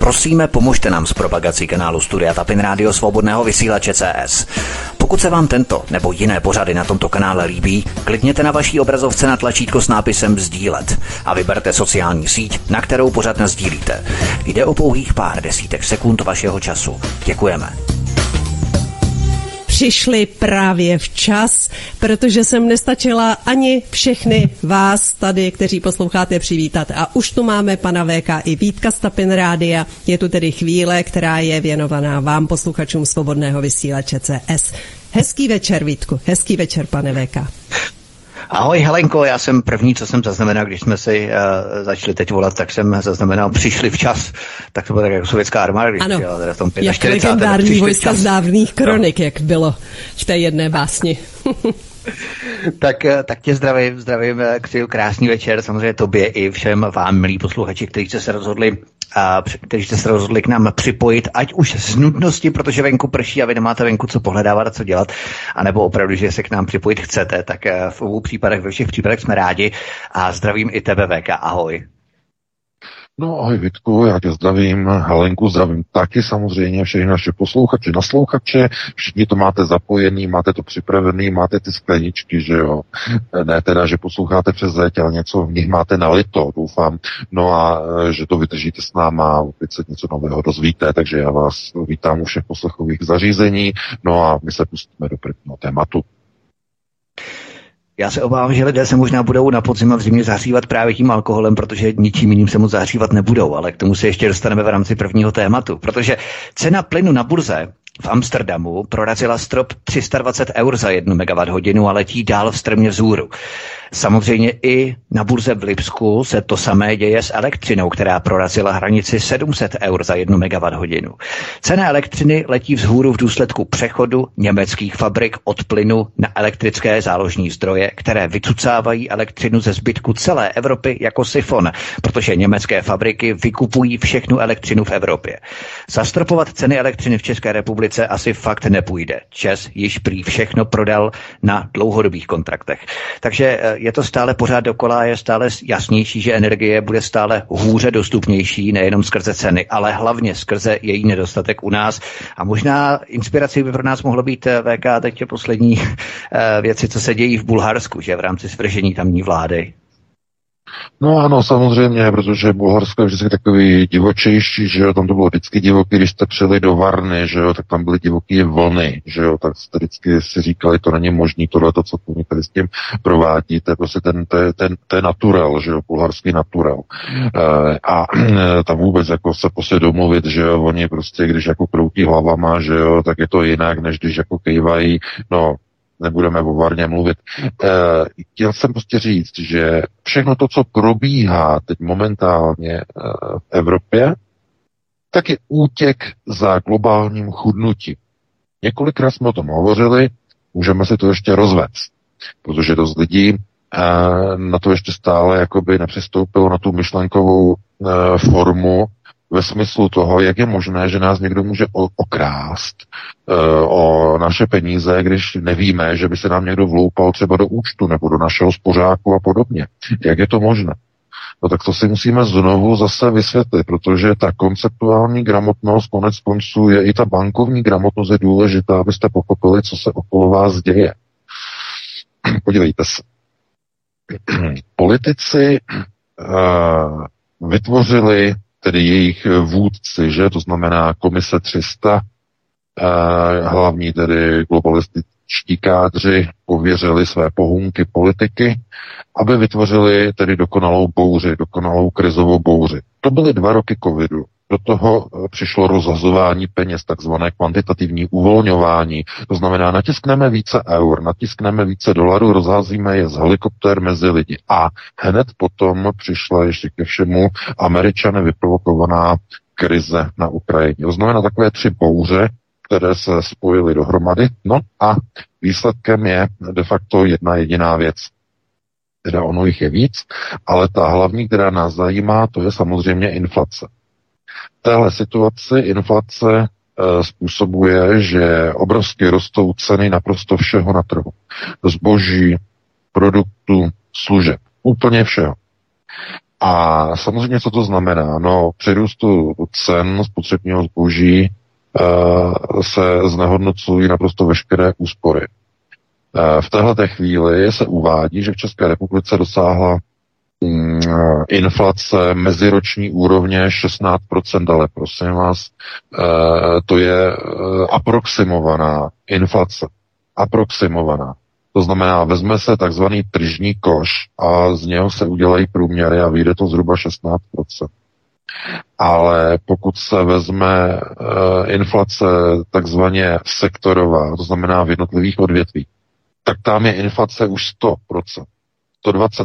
Prosíme, pomožte nám s propagací kanálu Studia Tapin Rádio Svobodného vysílače CS. Pokud se vám tento nebo jiné pořady na tomto kanále líbí, klikněte na vaší obrazovce na tlačítko s nápisem sdílet a vyberte sociální síť, na kterou pořad nasdílíte. Jde o pouhých pár desítek sekund vašeho času. Děkujeme. Přišli právě včas, protože jsem nestačila ani všechny vás tady, kteří posloucháte, přivítat. A už tu máme pana VK i Vítka z Tapin Rádia. Je tu tedy chvíle, která je věnovaná vám, posluchačům Svobodného vysílače CS. Hezký večer, Vítku. Hezký večer, pane VK. Ahoj Helenko, já jsem první, co jsem zaznamenal, když jsme si začali teď volat, tak jsem zaznamenal, přišli včas. Tak to bylo tak jako sovětská armáda, když ano, přijela v tom 45. Jak legendární vojska z dávných kronik, jak bylo v té jedné básni. Tak tě zdravím, přeju krásný večer, samozřejmě tobě i všem vám, milí posluchači, kteří jste se rozhodli k nám připojit, ať už z nutnosti, protože venku prší a vy nemáte venku co pohledávat a co dělat, anebo opravdu, že se k nám připojit chcete, tak v obou případech, ve všech případech jsme rádi a zdravím i tebe, VK, ahoj. No ahoj Vítku, já tě zdravím, Helenku zdravím taky samozřejmě, všechny naše posluchače, naslouchače, všichni to máte zapojený, máte to připravený, máte ty skleničky, že jo, ne teda, že posloucháte přes zeď, ale něco v nich máte nalito, doufám, no a že to vydržíte s náma a opět se něco nového dozvíte, takže já vás vítám u všech poslechových zařízení, no a my se pustíme do prvního tématu. Já se obávám, že lidé se možná budou na podzim a v zimě zahřívat právě tím alkoholem, protože ničím jiným se moc zahřívat nebudou, ale k tomu se ještě dostaneme v rámci prvního tématu, protože cena plynu na burze v Amsterdamu prorazila strop 320 eur za 1 MWh a letí dál strmě vzhůru. Samozřejmě i na burze v Lipsku se to samé děje s elektřinou, která prorazila hranici 700 eur za 1 MWh. Cena elektřiny letí vzhůru v důsledku přechodu německých fabrik od plynu na elektrické záložní zdroje, které vycucávají elektřinu ze zbytku celé Evropy jako sifon, protože německé fabriky vykupují všechnu elektřinu v Evropě. Zastropovat ceny elektřiny v České republice asi fakt nepůjde. ČEZ již prý všechno prodal na dlouhodobých kontraktech. Takže je to stále pořád dokola, je stále jasnější, že energie bude stále hůře dostupnější, nejenom skrze ceny, ale hlavně skrze její nedostatek u nás. A možná inspirací by pro nás mohlo být VK teď poslední věci, co se dějí v Bulharsku, že v rámci svržení tamní vlády. No ano, samozřejmě, protože Bulharsko je vždycky takový divočejší, že jo, tam to bylo vždycky divoký, když jste přijeli do Varny, že jo, tak tam byly divoký vlny, že jo, tak jste vždycky si říkali, to není možný, tohleto, co tu tady s tím provádí, to je prostě to je natural, že jo, bulharský natural. A tam vůbec jako se prostě domluvit, že jo, oni prostě, když jako kroutí hlavama, že jo, tak je to jinak, než když jako kejvají, no, nebudeme o Varně mluvit. Chtěl jsem prostě říct, že všechno to, co probíhá teď momentálně v Evropě, tak je útěk za globálním chudnutím. Několikrát jsme o tom hovořili, můžeme si to ještě rozvést, protože dost lidí na to ještě stále jakoby nepřistoupilo na tu myšlenkovou formu ve smyslu toho, jak je možné, že nás někdo může okrást o naše peníze, když nevíme, že by se nám někdo vloupal třeba do účtu nebo do našeho spořáku a podobně. Jak je to možné? No tak to si musíme znovu zase vysvětlit, protože ta konceptuální gramotnost konec konců je i ta bankovní gramotnost je důležitá, abyste pochopili, co se okolo vás děje. Podívejte se. Politici vytvořili tedy jejich vůdci, že? To znamená komise 300, hlavní tedy globalističtí kádři pověřili své pohůnky politiky, aby vytvořili tedy dokonalou bouři, dokonalou krizovou bouři. To byly 2 roky covidu. Do toho přišlo rozhazování peněz, takzvané kvantitativní uvolňování. To znamená, natiskneme více eur, natiskneme více dolarů, rozházíme je z helikoptér mezi lidi. A hned potom přišla ještě ke všemu Američany vyprovokovaná krize na Ukrajině. To znamená takové 3 bouře, které se spojily dohromady. No a výsledkem je de facto jedna jediná věc. Teda ono jich je víc, ale ta hlavní, která nás zajímá, to je samozřejmě inflace. V téhle situaci inflace způsobuje, že obrovsky rostou ceny naprosto všeho na trhu. Zboží, produktů, služeb, úplně všeho. A samozřejmě, co to znamená? No, při růstu cen spotřebního zboží se znehodnocují naprosto veškeré úspory. V téhleté chvíli se uvádí, že v České republice dosáhla inflace meziroční úrovně 16%, ale prosím vás, to je aproximovaná inflace. Aproximovaná. To znamená, vezme se takzvaný tržní koš a z něho se udělají průměry a vyjde to zhruba 16%. Ale pokud se vezme inflace takzvaně sektorová, to znamená v jednotlivých odvětví, tak tam je inflace už 100%, 120%,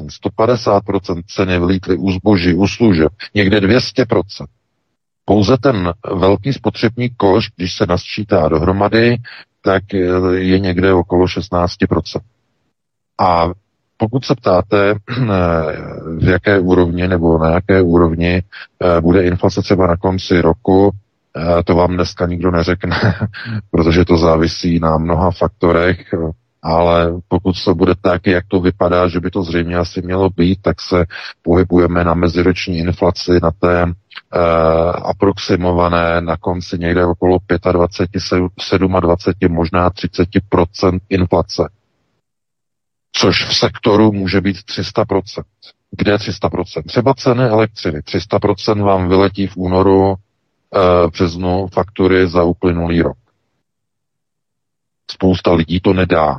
150% ceny vlítly u zboží, u služeb, někde 200%. Pouze ten velký spotřební koš, když se nasčítá dohromady, tak je někde okolo 16%. A pokud se ptáte, v jaké úrovni nebo na jaké úrovni bude inflace třeba na konci roku, to vám dneska nikdo neřekne, protože to závisí na mnoha faktorech, ale pokud to bude tak, jak to vypadá, že by to zřejmě asi mělo být, tak se pohybujeme na meziroční inflaci, na té aproximované na konci někde okolo 25, 27, možná 30% inflace. Což v sektoru může být 300%. Kde 300%? Třeba ceny elektřiny. 300% vám vyletí v únoru, březnu faktury za uplynulý rok. Spousta lidí to nedá.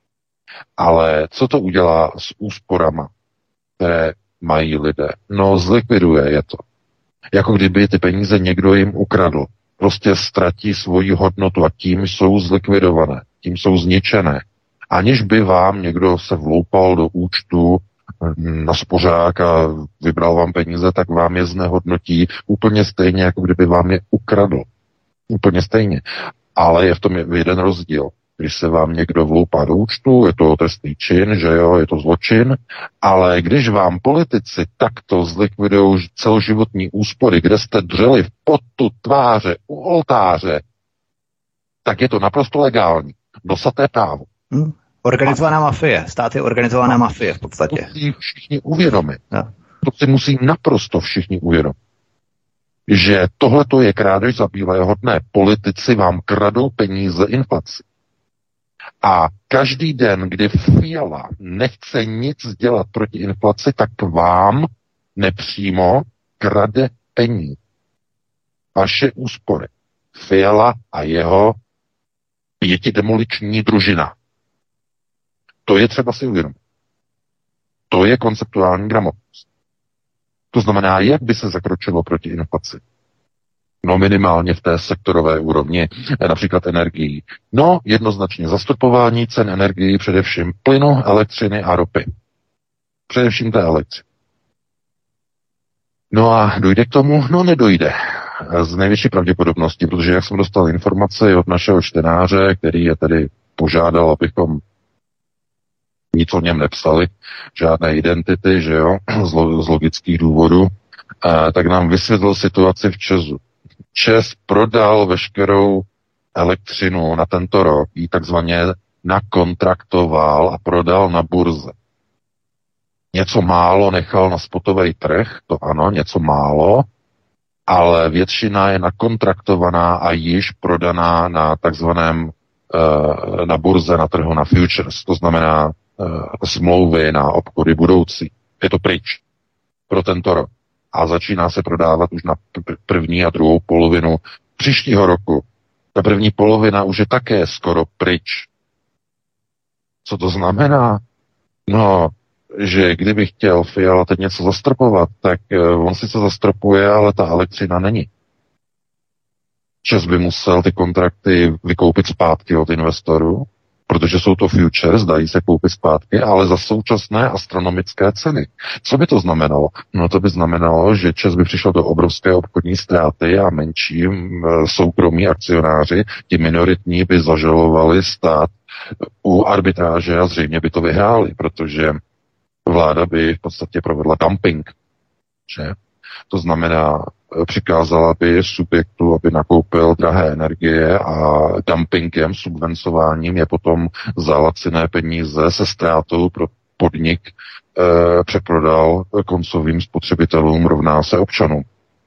Ale co to udělá s úsporama, které mají lidé? No, zlikviduje je to. Jako kdyby ty peníze někdo jim ukradl. Prostě ztratí svoji hodnotu a tím jsou zlikvidované, tím jsou zničené. Aniž by vám někdo se vloupal do účtu na spořák a vybral vám peníze, tak vám je znehodnotí úplně stejně, jako kdyby vám je ukradl. Úplně stejně. Ale je v tom jeden rozdíl. Když se vám někdo vloupá do účtu, je to trestný čin, že jo, je to zločin, ale když vám politici takto zlikvidují celoživotní úspory, kde jste dřeli v potu tváře u oltáře, tak je to naprosto legální. Dosaté právo. Organizovaná mafie. Stát je organizovaná mafie v podstatě. To si všichni uvědomit. To si musí naprosto všichni uvědomit. Že tohleto je krádež za bílé hodné. Politici vám kradou peníze inflaci. A každý den, kdy Fiala nechce nic dělat proti inflaci, tak vám nepřímo krade peníze. Vaše úspory. Fiala a jeho pětidemoliční družina. To je třeba si uvědomit. To je konceptuální gramotnost. To znamená, jak by se zakročilo proti inflaci. No minimálně v té sektorové úrovni, například energií. No jednoznačně zastropování cen energií, především plynu, elektřiny a ropy. Především té elektřiny. No a dojde k tomu? No nedojde. Z největší pravděpodobnosti, protože jak jsem dostal informaci od našeho čtenáře, který je tedy požádal, abychom nic o něm nepsali, žádné identity, že jo, z logických důvodů, tak nám vysvětlil situaci v ČEZu. ČEZ prodal veškerou elektřinu na tento rok, ji takzvaně nakontraktoval a prodal na burze. Něco málo nechal na spotový trh, to ano, něco málo, ale většina je nakontraktovaná a již prodaná na takzvaném na burze, na trhu, na futures, to znamená smlouvy na obchody budoucí. Je to pryč pro tento rok. A začíná se prodávat už na první a druhou polovinu příštího roku. Ta první polovina už je také skoro pryč. Co to znamená? No, že kdyby chtěl Fiala teď něco zastropovat, tak on sice zastropuje, ale ta elektřina není. ČEZ by musel ty kontrakty vykoupit zpátky od investorů, protože jsou to futures, dají se koupit zpátky, ale za současné astronomické ceny. Co by to znamenalo? No to by znamenalo, že ČEZ by přišel do obrovské obchodní ztráty a menší soukromí akcionáři, ti minoritní by zažalovali stát u arbitráže a zřejmě by to vyhráli, protože vláda by v podstatě provedla dumping. Že? To znamená, přikázala by subjektu, aby nakoupil drahé energie a dumpingem, subvencováním je potom za laciné peníze se ztrátou pro podnik přeprodal koncovým spotřebitelům, rovná se občanům.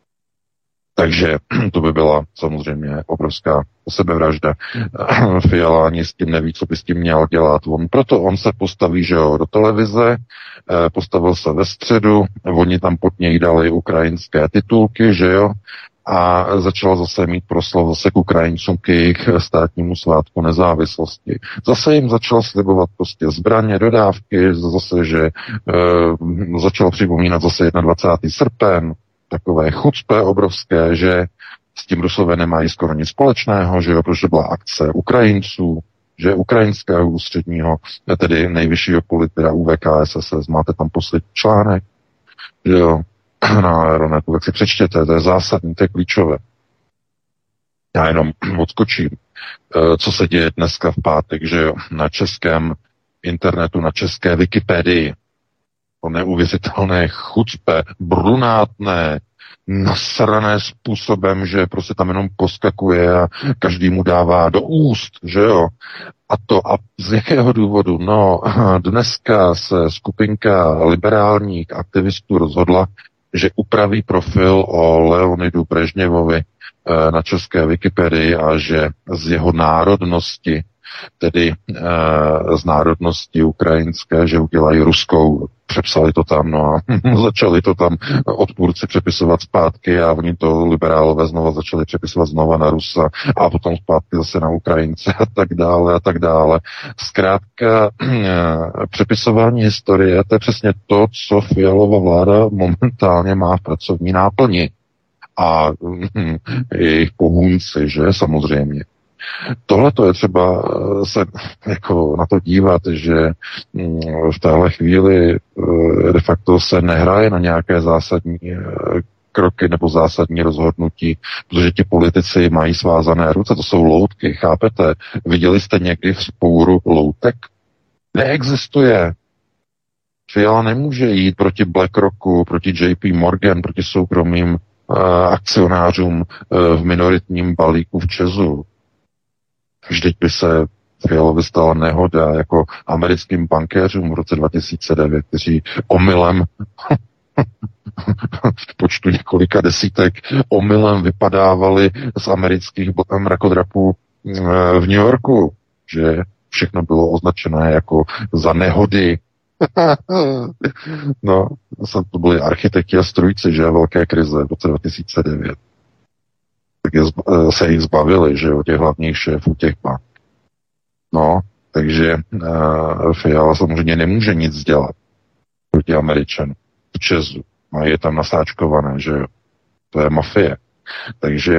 Takže to by byla samozřejmě obrovská sebevražda. Fiala ani s tím neví, co by s tím měl dělat. Proto on se postaví, že jo, do televize, postavil se ve středu, oni tam pod něj dali ukrajinské titulky, že jo, a začal zase mít proslov zase k Ukrajincům, k jejich státnímu svátku nezávislosti. Zase jim začal slibovat prostě zbraně, dodávky, zase, že začal připomínat zase 21. srpen, takové chucpe obrovské, že s tím Rusové nemají skoro nic společného, že jo, protože byla akce Ukrajinců, že ukrajinského ústředního, tedy nejvyššího politika UVKSS, máte tam poslední článek, že jo, na Aeronetu, tak si přečtěte, to je zásadní, to je klíčové. Já jenom odskočím, co se děje dneska v pátek, že jo, na českém internetu, na české Wikipedii, to neuvěřitelné chucpe, brunátné, nasrané způsobem, že prostě tam jenom poskakuje a každý mu dává do úst, že jo. A z jakého důvodu? No, dneska se skupinka liberálních aktivistů rozhodla, že upraví profil o Leonidu Brežněvovi na české Wikipedii a že z jeho národnosti, tedy z národnosti ukrajinské, že udělají ruskou, přepsali to tam, no a začali to tam odpůrci přepisovat zpátky a oni to liberálové znova začali přepisovat znova na Rusa a potom zpátky zase na Ukrajince a tak dále a tak dále. Zkrátka přepisování historie, to je přesně to, co Fialova vláda momentálně má v pracovní náplni. A jejich pohůnci, že samozřejmě. Tohle to je třeba se jako na to dívat, že v téhle chvíli de facto se nehraje na nějaké zásadní kroky nebo zásadní rozhodnutí, protože ti politici mají svázané ruce, to jsou loutky, chápete? Viděli jste někdy vzpouru loutek? Neexistuje. Fiala nemůže jít proti BlackRocku, proti JP Morgan, proti soukromým akcionářům v minoritním balíku v Česu. Vždyť by se Fialovi stala nehoda jako americkým bankéřům v roce 2009, kteří omylem v počtu několika desítek omylem vypadávali z amerických mrakodrapů v New Yorku, že všechno bylo označené jako za nehody. No, to byli architekti a strůjci, že velké krize v roce 2009. Tak se jich zbavili, že od těch hlavních šéfů těch bank. No, takže Fiala samozřejmě nemůže nic dělat proti Američanům v Česu. A je tam nasáčkované, že jo. To je mafie. Takže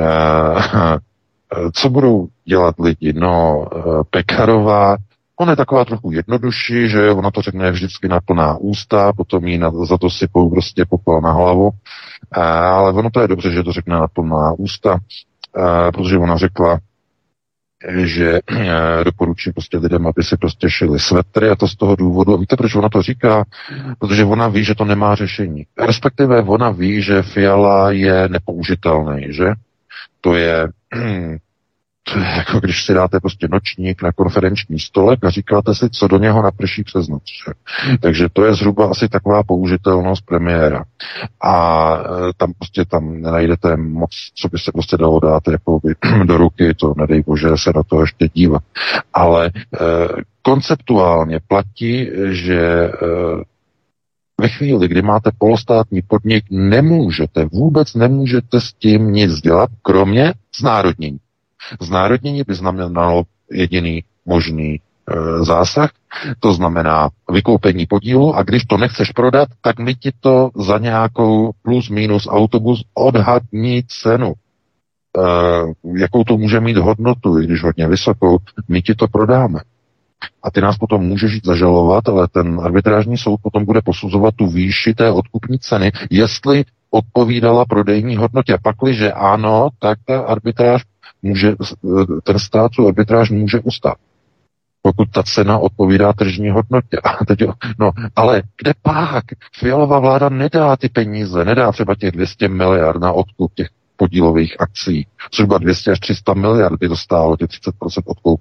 co budou dělat lidi? No, Pekarová, ona je taková trochu jednodušší, že ona to řekne vždycky na plná ústa, potom jí za to sypou prostě popel na hlavu, ale ono to je dobře, že to řekne na plná ústa, protože ona řekla, že doporučí prostě lidem, aby si prostě šili svetry a to z toho důvodu. A víte, proč ona to říká? Protože ona ví, že to nemá řešení. Respektive ona ví, že Fiala je nepoužitelný, že? To je jako když si dáte prostě nočník na konferenční stolek a říkáte si, co do něho naprší přes noc. Že? Takže to je zhruba asi taková použitelnost premiéra. A tam nenajdete moc, co by se prostě dalo dát jako do ruky, to nedej bože se na to ještě dívat. Ale konceptuálně platí, že ve chvíli, kdy máte polostátní podnik, vůbec nemůžete s tím nic dělat, kromě znárodnění. Znárodnění by znamenalo jediný možný zásah, to znamená vykoupení podílu a když to nechceš prodat, tak my ti to za nějakou plus minus autobus odhadní cenu. Jakou to může mít hodnotu, i když hodně vysokou, my ti to prodáme. A ty nás potom můžeš jít zažalovat, ale ten arbitrážní soud potom bude posuzovat tu výši té odkupní ceny, jestli odpovídala prodejní hodnotě. Pakliže ano, tak ta arbitráž ten stát tu arbitráž může ustát. Pokud ta cena odpovídá tržní hodnotě. Ale kde pak? Fialová vláda nedá ty peníze, nedá třeba těch 200 miliard na odkup těch podílových akcí. Zhruba 200 až 300 miliard by to stálo, těch 30% odkoupit.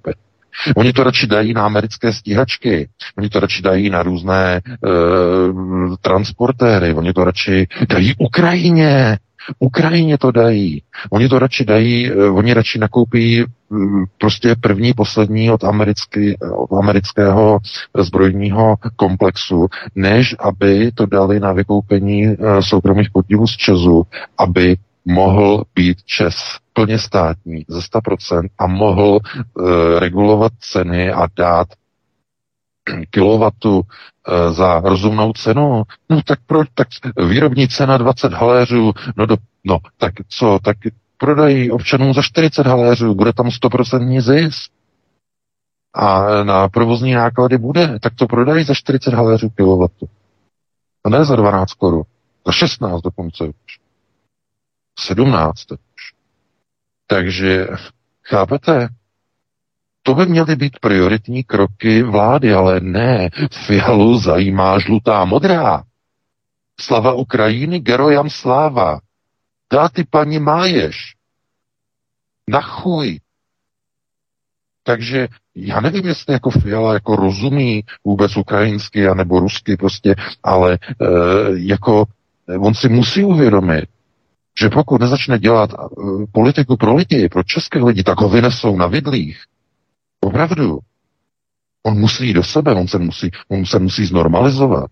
Oni to radši dají na americké stíhačky, oni to radši dají na různé transportéry, oni to radši dají Ukrajině to dají. Oni to radši dají, oni radši nakoupí prostě první, poslední od amerického zbrojního komplexu, než aby to dali na vykoupení soukromých podílů z ČEZu, aby mohl být ČEZ plně státní ze 100% a mohl regulovat ceny a dát kilowattu za rozumnou cenu. No tak proč? Tak výrobní cena 20 haléřů, tak co? Tak prodají občanům za 40 haléřů, bude tam 100% zisk. A na provozní náklady bude, tak to prodají za 40 haléřů kilowattu. A ne za 12 korun, za 16 dokonce už. 17 už. Takže, chápete? To by měly být prioritní kroky vlády, ale ne. Fialu zajímá žlutá modrá. Slava Ukrajiny, gerojam sláva. Dá ty paní máješ. Na chuj. Takže já nevím, jestli jako Fiala jako rozumí vůbec ukrajinsky anebo rusky prostě, ale jako on si musí uvědomit, že pokud nezačne dělat politiku pro lidi, pro české lidi, tak ho vynesou na vidlích. Opravdu. On musí jít do sebe, on se musí znormalizovat.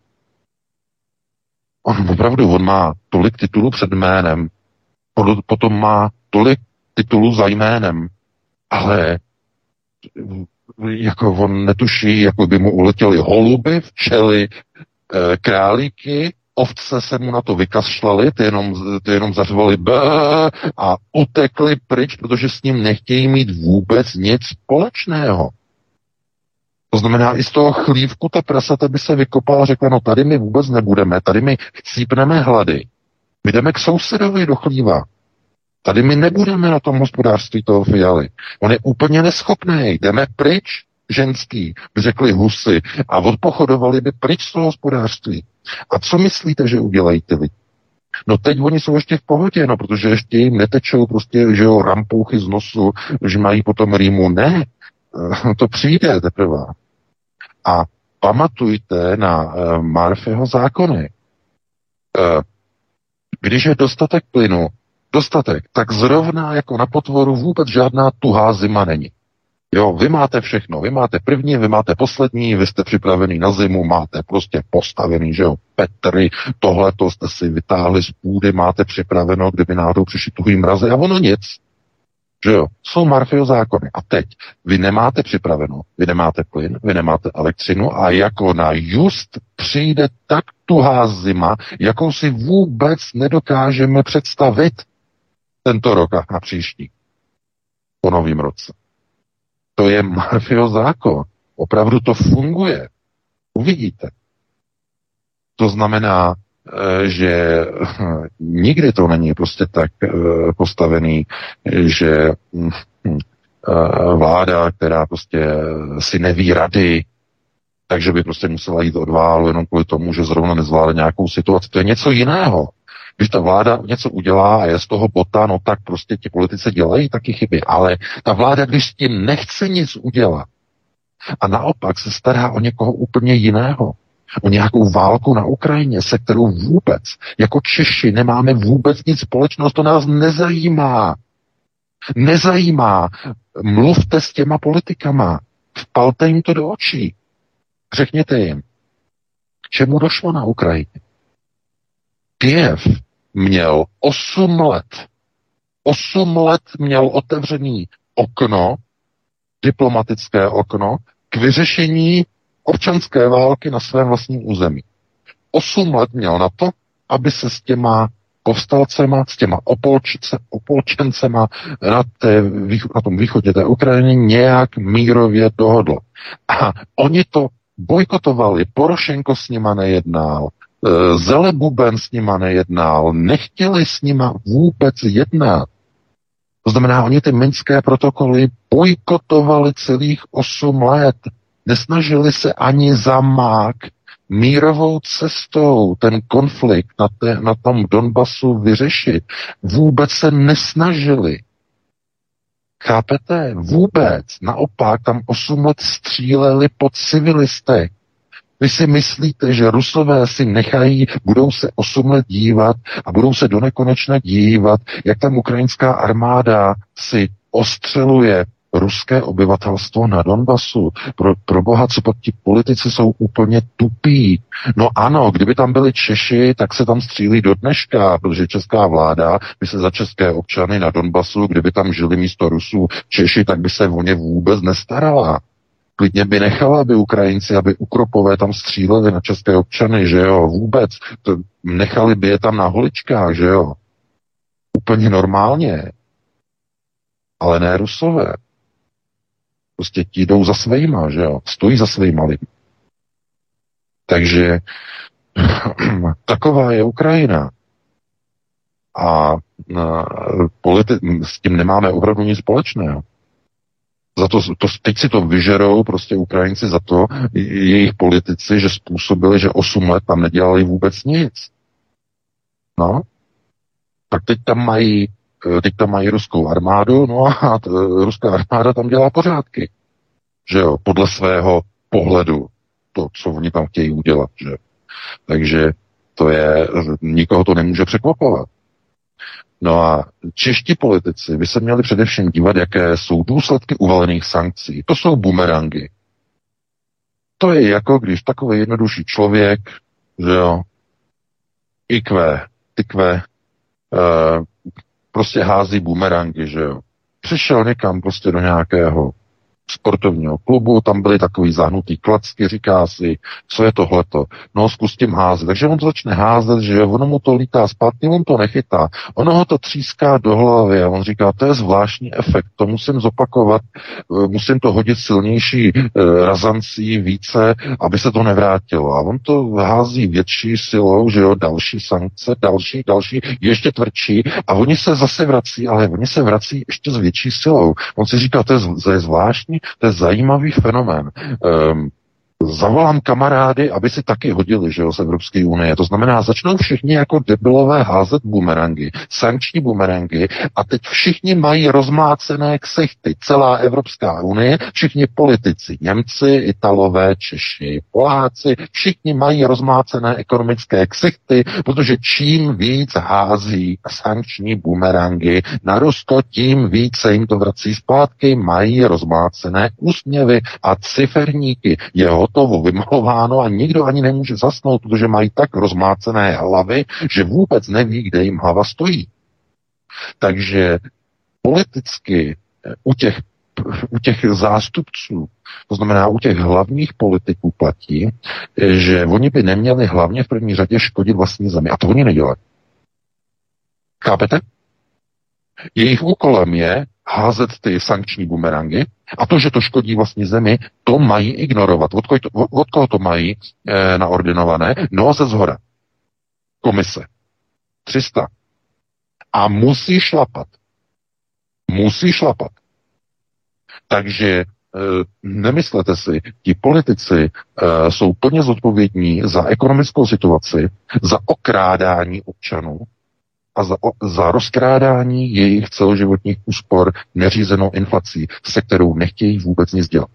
On má tolik titulů před jménem, potom má tolik titulů za jménem, ale jako on netuší, jako by mu uletěly holuby, včely, králíky, ovce se mu na to vykašlali, ty jenom zařvali a utekli pryč, protože s ním nechtějí mít vůbec nic společného. To znamená, i z toho chlívku ta prasata by se vykopala a řekla, no tady my vůbec nebudeme, tady my chcípneme hlady. My jdeme k sousedovi do chlíva. Tady my nebudeme na tom hospodářství toho Fialy. On je úplně neschopný. Jdeme pryč, ženský, by řekli Husy, a odpochodovali by pryč z toho hospodářství. A co myslíte, že udělají ty lidi? No teď oni jsou ještě v pohodě, no, protože ještě jim netečou prostě, že jo, rampouchy z nosu, že mají potom rýmu. Ne, to přijde teprve. A pamatujte na Murphyho zákony. Když je dostatek plynu, tak zrovna jako na potvoru vůbec žádná tuhá zima není. Jo, vy máte všechno, vy máte první, vy máte poslední, vy jste připravený na zimu, máte prostě postavený, že jo, Petry, tohleto jste si vytáhli z půdy, máte připraveno, kdyby náhodou přišli tuhý mrazy a ono nic. Že jo, jsou Murphyho zákony. A teď, vy nemáte připraveno, vy nemáte plyn, vy nemáte elektřinu a jako na just přijde tak tuhá zima, jakou si vůbec nedokážeme představit tento rok a na příští. Po novým roce. To je Murphyho zákon. Opravdu to funguje. Uvidíte. To znamená, že nikdy to není prostě tak postavený, že vláda, která prostě si neví rady, takže by prostě musela jít od válu jenom kvůli tomu, že zrovna nezvládne nějakou situaci. To je něco jiného. Když ta vláda něco udělá a je z toho bota, no tak prostě ti politici dělají taky chyby. Ale ta vláda, když s tím nechce nic udělat a naopak se stará o někoho úplně jiného, o nějakou válku na Ukrajině, se kterou vůbec, jako Češi, nemáme vůbec nic společného, to nás nezajímá. Nezajímá. Mluvte s těma politikama. Vpalte jim to do očí. Řekněte jim, k čemu došlo na Ukrajině. Kyjev měl 8 let. 8 let měl otevřený okno, diplomatické okno, k vyřešení občanské války na svém vlastním území. 8 let měl na to, aby se s těma povstalcema, s těma opolčencema na tom východě té Ukrajiny nějak mírově dohodl. A oni to bojkotovali, Porošenko s nima nejednal, Zelebuben s nima nejednal, nechtěli s nima vůbec jednat. To znamená, oni ty minské protokoly bojkotovali celých 8 let. Nesnažili se ani za mák mírovou cestou ten konflikt na tom Donbasu vyřešit. Vůbec se nesnažili. Chápete? Vůbec. Naopak, tam 8 let stříleli po civilistech. Vy si myslíte, že Rusové si nechají, budou se 8 let dívat a budou se do nekonečna dívat, jak tam ukrajinská armáda si ostřeluje ruské obyvatelstvo na Donbasu. Pro boha, co pak ti politici jsou úplně tupí. No ano, kdyby tam byli Češi, tak se tam střílí do dneška, protože česká vláda by se za české občany na Donbasu, kdyby tam žili místo Rusů Češi, tak by se o ně vůbec nestarala. Klidně by nechala, aby Ukrajinci, aby Ukropové tam stříleli na české občany, že jo, vůbec. Nechali by je tam na holičkách, že jo. Úplně normálně. Ale ne Rusové. Prostě ti jdou za svejma, že jo. Stojí za svejma lidmi. Takže taková je Ukrajina. A s tím nemáme opravdu nic společného. Teď si to vyžerou prostě Ukrajinci za to, jejich politici, že způsobili, že 8 let tam nedělali vůbec nic. No, tak teď tam mají ruskou armádu, no a ruská armáda tam dělá pořádky. Že jo, podle svého pohledu, to, co oni tam chtějí udělat, že. Takže nikoho to nemůže překvapovat. No a čeští politici by se měli především dívat, jaké jsou důsledky uvalených sankcí. To jsou bumerangy. To je jako když takový jednodušší člověk, že jo, tykve, prostě hází bumerangy, že jo. Přišel někam prostě do nějakého sportovního klubu, tam byly takový zahnutý klacky, říká si, co je tohleto, no zkus tím házet. Takže on to začne házet, že ono mu to lítá zpátky, on to nechytá, ono ho to tříská do hlavy a on říká, to je zvláštní efekt, to musím zopakovat, musím to hodit silnější razancí více, aby se to nevrátilo. A on to hází větší silou, že jo, další sankce, další, ještě tvrdší a oni se zase vrací, ale oni se vrací ještě s větší silou. On si říká, to je zvláštní, to je zajímavý fenomén. Zavolám kamarády, aby si taky hodili, že jo, z Evropské unie. To znamená, začnou všichni jako debilové házet bumerangy, sankční bumerangy a teď všichni mají rozmlácené ksichty. Celá Evropská unie, všichni politici, Němci, Italové, Češi, Poláci, všichni mají rozmlácené ekonomické ksichty, protože čím víc hází sankční bumerangy na Rusko, tím více jim to vrací zpátky, mají rozmlácené úsměvy a ciferníky. Je hotovo, vymalováno a nikdo ani nemůže zasnout, protože mají tak rozmácené hlavy, že vůbec neví, kde jim hlava stojí. Takže politicky u těch zástupců, to znamená u těch hlavních politiků platí, že oni by neměli hlavně v první řadě škodit vlastní zemi. A to oni nedělají. Chápete? Jejich úkolem je házet ty sankční bumerangy a to, že to škodí vlastní zemi, to mají ignorovat. Od koho to mají naordinované? No ze zhora. Komise. 300. A musí šlapat. Takže nemyslete si, ti politici jsou plně zodpovědní za ekonomickou situaci, za okrádání občanů a za rozkrádání jejich celoživotních úspor neřízenou inflací, se kterou nechtějí vůbec nic dělat.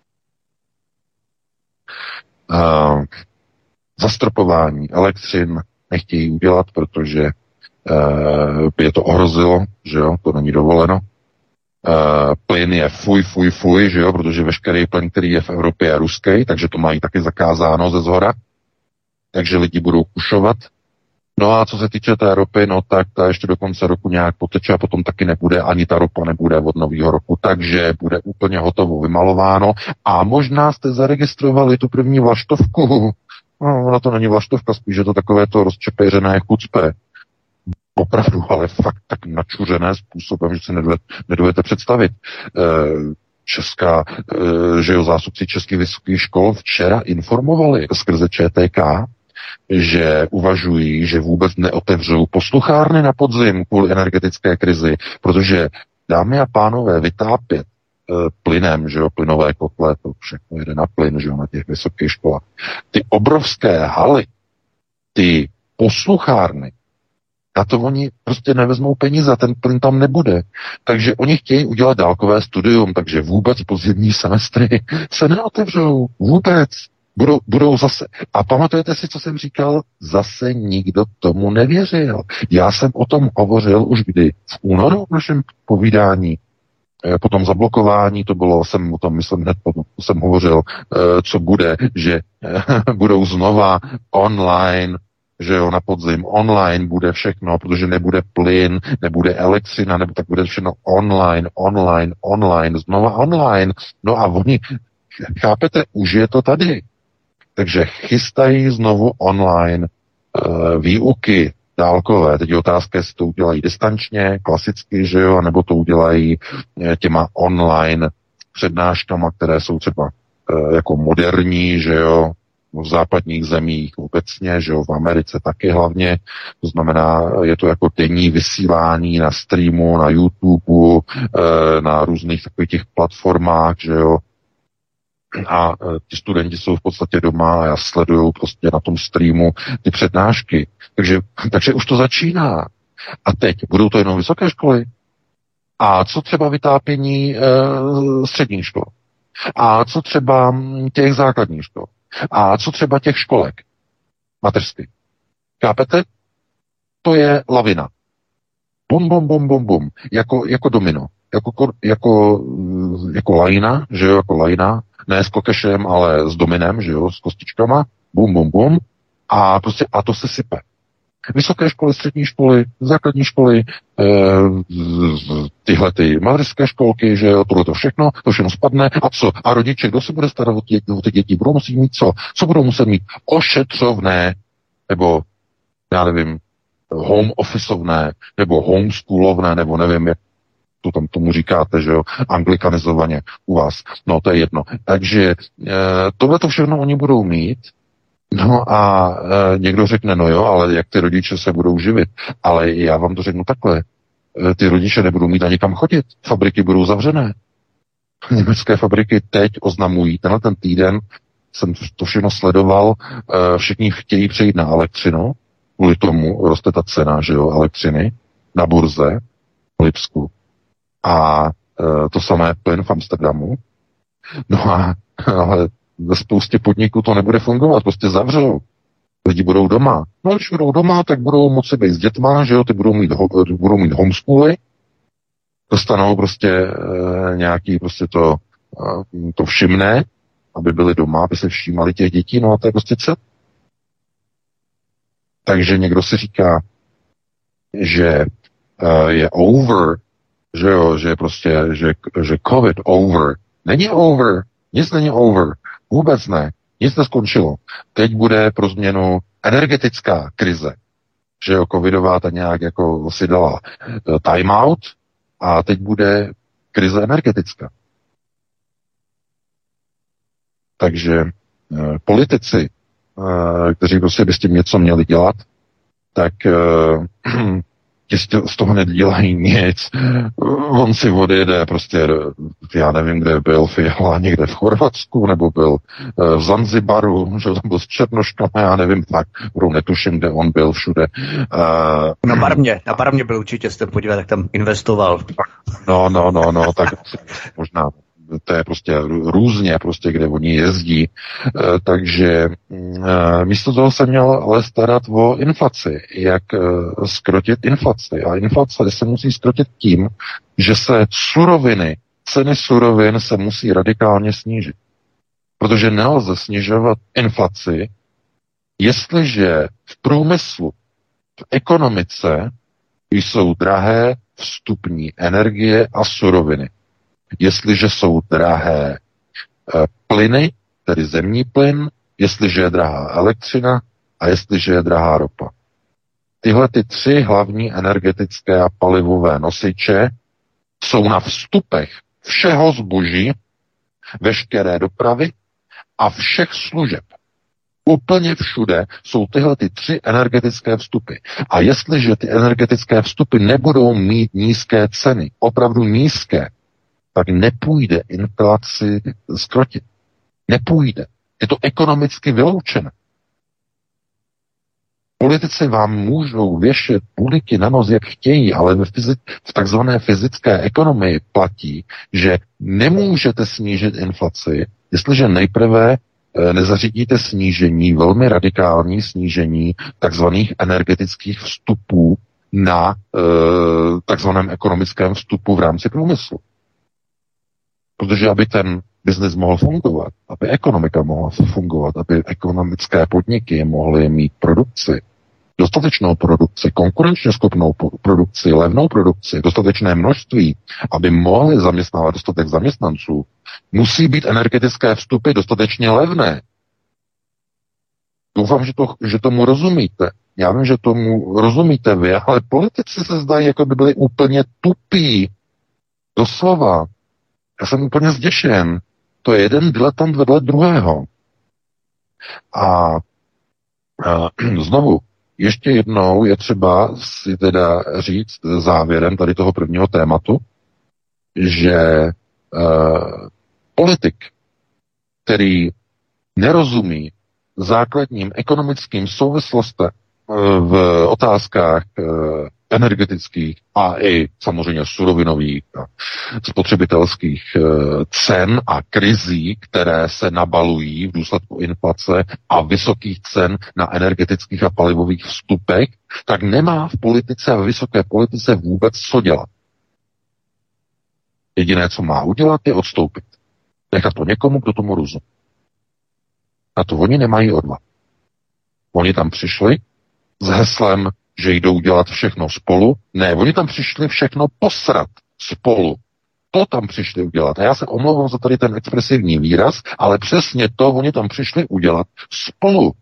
Zastropování elektřin nechtějí udělat, protože by je to ohrozilo, že jo, to není dovoleno. Plyn je fuj, že jo, protože veškerý plyn, který je v Evropě, je ruský, takže to mají taky zakázáno ze zhora. Takže lidi budou kušovat. No a co se týče té ropy, no tak ta ještě do konce roku nějak poteče a potom taky nebude, ani ta ropa nebude od nového roku, takže bude úplně hotovo vymalováno a možná jste zaregistrovali tu první vlaštovku. No, ona to není vlaštovka, spíš je to takové to rozčepěřené chucpe. Opravdu, ale fakt tak načuřené způsobem, že si nedovedete představit. Že jo, zástupci českých vysokých škol včera informovali skrze ČTK, že uvažují, že vůbec neotevřou posluchárny na podzim kvůli energetické krizi, protože, dámy a pánové, vytápět plynem, že jo, plynové kotle, to všechno jede na plyn, že jo, na těch vysokých školách. Ty obrovské haly, ty posluchárny, Na to oni prostě nevezmou peníze, ten plyn tam nebude. Takže oni chtějí udělat dálkové studium, takže vůbec podzimní semestry se neotevřou. Vůbec. Budou zase. A pamatujete si, co jsem říkal? Zase nikdo tomu nevěřil. Já jsem o tom hovořil už kdy? V únoru v našem povídání. Po tom zablokování, to bylo, jsem o tom myslím hned potom, jsem hovořil, co bude, že budou znova online, že jo, na podzim online bude všechno, protože nebude plyn, nebude elektřina, nebo tak bude všechno online, znova online. No a oni, chápete, už je to tady. Takže chystají znovu online výuky dálkové. Teď je otázka, jestli to udělají distančně, klasicky, že jo, nebo to udělají těma online přednáškama, které jsou třeba jako moderní, že jo, v západních zemích obecně, že jo, v Americe taky hlavně. To znamená, je to jako denní vysílání na streamu, na YouTube, na různých takových těch platformách, že jo. A ti studenti jsou v podstatě doma a já sleduju prostě na tom streamu ty přednášky. Takže už to začíná. A teď budou to jenom vysoké školy. A co třeba vytápění středních škol? A co třeba těch základních škol? A co třeba těch školek mateřských? Chápete? To je lavina. Bum. Jako domino. Jako lajna, že jo, jako lajna. Ne s kokešem, ale s dominem, že jo, s kostičkama. Bum. A prostě, a to se sype. Vysoké školy, střední školy, základní školy, tyhle ty mateřské školky, že jo, tohle to všechno spadne. A co? A rodiče, kdo se bude starat o ty děti? Budou muset mít co? Co budou muset mít? Ošetřovné, nebo, já nevím, home officeovné, nebo homeschoolovné, nebo nevím, jak to tam tomu říkáte, že jo, anglikanizovaně u vás. No, to je jedno. Takže tohle to všechno oni budou mít. No a někdo řekne, no jo, ale jak ty rodiče se budou živit? Ale já vám to řeknu takhle. Ty rodiče nebudou mít ani kam chodit. Fabriky budou zavřené. Německé fabriky teď oznamují, ten týden jsem to všechno sledoval, všichni chtějí přejít na elektřinu, kvůli tomu roste ta cena, že jo, elektřiny na burze v Lipsku. A to samé plyn v Amsterdamu. No ale ve spoustě podniků to nebude fungovat, prostě zavřou. Lidi budou doma. No, když budou doma, tak budou moci být s dětma, že jo, ty budou mít homeschooly, dostanou prostě nějaký prostě to všimné, aby byli doma, aby se všímali těch dětí, no a to je prostě celé. Takže někdo si říká, že je over, že jo, že prostě, že COVID over. Není over, nic není over, vůbec ne, nic neskončilo. Teď bude pro změnu energetická krize, že jo, covidová ta nějak jako si dala time out a teď bude krize energetická. Takže politici, kteří prostě by s tím něco měli dělat, tak z toho nedělají nic. On si odjede prostě, já nevím, kde byl Fiala, někde v Chorvatsku, nebo byl v Zanzibaru, že tam byl s Černoškama, já nevím, tak netuším, kde on byl všude. Na Barmě byl určitě, jste podívat, jak tam investoval. No, tak možná to je prostě různě, prostě, kde oni jezdí. Takže místo toho se měl ale starat o inflaci, jak skrotit inflaci. A inflace se musí skrotit tím, že se ceny surovin se musí radikálně snížit. Protože nelze snižovat inflaci, jestliže v průmyslu, v ekonomice jsou drahé vstupní energie a suroviny. Jestliže jsou drahé plyny, tedy zemní plyn, jestliže je drahá elektřina a jestliže je drahá ropa. Tyhle ty tři hlavní energetické a palivové nosiče jsou na vstupech všeho zboží, veškeré dopravy a všech služeb. Úplně všude jsou tyhle ty tři energetické vstupy. A jestliže ty energetické vstupy nebudou mít nízké ceny, opravdu nízké, tak nepůjde inflaci zkrotit. Nepůjde. Je to ekonomicky vyloučené. Politici vám můžou věšet půlky na nos, jak chtějí, ale v takzvané fyzické ekonomii platí, že nemůžete snížit inflaci, jestliže nejprve nezařídíte snížení, velmi radikální snížení takzvaných energetických vstupů na takzvaném ekonomickém vstupu v rámci průmyslu. Protože aby ten biznis mohl fungovat, aby ekonomika mohla fungovat, aby ekonomické podniky mohly mít produkci, dostatečnou produkci, konkurenčně schopnou produkci, levnou produkci, dostatečné množství, aby mohli zaměstnávat dostatek zaměstnanců, musí být energetické vstupy dostatečně levné. Doufám, že tomu rozumíte. Já vím, že tomu rozumíte vy, ale politici se zdají, jako by byli úplně tupí. Doslova. Já jsem úplně zděšen. To je jeden diletant vedle druhého. A znovu, ještě jednou je třeba si teda říct závěrem tady toho prvního tématu, že politik, který nerozumí základním ekonomickým souvislostem v otázkách energetických a i samozřejmě surovinových a spotřebitelských cen a krizí, které se nabalují v důsledku inflace a vysokých cen na energetických a palivových vstupech, tak nemá v politice a v vysoké politice vůbec co dělat. Jediné, co má udělat, je odstoupit. Nechat to někomu, kdo tomu rozumí. A to oni nemají odvahu. Oni tam přišli s heslem, že jdou dělat všechno spolu. Ne, oni tam přišli všechno posrat spolu. To tam přišli udělat. A já se omlouvám za tady ten expresivní výraz, ale přesně to oni tam přišli udělat spolu.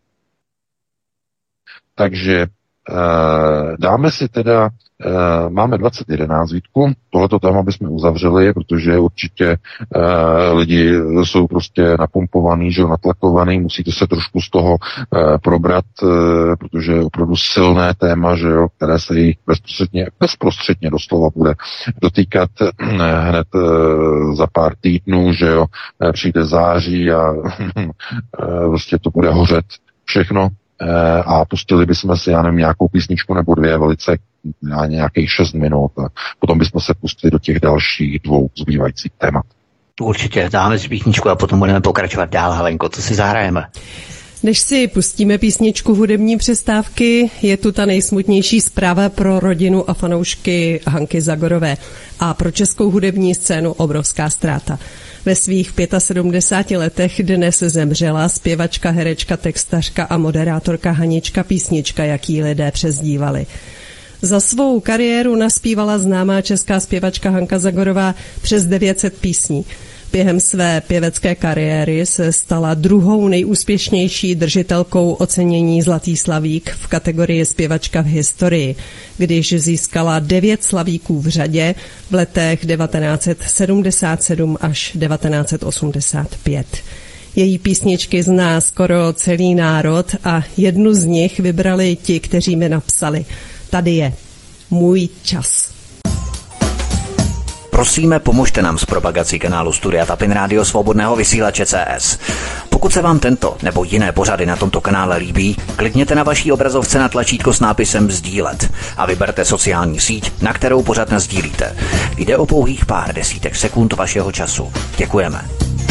Takže dáme si teda, máme 2011 Vítku, tohleto téma bychom uzavřeli, protože určitě lidi jsou prostě napumpovaný, že natlakovaný, musíte se trošku z toho probrat, protože je opravdu silné téma, že jo, které se jich bezprostředně doslova bude dotýkat hned za pár týdnů, že jo, přijde září a prostě to bude hořet všechno. A pustili bychom si, já nevím, nějakou písničku nebo dvě velice na nějakých 6 minut a potom bychom se pustili do těch dalších 2 zbývajících témat. Určitě, dáme si písničku a potom budeme pokračovat dál. Helenko, co si zahrajeme? Než si pustíme písničku hudební přestávky, je tu ta nejsmutnější zpráva pro rodinu a fanoušky Hanky Zagorové a pro českou hudební scénu obrovská ztráta. Ve svých 75 letech dnes zemřela zpěvačka, herečka, textařka a moderátorka Hanička Písnička, jak jí lidé přezdívali. Za svou kariéru naspívala známá česká zpěvačka Hanka Zagorová přes 900 písní. Během své pěvecké kariéry se stala druhou nejúspěšnější držitelkou ocenění Zlatý slavík v kategorii zpěvačka v historii, když získala 9 slavíků v řadě v letech 1977 až 1985. Její písničky zná skoro celý národ a jednu z nich vybrali ti, kteří mi napsali. Tady je Můj čas. Prosíme, pomožte nám s propagací kanálu Studia Tapin Rádio Svobodného vysílače CS. Pokud se vám tento nebo jiné pořady na tomto kanále líbí, klikněte na vaší obrazovce na tlačítko s nápisem sdílet a vyberte sociální síť, na kterou pořad nasdílíte. Jde o pouhých pár desítek sekund vašeho času. Děkujeme.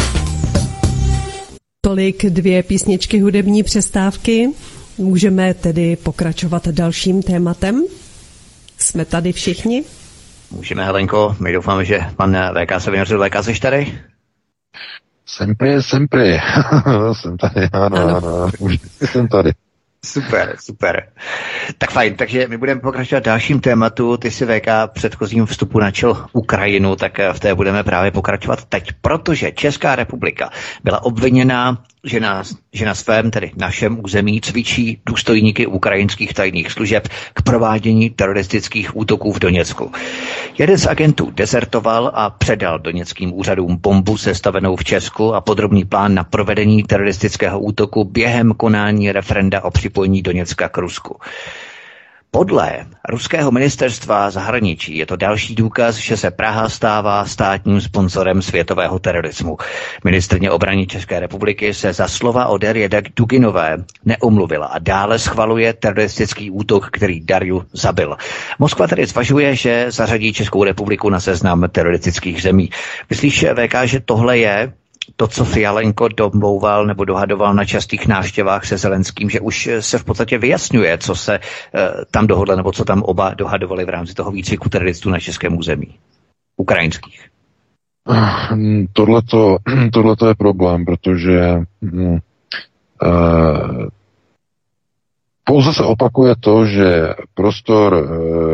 Tolik 2 písničky hudební přestávky. Můžeme tedy pokračovat dalším tématem. Jsme tady všichni? Můžeme, Helenko, my doufáme, že pan VK se vynořil. VK, jsi tady? Sempre. Jsem tady, ano. Už jsem tady. Super. Tak fajn, takže my budeme pokračovat dalším tématu. Ty si VK předchozím vstupu načal Ukrajinu, tak v té budeme právě pokračovat teď, protože Česká republika byla obviněná, že na svém, tedy našem území cvičí důstojníky ukrajinských tajných služeb k provádění teroristických útoků v Doněcku. Jeden z agentů dezertoval a předal doněckým úřadům bombu sestavenou v Česku a podrobný plán na provedení teroristického útoku během konání referenda o připojení Doněcka k Rusku. Podle ruského ministerstva zahraničí je to další důkaz, že se Praha stává státním sponzorem světového terorismu. Ministryně obrany České republiky se za slova o Darje Duginové neomluvila a dále schvaluje teroristický útok, který Darju zabil. Moskva tedy zvažuje, že zařadí Českou republiku na seznam teroristických zemí. Myslíš, VK, že tohle je to, co Fialenko domlouval nebo dohadoval na častých návštěvách se Zelenským, že už se v podstatě vyjasňuje, co se tam dohodlo, nebo co tam oba dohadovali v rámci toho výcviku teroristů na českém území? Ukrajinských. Tohleto je problém, protože pouze se opakuje to, že prostor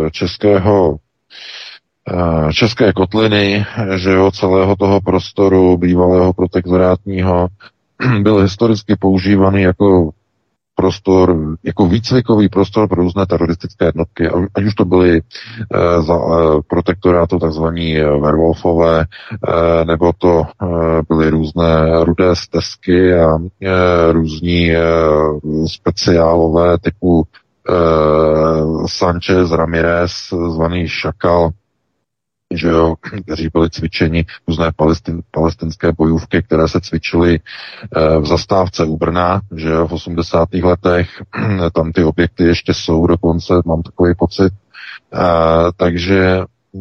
české kotliny, že jo, celého toho prostoru bývalého protektorátního byl historicky používaný jako prostor, jako výcvikový prostor pro různé teroristické jednotky, ať už to byly za protektorátu takzvaní Werwolfové, nebo to byly různé rudé stezky a různí speciálové typu Sanchez Ramirez, zvaný Šakal, že jo, kteří byli cvičeni, různé palestinské bojůvky, které se cvičily v zastávce u Brna, že jo, v 80. letech, tam ty objekty ještě jsou dokonce, mám takový pocit, takže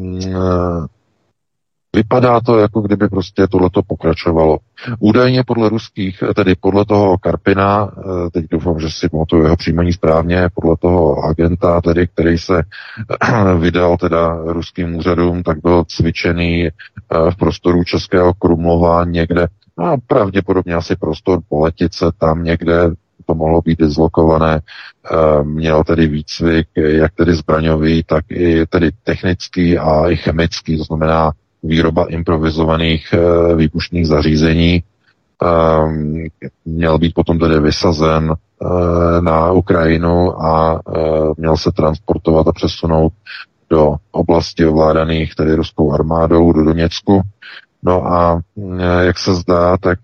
vypadá to, jako kdyby prostě tohleto pokračovalo. Údajně podle ruských, tedy podle toho Karpina, teď doufám, že si pamatuju jeho příjmení správně, podle toho agenta, tedy, který se vydal teda ruským úřadům, tak byl cvičený v prostoru Českého Krumlova někde, a pravděpodobně asi prostor Boletice, tam někde to mohlo být dislokované, měl tedy výcvik, jak tedy zbraňový, tak i tedy technický a i chemický, to znamená výroba improvizovaných výbušných zařízení. Měl být potom tedy vysazen na Ukrajinu a měl se transportovat a přesunout do oblasti ovládaných tedy ruskou armádou, do Doněcku. No a jak se zdá, tak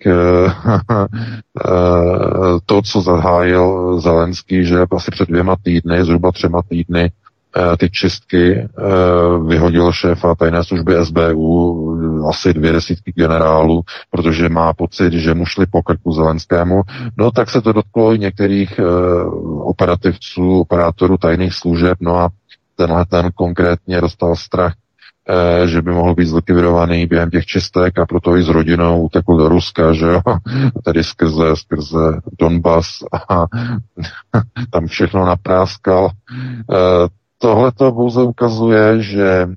to, co zahájil Zelenský, že asi před 2 týdny, zhruba 3 týdny, ty čistky vyhodil šéfa tajné služby SBU, asi 200 generálů, protože má pocit, že mu šli po krku Zelenskému. No tak se to dotklo i některých operativců, operátorů tajných služeb, no a ten konkrétně dostal strach, že by mohl být zlikvidovaný během těch čistek a proto i s rodinou utekl do Ruska, že jo, tedy skrze Donbas a tam všechno napráskal. Tohle to pouze ukazuje, že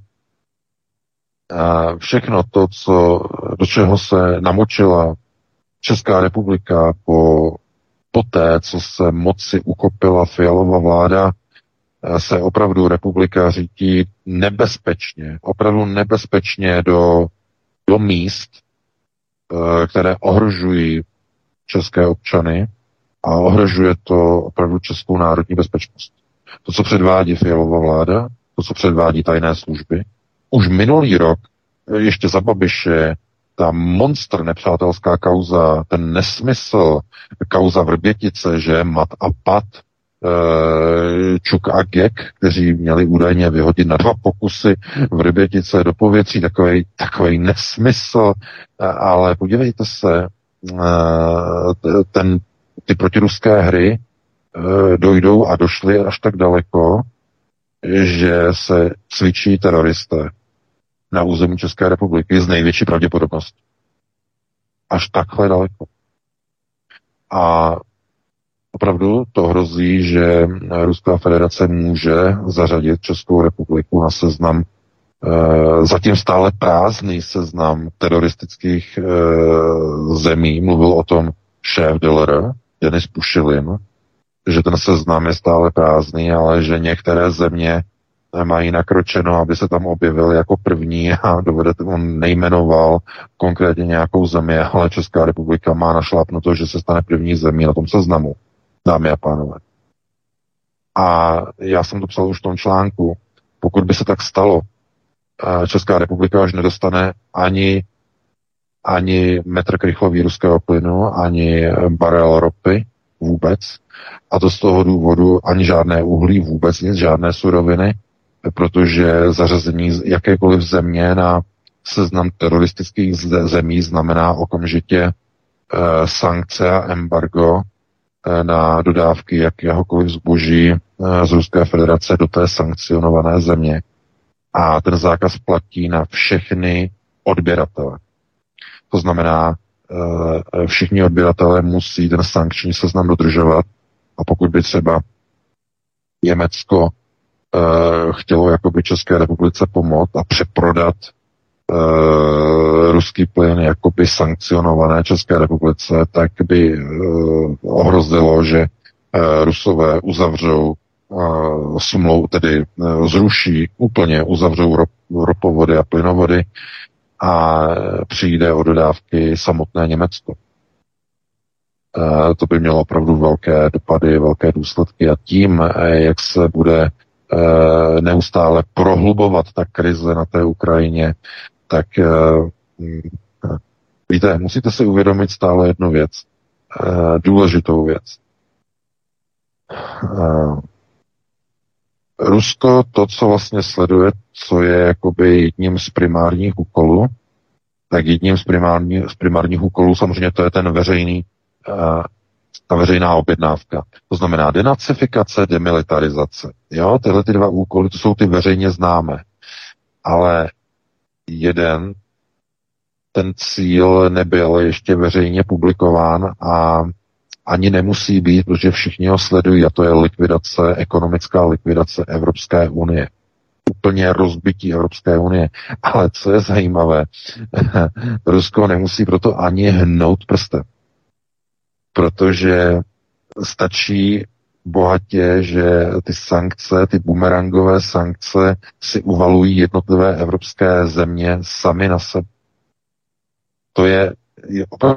všechno to, do čeho se namočila Česká republika po té, co se moci uchopila Fialova vláda, se opravdu republika řítí nebezpečně, opravdu nebezpečně do míst, které ohrožují české občany a ohrožuje to opravdu českou národní bezpečnost. To, co předvádí Fialova vláda, to, co předvádí tajné služby. Už minulý rok, ještě za Babiše, ta monster nepřátelská kauza, ten nesmysl, kauza Vrbětice, že Mat a Pat, Čuk a Gek, kteří měli údajně vyhodit na 2 pokusy Vrbětice do povětří, takový nesmysl, ale podívejte se, ty protiruské hry dojdou a došly až tak daleko, že se cvičí teroristé na území České republiky z největší pravděpodobností. Až takhle daleko. A opravdu to hrozí, že Ruská federace může zařadit Českou republiku na seznam, zatím stále prázdný seznam teroristických zemí. Mluvil o tom šéf DLR, Denis Pušilin, že ten seznam je stále prázdný, ale že některé země mají nakročeno, aby se tam objevil jako první a on nejmenoval konkrétně nějakou zemi, ale Česká republika má našlápnuto, že se stane první zemí na tom seznamu, dámy a pánové. A já jsem to psal už v tom článku, pokud by se tak stalo, Česká republika už nedostane ani metr krychlový ruského plynu, ani barel ropy, vůbec. A to z toho důvodu ani žádné uhlí, vůbec nic, žádné suroviny, protože zařazení jakékoliv země na seznam teroristických zemí znamená okamžitě sankce a embargo na dodávky jakéhokoliv zboží z Ruské federace do té sankcionované země. A ten zákaz platí na všechny odběratele. To znamená, všichni odběratelé musí ten sankční seznam dodržovat a pokud by třeba Německo chtělo jakoby České republice pomoct a přeprodat ruský plyn jakoby sankcionované České republice, tak by ohrozilo, že Rusové uzavřou tedy uzavřou ropovody a plynovody a přijde o dodávky samotné Německo. To by mělo opravdu velké dopady, velké důsledky a tím, jak se bude neustále prohlubovat ta krize na té Ukrajině, tak víte, musíte si uvědomit stále jednu věc, důležitou věc. Rusko to, co vlastně sleduje, co je jakoby jedním z primárních úkolů, tak jedním z primárních úkolů samozřejmě to je ten ta veřejná objednávka. To znamená denacifikace, demilitarizace. Jo, tyhle ty dva úkoly, to jsou ty veřejně známé. Ale ten cíl nebyl ještě veřejně publikován a ani nemusí být, protože všichni ho sledují a to je ekonomická likvidace Evropské unie. Úplně rozbití Evropské unie. Ale co je zajímavé, Rusko nemusí proto ani hnout prstem. Protože stačí bohatě, že ty sankce, ty bumerangové sankce si uvalují jednotlivé evropské země sami na sebe. To je opravdu,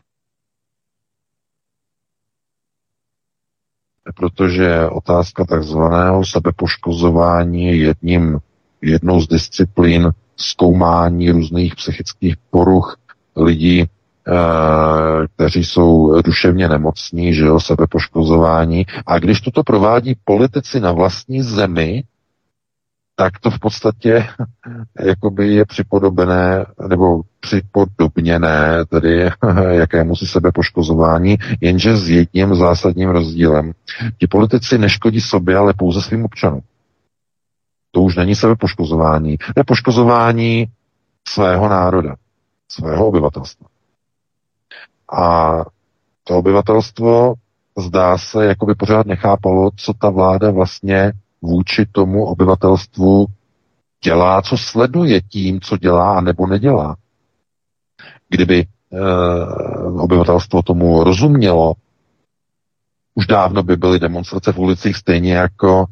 protože otázka takzvaného sebepoškozování je jednou z disciplín zkoumání různých psychických poruch lidí, kteří jsou duševně nemocní, že jo, sebepoškozování. A když toto provádí politici na vlastní zemi, tak to v podstatě jakoby je připodobené nebo připodobněné tedy jakémusi sebepoškozování, jenže s jedním zásadním rozdílem. Ti politici neškodí sobě, ale pouze svým občanům. To už není sebepoškozování. To je poškozování svého národa, svého obyvatelstva. A to obyvatelstvo zdá se, jako by pořád nechápalo, co ta vláda vlastně vůči tomu obyvatelstvu dělá, co sleduje tím, co dělá a nebo nedělá. Kdyby obyvatelstvo tomu rozumělo, už dávno by byly demonstrace v ulicích stejně jako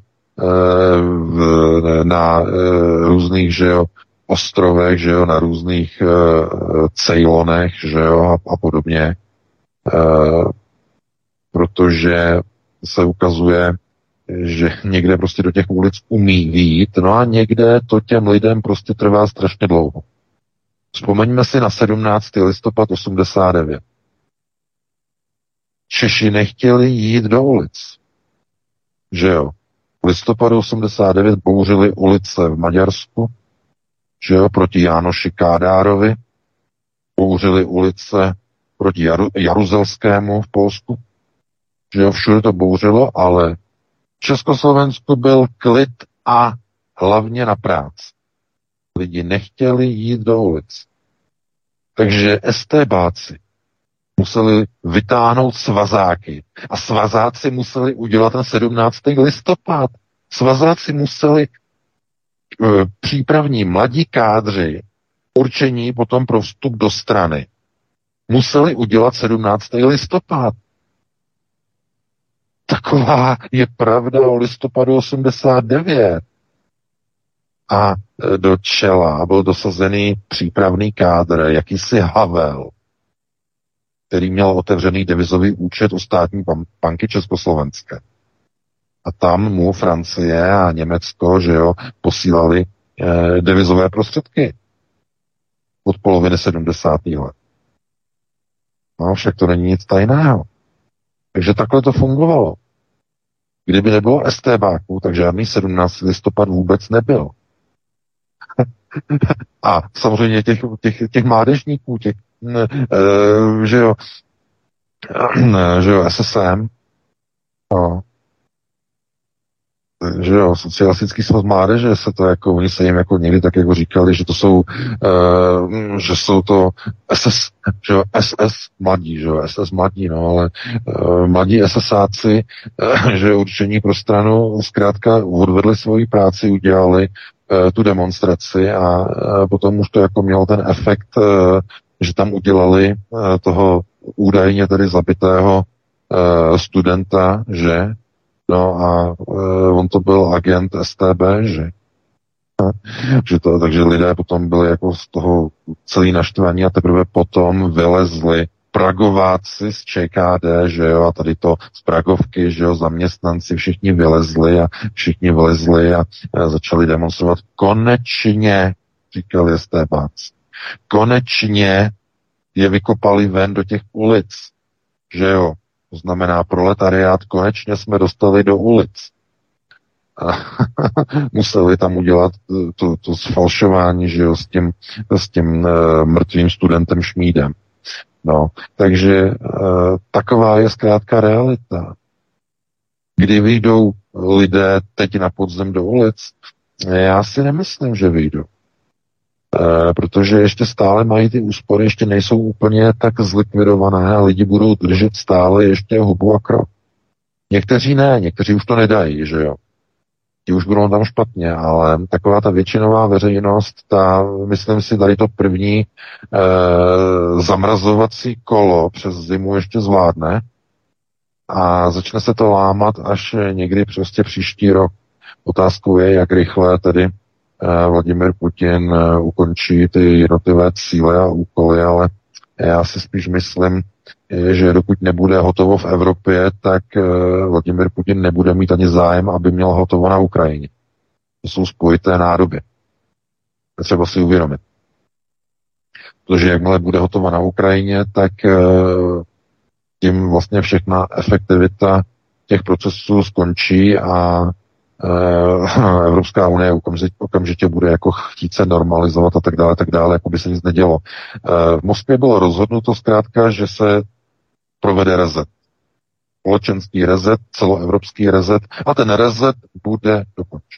na různých, že jo, ostrovech, že jo, na různých Ceylonech, že jo, a podobně. Protože se ukazuje, že někde prostě do těch ulic umí vyjít, no a někde to těm lidem prostě trvá strašně dlouho. Vzpomeňme si na 17. listopad 89. Češi nechtěli jít do ulic. Že jo? V listopadu 89 bouřili ulice v Maďarsku, že jo, proti Jánoši Kádárovi, bouřili ulice proti Jaruzelskému v Polsku, že jo, všude to bouřilo, ale v Československu byl klid a hlavně na práci. Lidi nechtěli jít do ulic. Takže estébáci museli vytáhnout svazáky a svazáci museli udělat ten 17. listopad. Svazáci museli přípravní mladí kádři určení potom pro vstup do strany museli udělat 17. listopad. Taková je pravda o listopadu 89. A do čela byl dosazený přípravný kádr, jakýsi Havel, který měl otevřený devizový účet u státní banky Československé. A tam mu Francie a Německo, že jo, posílali devizové prostředky od poloviny 70. let. No, však to není nic tajného. Takže takhle to fungovalo. Kdyby nebylo STBáků, tak žádný 17. listopad vůbec nebyl. A samozřejmě těch mládežníků, že jo, SSM, no, že jo, socialistický svaz mládeže se to jako, oni se jim jako někdy tak jako říkali, že to jsou, že jsou to že jo, SS mladí, že jo, SS mladí, no, ale mladí SSáci, že určení pro stranu zkrátka odvedli svoji práci, udělali tu demonstraci a potom už to jako mělo ten efekt, že tam udělali toho údajně tedy zabitého studenta, že no a on to byl agent STB, že takže lidé potom byli jako z toho celý naštvaní a teprve potom vylezli pragováci z ČKD, že jo, a tady to z Pragovky, že jo, zaměstnanci, všichni vylezli a začali demonstrovat. Konečně, říkali STBáci, konečně je vykopali ven do těch ulic, že jo. To znamená proletariát, konečně jsme dostali do ulic. A museli tam udělat to sfalšování, že jo, s tím mrtvým studentem Šmídem. No, takže taková je zkrátka realita. Kdy vyjdou lidé teď na podzem do ulic, já si nemyslím, že vyjdou. Protože ještě stále mají ty úspory, ještě nejsou úplně tak zlikvidované a lidi budou držet stále ještě hubu a krok. Někteří ne, někteří už to nedají, že jo. Ti už budou tam špatně, ale taková ta většinová veřejnost, myslím si, tady to první zamrazovací kolo přes zimu ještě zvládne a začne se to lámat až někdy prostě příští rok. Otázkou je, jak rychle tedy Vladimir Putin ukončí ty jednotlivé cíle a úkoly, ale já si spíš myslím, že dokud nebude hotovo v Evropě, tak Vladimir Putin nebude mít ani zájem, aby měl hotovo na Ukrajině. To jsou spojité nádoby. To třeba si uvědomit. Protože jakmile bude hotovo na Ukrajině, tak tím vlastně všechna efektivita těch procesů skončí a Evropská unie okamžitě bude jako chtít se normalizovat a tak dále, jako by se nic nedělo. V Moskvě bylo rozhodnuto zkrátka, že se provede reset. Společenský reset, celoevropský reset a ten reset bude dokončen.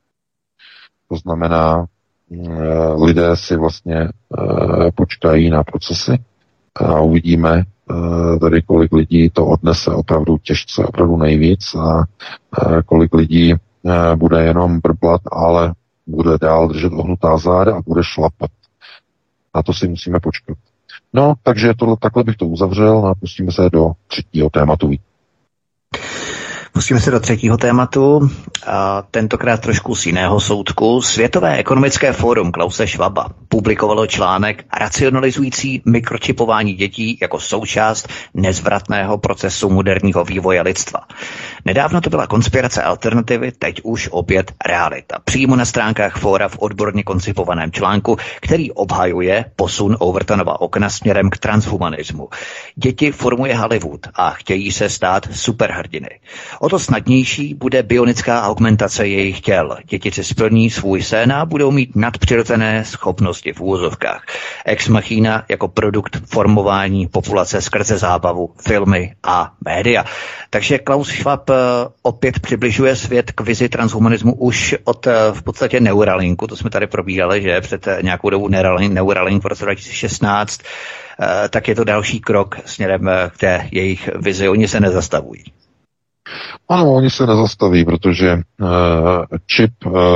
To znamená, lidé si vlastně počkají na procesy a uvidíme tady, kolik lidí to odnese opravdu těžce, opravdu nejvíc a kolik lidí bude jenom brblat, ale bude dál držet ohnutá záda a bude šlapat. Na to si musíme počkat. No, takže takhle bych to uzavřel a pustíme se do třetího tématu. Pustíme se do třetího tématu, a tentokrát trošku z jiného soudku. Světové ekonomické fórum Klause Schwaba publikovalo článek racionalizující mikročipování dětí jako součást nezvratného procesu moderního vývoje lidstva. Nedávno to byla konspirace alternativy, teď už opět realita. Přímo na stránkách fóra v odborně koncipovaném článku, který obhajuje posun Overtonova okna směrem k transhumanismu. Děti formuje Hollywood a chtějí se stát superhrdiny. O to snadnější bude bionická augmentace jejich těl. Děti si splní svůj sen a budou mít nadpřirozené schopnosti v úvozovkách. Ex machina jako produkt formování populace skrze zábavu, filmy a média. Takže Klaus Schwab opět přibližuje svět k vizi transhumanismu už od v podstatě Neuralinku. To jsme tady probírali, že před nějakou dobu Neuralink v roce 2016. Tak je to další krok směrem k té jejich vizi. Oni se nezastavují. Ano, oni se nezastaví, protože čip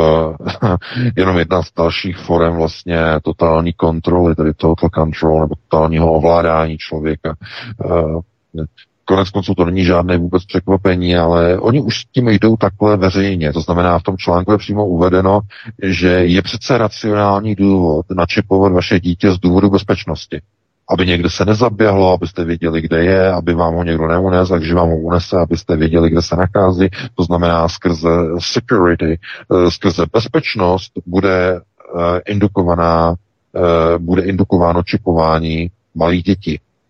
jenom jedna z dalších forem vlastně totální kontroly, tedy total control, nebo totálního ovládání člověka. Konec konců to není žádné vůbec překvapení, ale oni už s tím jdou takhle veřejně. To znamená, v tom článku je přímo uvedeno, že je přece racionální důvod načipovat vaše dítě z důvodu bezpečnosti. Aby někde se nezaběhlo, abyste věděli, kde je, aby vám ho někdo neunesl, takže vám ho unese, abyste věděli, kde se nachází. To znamená, skrze security, skrze bezpečnost bude indukováno čipování malých dětí.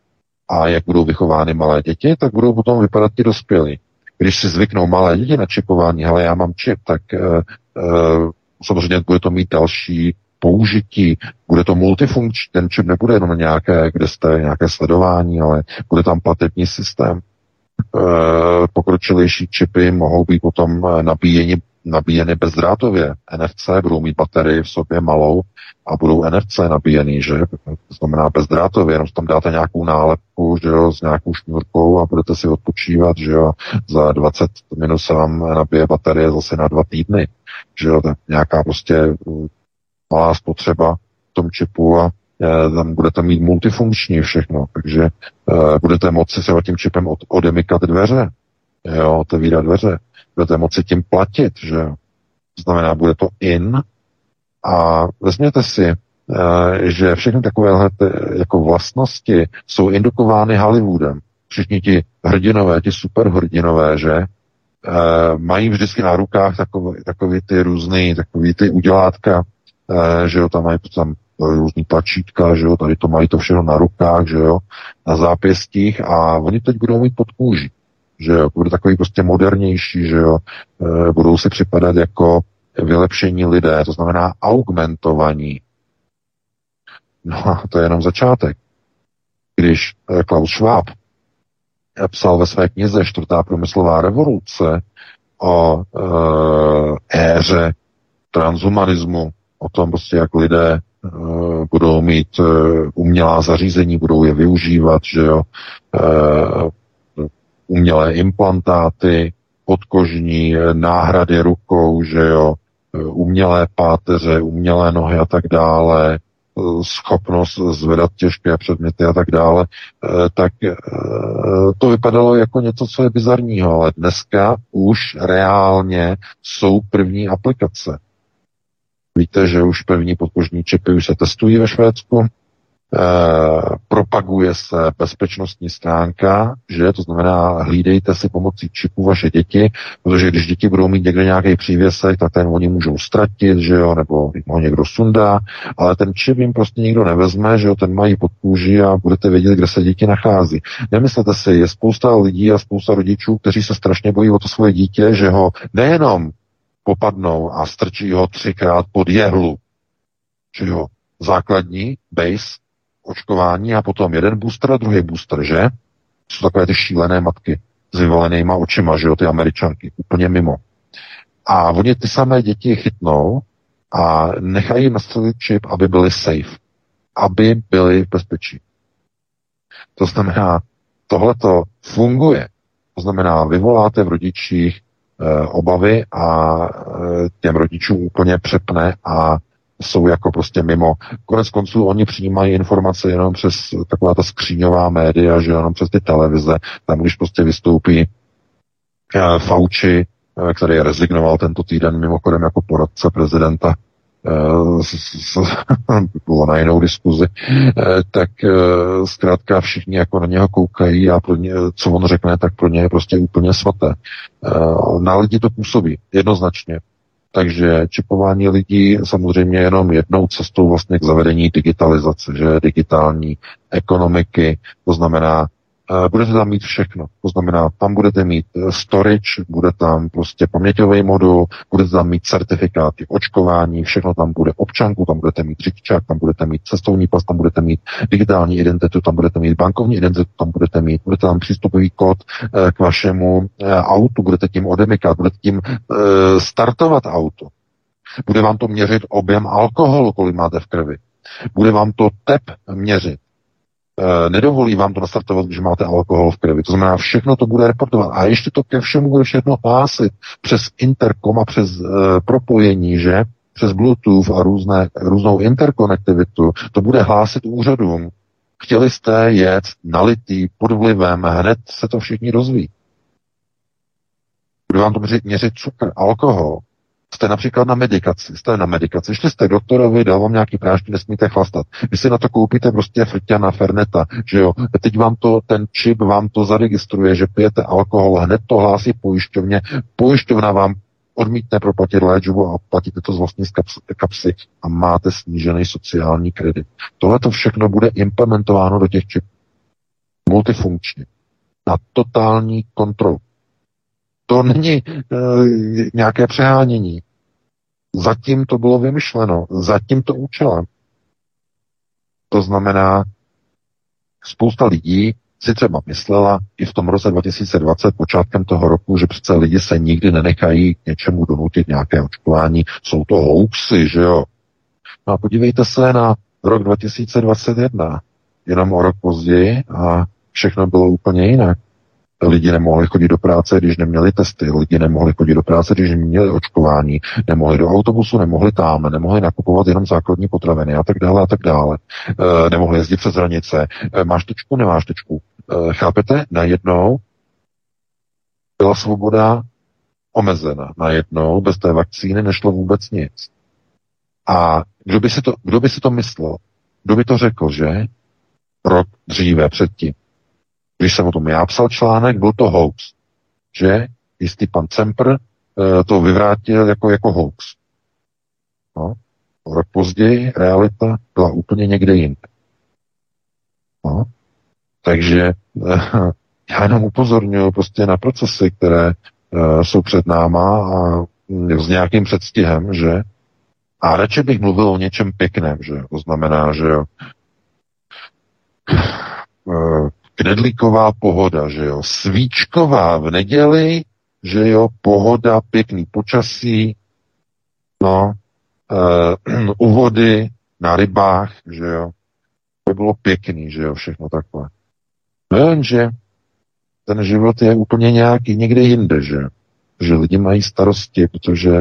A jak budou vychovány malé děti, tak budou potom vypadat ti dospělí. Když si zvyknou malé děti na čipování, hele, já mám čip, tak samozřejmě bude to mít další použití, bude to multifunkční, ten čip nebude jenom nějaké, kde jste nějaké sledování, ale bude tam platební systém. Pokročilejší čipy mohou být potom nabíjeny bezdrátově. NFC budou mít baterii v sobě malou a budou NFC nabíjený, že? To znamená bezdrátově, jenom tam dáte nějakou nálepku, že jo, s nějakou šňůrkou a budete si odpočívat, že jo, za 20 minut se vám nabije baterie zase na 2 týdny, že jo, tak nějaká prostě malá spotřeba v tom čipu a tam budete mít multifunkční všechno, takže budete moci se tím čipem odemykat dveře, jo, otevírat dveře, budete moci tím platit, že jo. To znamená, bude to in a vezměte si, že všechny takovéhle jako vlastnosti jsou indukovány Hollywoodem. Všichni ti hrdinové, ti superhrdinové, že mají vždycky na rukách takový ty různý, takový ty udělátka, že jo, tam mají tam různý tlačítka, že jo, tady to mají to všechno na rukách, že jo, na zápěstích a oni teď budou mít pod kůží, že jo, bude takový prostě modernější, že jo, budou si připadat jako vylepšení lidé, to znamená augmentovaní. No a to je jenom začátek. Když Klaus Schwab psal ve své knize 4. průmyslová revoluce o éře transhumanismu, o tom prostě, jak lidé budou mít umělá zařízení, budou je využívat, že jo, umělé implantáty, podkožní náhrady rukou, že jo, umělé páteře, umělé nohy a tak dále, schopnost zvedat těžké předměty a tak dále, tak to vypadalo jako něco, co je bizarního, ale dneska už reálně jsou první aplikace. Víte, že už první podkožní čipy už se testují ve Švédsku, propaguje se bezpečnostní stránka, že to znamená, hlídejte si pomocí čipu vaše děti, protože když děti budou mít někde nějaký přívěsek, tak ten oni můžou ztratit, že jo, nebo ho někdo sundá, ale ten čip jim prostě nikdo nevezme, že jo, ten mají pod kůži a budete vědět, kde se děti nachází. Nemyslete si, je spousta lidí a spousta rodičů, kteří se strašně bojí o to svoje dítě, že ho nejenom popadnou a strčí ho 3krát pod jehlu, že jo, základní base očkování a potom jeden booster a druhý booster, že? Jsou takové ty šílené matky s vyvolenýma očima, že jo, ty Američanky, úplně mimo. A oni ty samé děti chytnou a nechají nastavit čip, aby byli safe, aby byli v bezpečí. To znamená, tohleto funguje. To znamená, vyvoláte v rodičích obavy a těm rodičům úplně přepne a jsou jako prostě mimo. Konec konců oni přijímají informace jenom přes taková ta skříňová média, že jenom přes ty televize. Tam, když prostě vystoupí Fauci, který rezignoval tento týden mimochodem jako poradce prezidenta, bylo na jinou diskuzi, tak zkrátka všichni jako na něho koukají a pro ně, co on řekne, tak pro ně je prostě úplně svaté. Na lidi to působí jednoznačně. Takže čipování lidí samozřejmě jenom jednou cestou vlastně k zavedení digitalizace, že digitální ekonomiky, to znamená, budete tam mít všechno. To znamená, tam budete mít storage, bude tam prostě paměťový modul, budete tam mít certifikáty očkování, všechno tam bude občanku, tam budete mít řidičák, tam budete mít cestovní pas, tam budete mít digitální identitu, tam budete mít bankovní identitu, tam budete tam přístupový kód k vašemu autu, budete tím odemykat, budete tím startovat auto. Bude vám to měřit objem alkoholu, kolik máte v krvi. Bude vám to tep měřit. Nedovolí vám to nastartovat, když máte alkohol v krvi. To znamená, všechno to bude reportovat. A ještě to ke všemu bude všechno hlásit přes interkom a přes propojení, že? Přes Bluetooth a různou interkonektivitu. To bude hlásit úřadům. Chtěli jste jet nalitý pod vlivem, hned se to všichni dozví. Bude vám to měřit cukr, alkohol. Jste například na medikaci, šli jste k doktorovi, dal vám nějaký prášky, nesmíte chlastat. Vy si na to koupíte prostě frťana, ferneta, že jo. Teď vám to, ten čip vám to zaregistruje, že pijete alkohol, hned to hlásí pojišťovně, pojišťovna vám odmítne proplatit léčbu a platíte to z vlastní kapsy a máte snížený sociální kredit. Tohle to všechno bude implementováno do těch čipů. multifunkčně, na totální kontrolu. To není nějaké přehánění. Zatím to bylo vymyšleno, za tímto účelem. To znamená, spousta lidí si třeba myslela i v tom roce 2020, počátkem toho roku, že přece lidi se nikdy nenechají k něčemu donutit, nějaké očkování. Jsou to hoaxy, že jo? No a podívejte se na rok 2021. Jenom o rok později a všechno bylo úplně jinak. Lidi nemohli chodit do práce, když neměli testy. Lidi nemohli chodit do práce, když neměli očkování. Nemohli do autobusu, nemohli tam, nemohli nakupovat jenom základní potraviny a tak dále a tak dále. Nemohli jezdit přes hranice. Máš tečku, nemáš tečku. Chápete? Najednou byla svoboda omezena. Najednou bez té vakcíny nešlo vůbec nic. A kdo by si to myslel? Kdo by to řekl, že? Rok dříve, předtím. Když jsem o tom já psal článek, byl to hoax. Že? Jistý pan Cempr to vyvrátil jako hoax. No. O rok později realita byla úplně někde jinde. No. Takže já jenom upozorňuji prostě na procesy, které jsou před náma a s nějakým předstihem, že? A radši bych mluvil o něčem pěkném, že? To znamená, že jo, knedlíková pohoda, že jo, svíčková v neděli, že jo, pohoda, pěkný počasí, no, u vody, na rybách, že jo, to bylo pěkný, že jo, všechno takové. No jenže ten život je úplně nějaký někde jinde, že lidi mají starosti, protože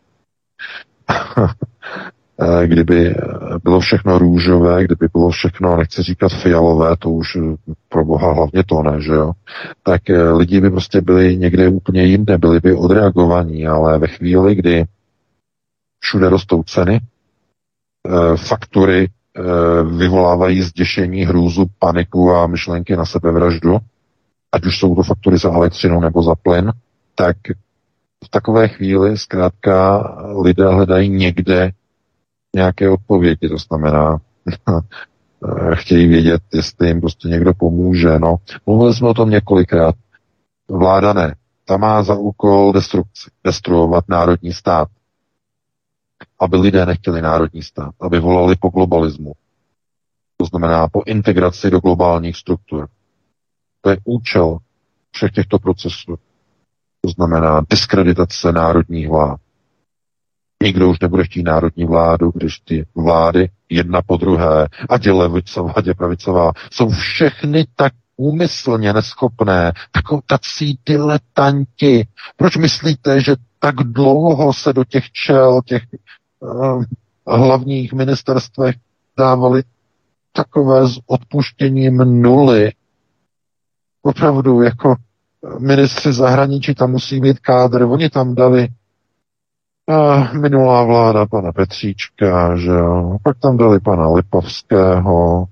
kdyby bylo všechno růžové, kdyby bylo všechno, nechci říkat fialové, to už pro boha hlavně to ne, že jo, tak lidi by prostě byli někde úplně jinde, byli by odreagovaní, ale ve chvíli, kdy všude rostou ceny, faktury vyvolávají zděšení, hrůzu, paniku a myšlenky na sebevraždu, ať už jsou to faktury za elektřinu nebo za plyn, tak v takové chvíli zkrátka lidé hledají někde nějaké odpovědi, to znamená, chtějí vědět, jestli jim prostě někdo pomůže. No, mluvili jsme o tom několikrát. Vláda ne. Ta má za úkol destruovat národní stát. Aby lidé nechtěli národní stát. Aby volali po globalismu. To znamená po integraci do globálních struktur. To je účel všech těchto procesů. To znamená diskreditace národních vlád. Nikdo už nebude chtít národní vládu, když ty vlády jedna po druhé, ať je levicová, ať je pravicová, jsou všechny tak úmyslně neschopné, tací diletanti. Proč myslíte, že tak dlouho se do těch těch hlavních ministerstvech dávali takové s odpuštěním nuly? Opravdu, jako ministři zahraničí tam musí mít kádr, oni tam dali minulá vláda pana Petříčka, že jo, pak tam dali pana Lipavského,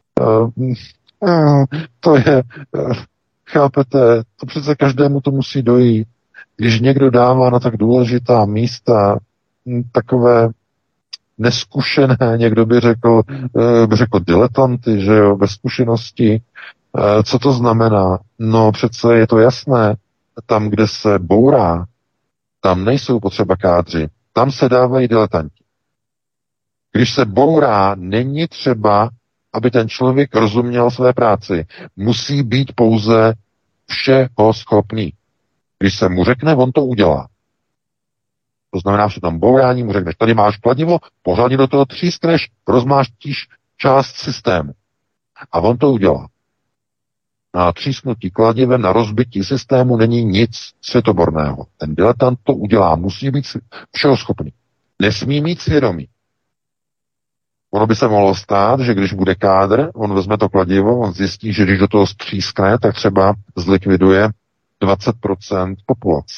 to je, chápete, to přece každému to musí dojít. Když někdo dává na tak důležitá místa takové neskušené, někdo by řekl diletanty, že jo, bez zkušenosti, co to znamená? No přece je to jasné, tam, kde se bourá, tam nejsou potřeba kádři, tam se dávají diletanti. Když se bourá, není třeba, aby ten člověk rozuměl své práci. Musí být pouze všeho schopný. Když se mu řekne, on to udělá. To znamená, že tam bourání mu řekneš, tady máš kladivo, pořádně do toho třískneš, rozmáštíš část systému. A on to udělá. Na třísknutí kladivem, na rozbití systému není nic světoborného. Ten diletant to udělá, musí být všeho schopný. Nesmí mít svědomí. Ono by se mohlo stát, že když bude kádr, on vezme to kladivo, on zjistí, že když do toho střískne, tak třeba zlikviduje 20% populace.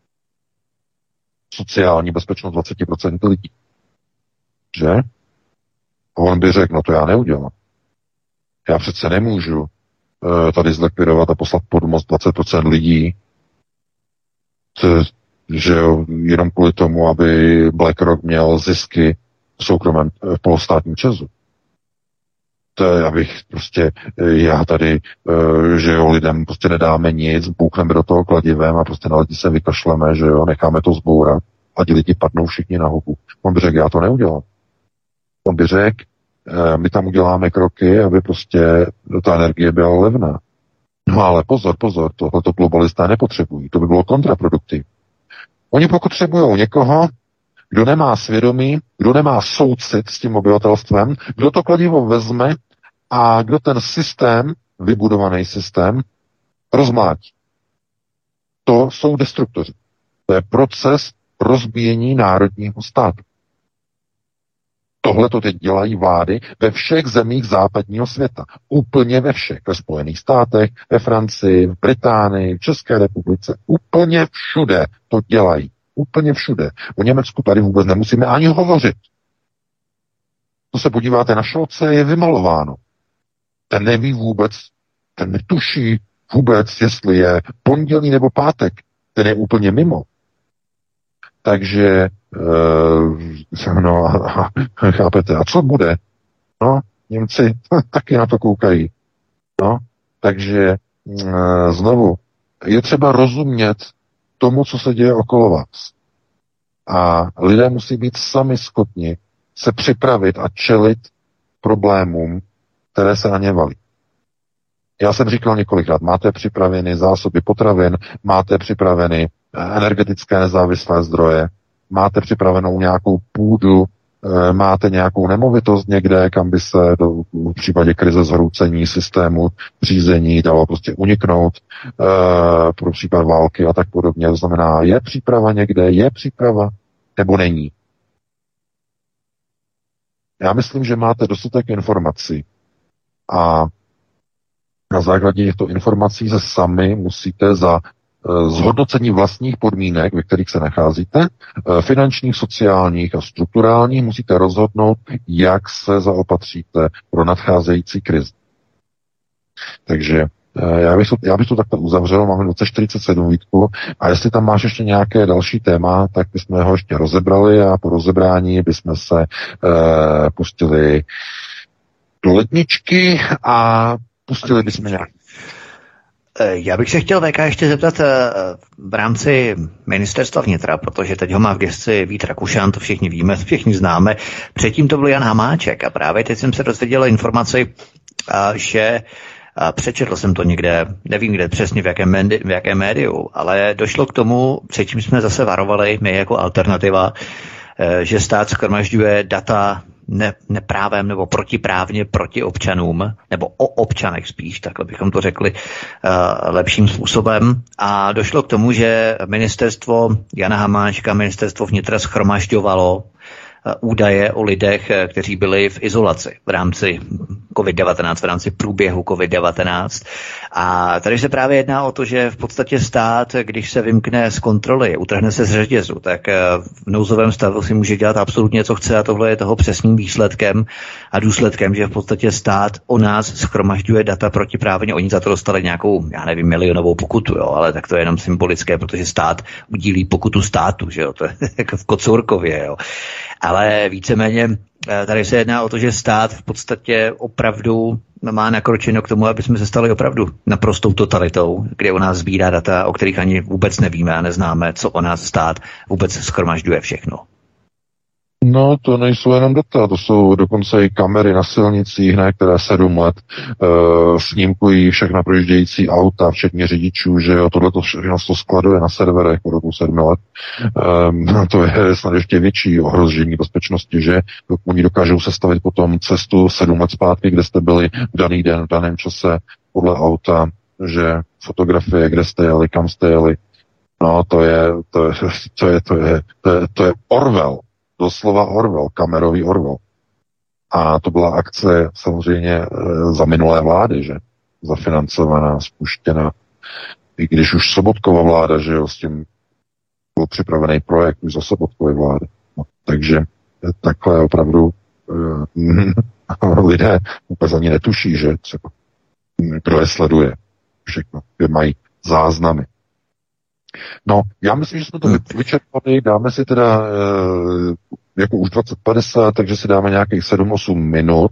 Sociální bezpečnost 20% lidí. Že? A on by řekl, no to já neudělám. Já přece nemůžu tady zlikvidovat a poslat pod most 20% lidí, že jenom kvůli tomu, aby BlackRock měl zisky v soukromém polostátním ČEZu. já tady, že jo, lidem prostě nedáme nic, bouchneme do toho kladivem a prostě na lidi se vykašleme, že jo, necháme to zbourat a ti lidi padnou všichni na hubu. On by řekl, já to neudělám. On by řekl, my tam uděláme kroky, aby prostě ta energie byla levná. No ale pozor, tohleto globalisté nepotřebují, to by bylo kontraproduktivní. Oni potřebují někoho, kdo nemá svědomí, kdo nemá soucit s tím obyvatelstvem, kdo to kladivo vezme a kdo ten systém, vybudovaný systém, rozmlátí. To jsou destruktoři. To je proces rozbíjení národního státu. Tohle to teď dělají vlády ve všech zemích západního světa. Úplně ve všech. Ve Spojených státech, ve Francii, v Británii, v České republice. Úplně všude to dělají. Úplně všude. O Německu tady vůbec nemusíme ani hovořit. To se podíváte na Šolce, je vymalováno. Ten neví vůbec, ten netuší vůbec, jestli je pondělí nebo pátek. Ten je úplně mimo. Takže, chápete, a co bude? No, Němci taky na to koukají. No, takže znovu, je třeba rozumět tomu, co se děje okolo vás. A lidé musí být sami schopni se připravit a čelit problémům, které se na ně valí. Já jsem říkal několikrát, máte připraveny zásoby potravin, máte připraveny energetické nezávislé zdroje, máte připravenou nějakou půdu, máte nějakou nemovitost někde, kam by se v případě krize zhroucení systému řízení dalo prostě uniknout pro případ války a tak podobně. To znamená, je příprava někde, je příprava nebo není. Já myslím, že máte dostatek informací a na základě těchto informací se sami musíte za zhodnocení vlastních podmínek, ve kterých se nacházíte, finančních, sociálních a strukturálních, musíte rozhodnout, jak se zaopatříte pro nadcházející krizi. Takže já bych to takto uzavřel, máme 2047 Vítku, a jestli tam máš ještě nějaké další téma, tak bychom ho ještě rozebrali a po rozebrání bychom se pustili do ledničky a pustili bychom nějak. Já bych se chtěl VK ještě zeptat v rámci ministerstva vnitra, protože teď ho má v gesci Vít Rakušan, to všichni víme, všichni známe. Předtím to byl Jan Hamáček a právě teď jsem se dozvěděl informaci, že přečetl jsem to někde, nevím kde přesně v jakém médiu, ale došlo k tomu, předtím jsme zase varovali, my jako alternativa, že stát shromažďuje data neprávem nebo protiprávně proti občanům, nebo o občanech spíš, takhle bychom to řekli lepším způsobem. A došlo k tomu, že ministerstvo Jana Hamáčka, ministerstvo vnitra shromažďovalo údaje o lidech, kteří byli v izolaci v rámci COVID-19, v rámci průběhu COVID-19. A tady se právě jedná o to, že v podstatě stát, když se vymkne z kontroly, utrhne se z řetězu, tak v nouzovém stavu si může dělat absolutně, co chce, a tohle je toho přesným výsledkem a důsledkem, že v podstatě stát o nás shromažďuje data protiprávně. Oni za to dostali nějakou, já nevím, milionovou pokutu, jo, ale tak to je jenom symbolické, protože stát udílí pokutu státu, že jo, to je jako v Kocourkově, jo. Ale víceméně tady se jedná o to, že stát v podstatě opravdu má nakročeno k tomu, aby jsme se stali opravdu naprostou totalitou, kde o nás sbírá data, o kterých ani vůbec nevíme a neznáme, co o nás stát vůbec shromažďuje všechno. No, to nejsou jenom data, to jsou dokonce i kamery na silnicích, ne, které 7 let snímkují všechna projíždějící auta, včetně řidičů, že jo, tohle všechno to skladuje na serverech po dobu 7 let. To je snad ještě větší ohrožení bezpečnosti, že oni dokážou sestavit potom cestu 7 let zpátky, kde jste byli v daný den, v daném čase podle auta, že fotografie, kde jste jeli, kam jste jeli. No, to je Orwell. Doslova Orwell, kamerový Orwell. A to byla akce samozřejmě za minulé vlády, že? Zafinancovaná, spuštěna. I když už Sobotkova vláda, že jo, s tím byl připravený projekt už za Sobotkovy vlády. No, takže takhle opravdu lidé vůbec ani netuší, že třeba kdo je sleduje. Všechno, kde mají záznamy. No, já myslím, že jsme to vyčerpali, dáme si teda jako už 20:50, takže si dáme nějakých 7-8 minut.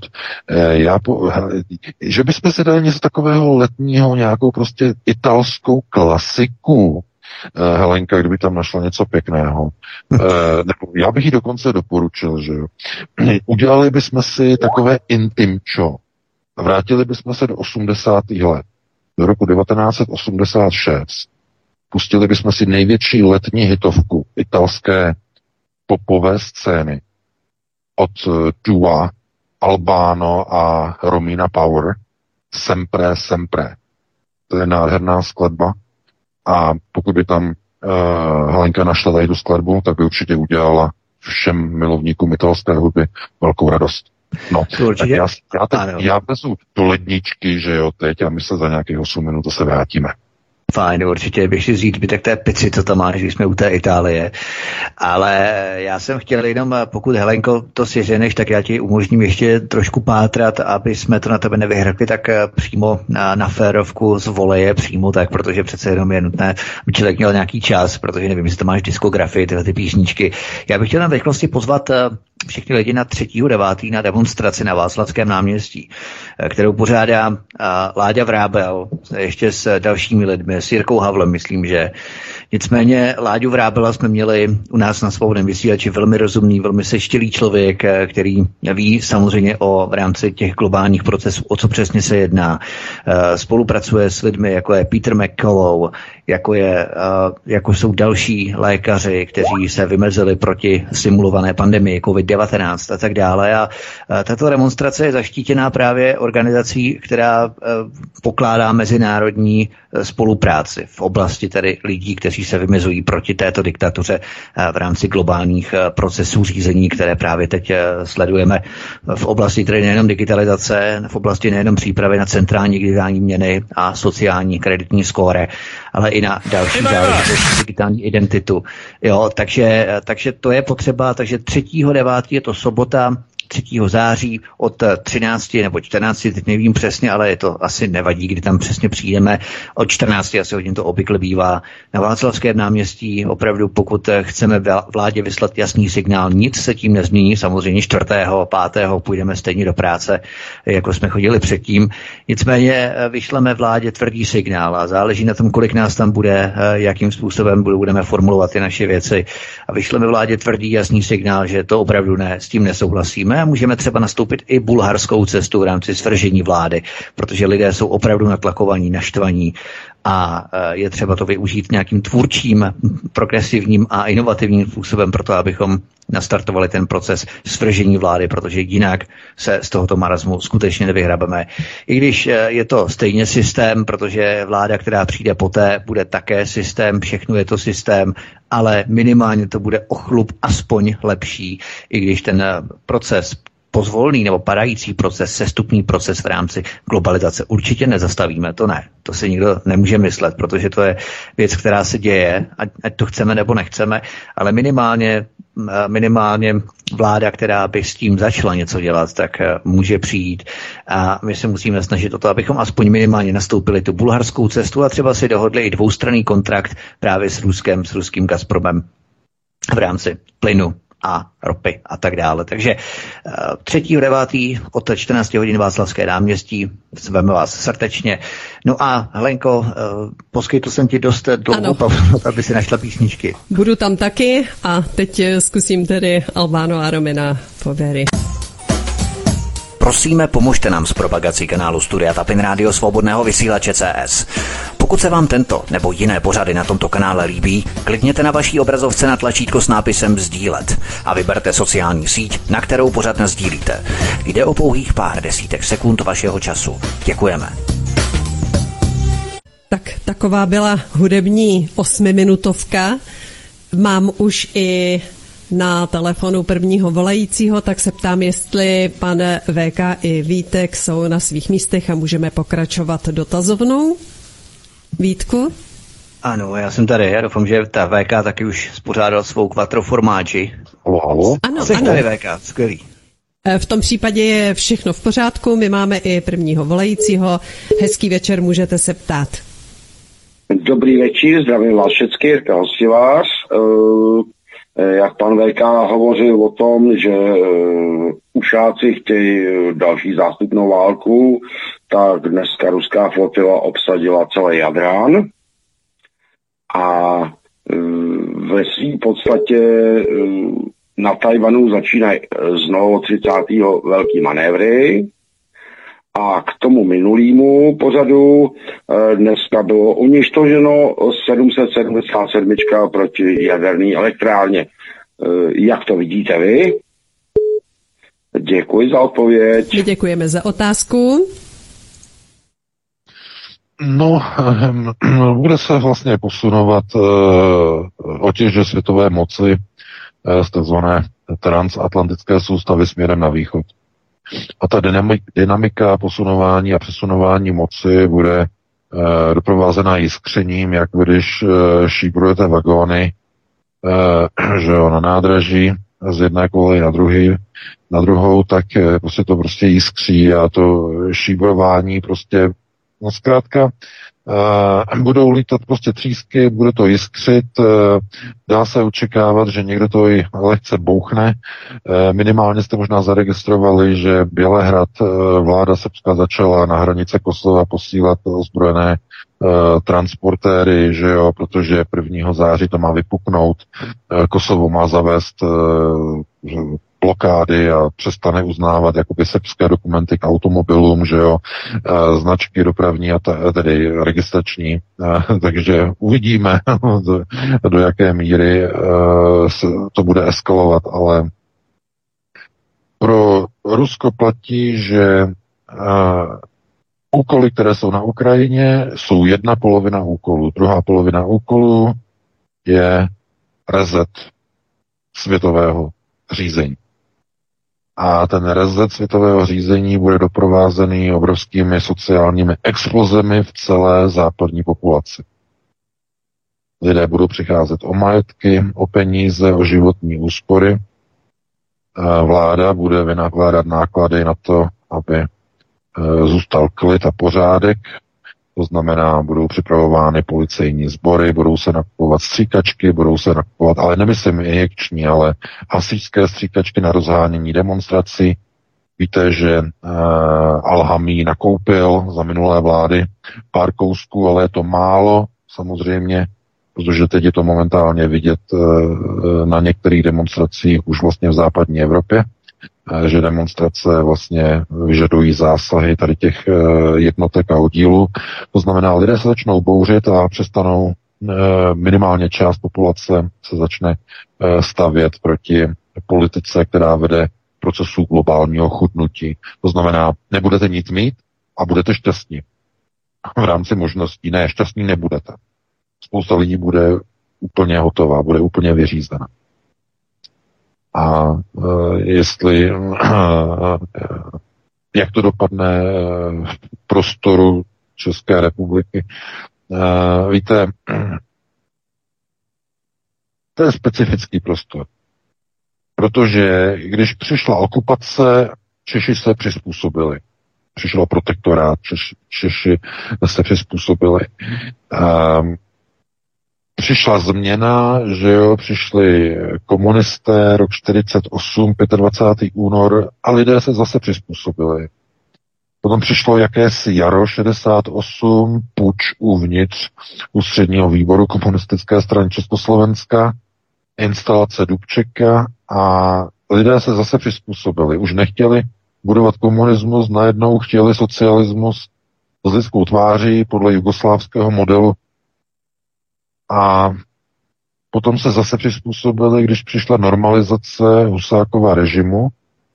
Že bychom si dali něco takového letního, nějakou prostě italskou klasiku. Helenka, kdyby tam našla něco pěkného. Nebo já bych ji dokonce doporučil, že jo. Udělali bychom si takové intimčo. Vrátili bychom se do 80. let. Do roku 1986. Pustili bychom si největší letní hitovku italské popové scény od Dua, Albano a Romina Power. Sempre, sempre. To je nádherná skladba. A pokud by tam Helenka našla tady tu skladbu, tak by určitě udělala všem milovníkům italské hudby velkou radost. No, tak já vezu do ledničky, že jo, teď a my se za nějakých 8 minut zase vrátíme. Fajn, určitě běž si vzít zbytek té pici, co tam máš, když jsme u té Itálie. Ale já jsem chtěl jenom, pokud Helenko to si ženeš, tak já ti umožním ještě trošku pátrat, aby jsme to na tebe nevyhrkli tak přímo na férovku z voleje přímo tak, protože přece jenom je nutné, aby člověk měl nějaký čas, protože nevím, jestli to máš diskografii, tyhle ty písničky. Já bych chtěl na rychlosti pozvat všechny lidi na 3.9. na demonstraci na Václavském náměstí, kterou pořádá Láďa Vrábel ještě s dalšími lidmi, s Jirkou Havlem, myslím, že. Nicméně Láďu Vrábela jsme měli u nás na Svobodném vysílači, velmi rozumný, velmi seštělý člověk, který ví samozřejmě v rámci těch globálních procesů, o co přesně se jedná. Spolupracuje s lidmi, jako je Peter McCullough, jako jsou další lékaři, kteří se vymezili proti simulované pandemii COVID-19 a tak dále. A tato demonstrace je zaštítěná právě organizací, která pokládá mezinárodní spolupráci v oblasti tedy lidí, kteří se vymezují proti této diktatuře v rámci globálních procesů řízení, které právě teď sledujeme v oblasti tedy nejenom digitalizace, v oblasti nejenom přípravy na centrální digitální měny a sociální kreditní skóre, ale i na další záležitosti digitální identitu. Jo, takže to je potřeba, takže 3.9. je to sobota, 3. září od 13 nebo 14, teď nevím přesně, ale je to asi nevadí, kdy tam přesně přijdeme. Od 14 asi hodin to obvykle bývá na Václavském náměstí. Opravdu, pokud chceme vládě vyslat jasný signál, nic se tím nezmění. Samozřejmě 4. 5. půjdeme stejně do práce, jako jsme chodili předtím. Nicméně vyšleme vládě tvrdý signál a záleží na tom, kolik nás tam bude, jakým způsobem budeme formulovat ty naše věci. A vyšleme vládě tvrdý jasný signál, že to opravdu ne, s tím nesouhlasíme. A můžeme třeba nastoupit i bulharskou cestu v rámci svržení vlády, protože lidé jsou opravdu natlakovaní, naštvaní a je třeba to využít nějakým tvůrčím, progresivním a inovativním způsobem pro to, abychom nastartovali ten proces svržení vlády, protože jinak se z tohoto marazmu skutečně nevyhrabeme. I když je to stejně systém, protože vláda, která přijde poté, bude také systém, všechno je to systém, ale minimálně to bude o chlup aspoň lepší, i když ten proces pozvolný nebo padající proces, sestupný proces v rámci globalizace určitě nezastavíme, to ne. To si nikdo nemůže myslet, protože to je věc, která se děje, ať to chceme nebo nechceme, ale minimálně vláda, která by s tím začala něco dělat, tak může přijít a my se musíme snažit o to, abychom aspoň minimálně nastoupili tu bulharskou cestu a třeba si dohodli i dvoustranný kontrakt právě s ruským Gazpromem v rámci plynu a ropy a tak dále. Takže 3.9. od 14 hodin Václavské náměstí, zveme vás srdečně. No a Helenko, poskytl jsem ti dost dlouhou pauzu, aby si našla písničky. Budu tam taky a teď zkusím tedy Albano a Romina Poveri. Prosíme, pomožte nám s propagací kanálu Studia Tapin Rádio Svobodného vysílače CS. Pokud se vám tento nebo jiné pořady na tomto kanále líbí, klikněte na vaší obrazovce na tlačítko s nápisem sdílet a vyberte sociální síť, na kterou pořad nasdílíte. Jde o pouhých pár desítek sekund vašeho času. Děkujeme. Tak taková byla hudební 8minutovka. Mám už i na telefonu prvního volajícího, tak se ptám, jestli pan VK i Vítek jsou na svých místech a můžeme pokračovat dotazovnou. Vítku? Ano, já jsem tady. Já doufám, že ta VK taky už spořádal svou quattroformáči. Halo? Ano, jsi tady VK, skvělý. V tom případě je všechno v pořádku. My máme i prvního volajícího. Hezký večer, můžete se ptát. Dobrý večer, zdravím vás všechny, hosti vás. Jak pan VK hovořil o tom, že ušáci chtějí další zástupnou válku, tak dneska ruská flotila obsadila celý Jadrán a ve své podstatě na Tajvanu začínají znovu 30. velký manévry a k tomu minulýmu pořadu dneska bylo uništoženo 777 proti jaderné elektrárně. Jak to vidíte vy? Děkuji za odpověď. My děkujeme za otázku. No, bude se vlastně posunovat otěže světové moci z takzvané transatlantické soustavy směrem na východ. A ta dynamika posunování a přesunování moci bude doprovázena jiskřením, jak když šíbrujete vagóny, že jo, na nádraží z jedné koleje na druhou, tak prostě to prostě jiskří a to šíbrování prostě, no zkrátka, budou lítat prostě třísky, bude to jiskřit, dá se očekávat, že někdo to i lehce bouchne. Minimálně jste možná zaregistrovali, že Bělehrad, vláda Srbska začala na hranice Kosova posílat ozbrojené transportéry, že jo, protože 1. září to má vypuknout. Kosovo má zavést blokády a přestane uznávat jakoby srbské dokumenty k automobilům, že jo, značky dopravní a tedy registrační, takže uvidíme, do jaké míry to bude eskalovat, ale pro Rusko platí, že úkoly, které jsou na Ukrajině, jsou 1/2 úkolů. 2/2 úkolů je reset světového řízení. A ten reset světového řízení bude doprovázený obrovskými sociálními explozemi v celé západní populaci. Lidé budou přicházet o majetky, o peníze, o životní úspory. Vláda bude vynakládat náklady na to, aby zůstal klid a pořádek. To znamená, budou připravovány policejní sbory, budou se nakupovat stříkačky, budou se nakupovat, ale nemyslím injekční, ale hasičské stříkačky na rozhánění demonstrací. Víte, že Al-Hami nakoupil za minulé vlády pár kousků, ale je to málo, samozřejmě, protože teď je to momentálně vidět na některých demonstracích už vlastně v západní Evropě, že demonstrace vlastně vyžadují zásahy tady těch jednotek a oddílů. To znamená, lidé se začnou bouřit a přestanou, minimálně část populace se začne stavět proti politice, která vede procesu globálního chudnutí. To znamená, nebudete nic mít a budete šťastní. V rámci možností. Ne, šťastní nebudete. Spousta lidí bude úplně hotová, bude úplně vyřízena. A jestli, jak to dopadne v prostoru České republiky, víte, to je specifický prostor. Protože když přišla okupace, Češi se přizpůsobili. Přišel protektorát, Češi se přizpůsobili. Přišla změna, že jo, přišli komunisté, rok 48, 25. únor a lidé se zase přizpůsobili. Potom přišlo jakési jaro 68, puč uvnitř ústředního výboru komunistické strany Československa, instalace Dubčeka a lidé se zase přizpůsobili. Už nechtěli budovat komunismus, najednou chtěli socialismus s lidskou tváří podle jugoslávského modelu. A potom se zase přizpůsobili, když přišla normalizace Husákova režimu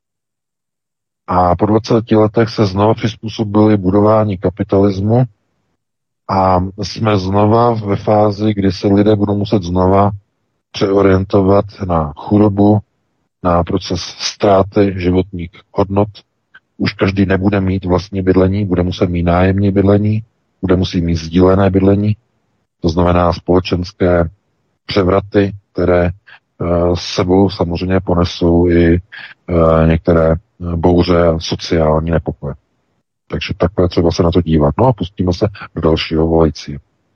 a po 20 letech se znova přizpůsobili budování kapitalismu a jsme znova ve fázi, kdy se lidé budou muset znova přeorientovat na chudobu, na proces ztráty životních hodnot. Už každý nebude mít vlastní bydlení, bude muset mít nájemní bydlení, bude muset mít sdílené bydlení. To znamená společenské převraty, které s sebou samozřejmě ponesou i některé bouře a sociální nepokoje. Takže takhle třeba se na to dívat. No a pustíme se do dalšího volajícího.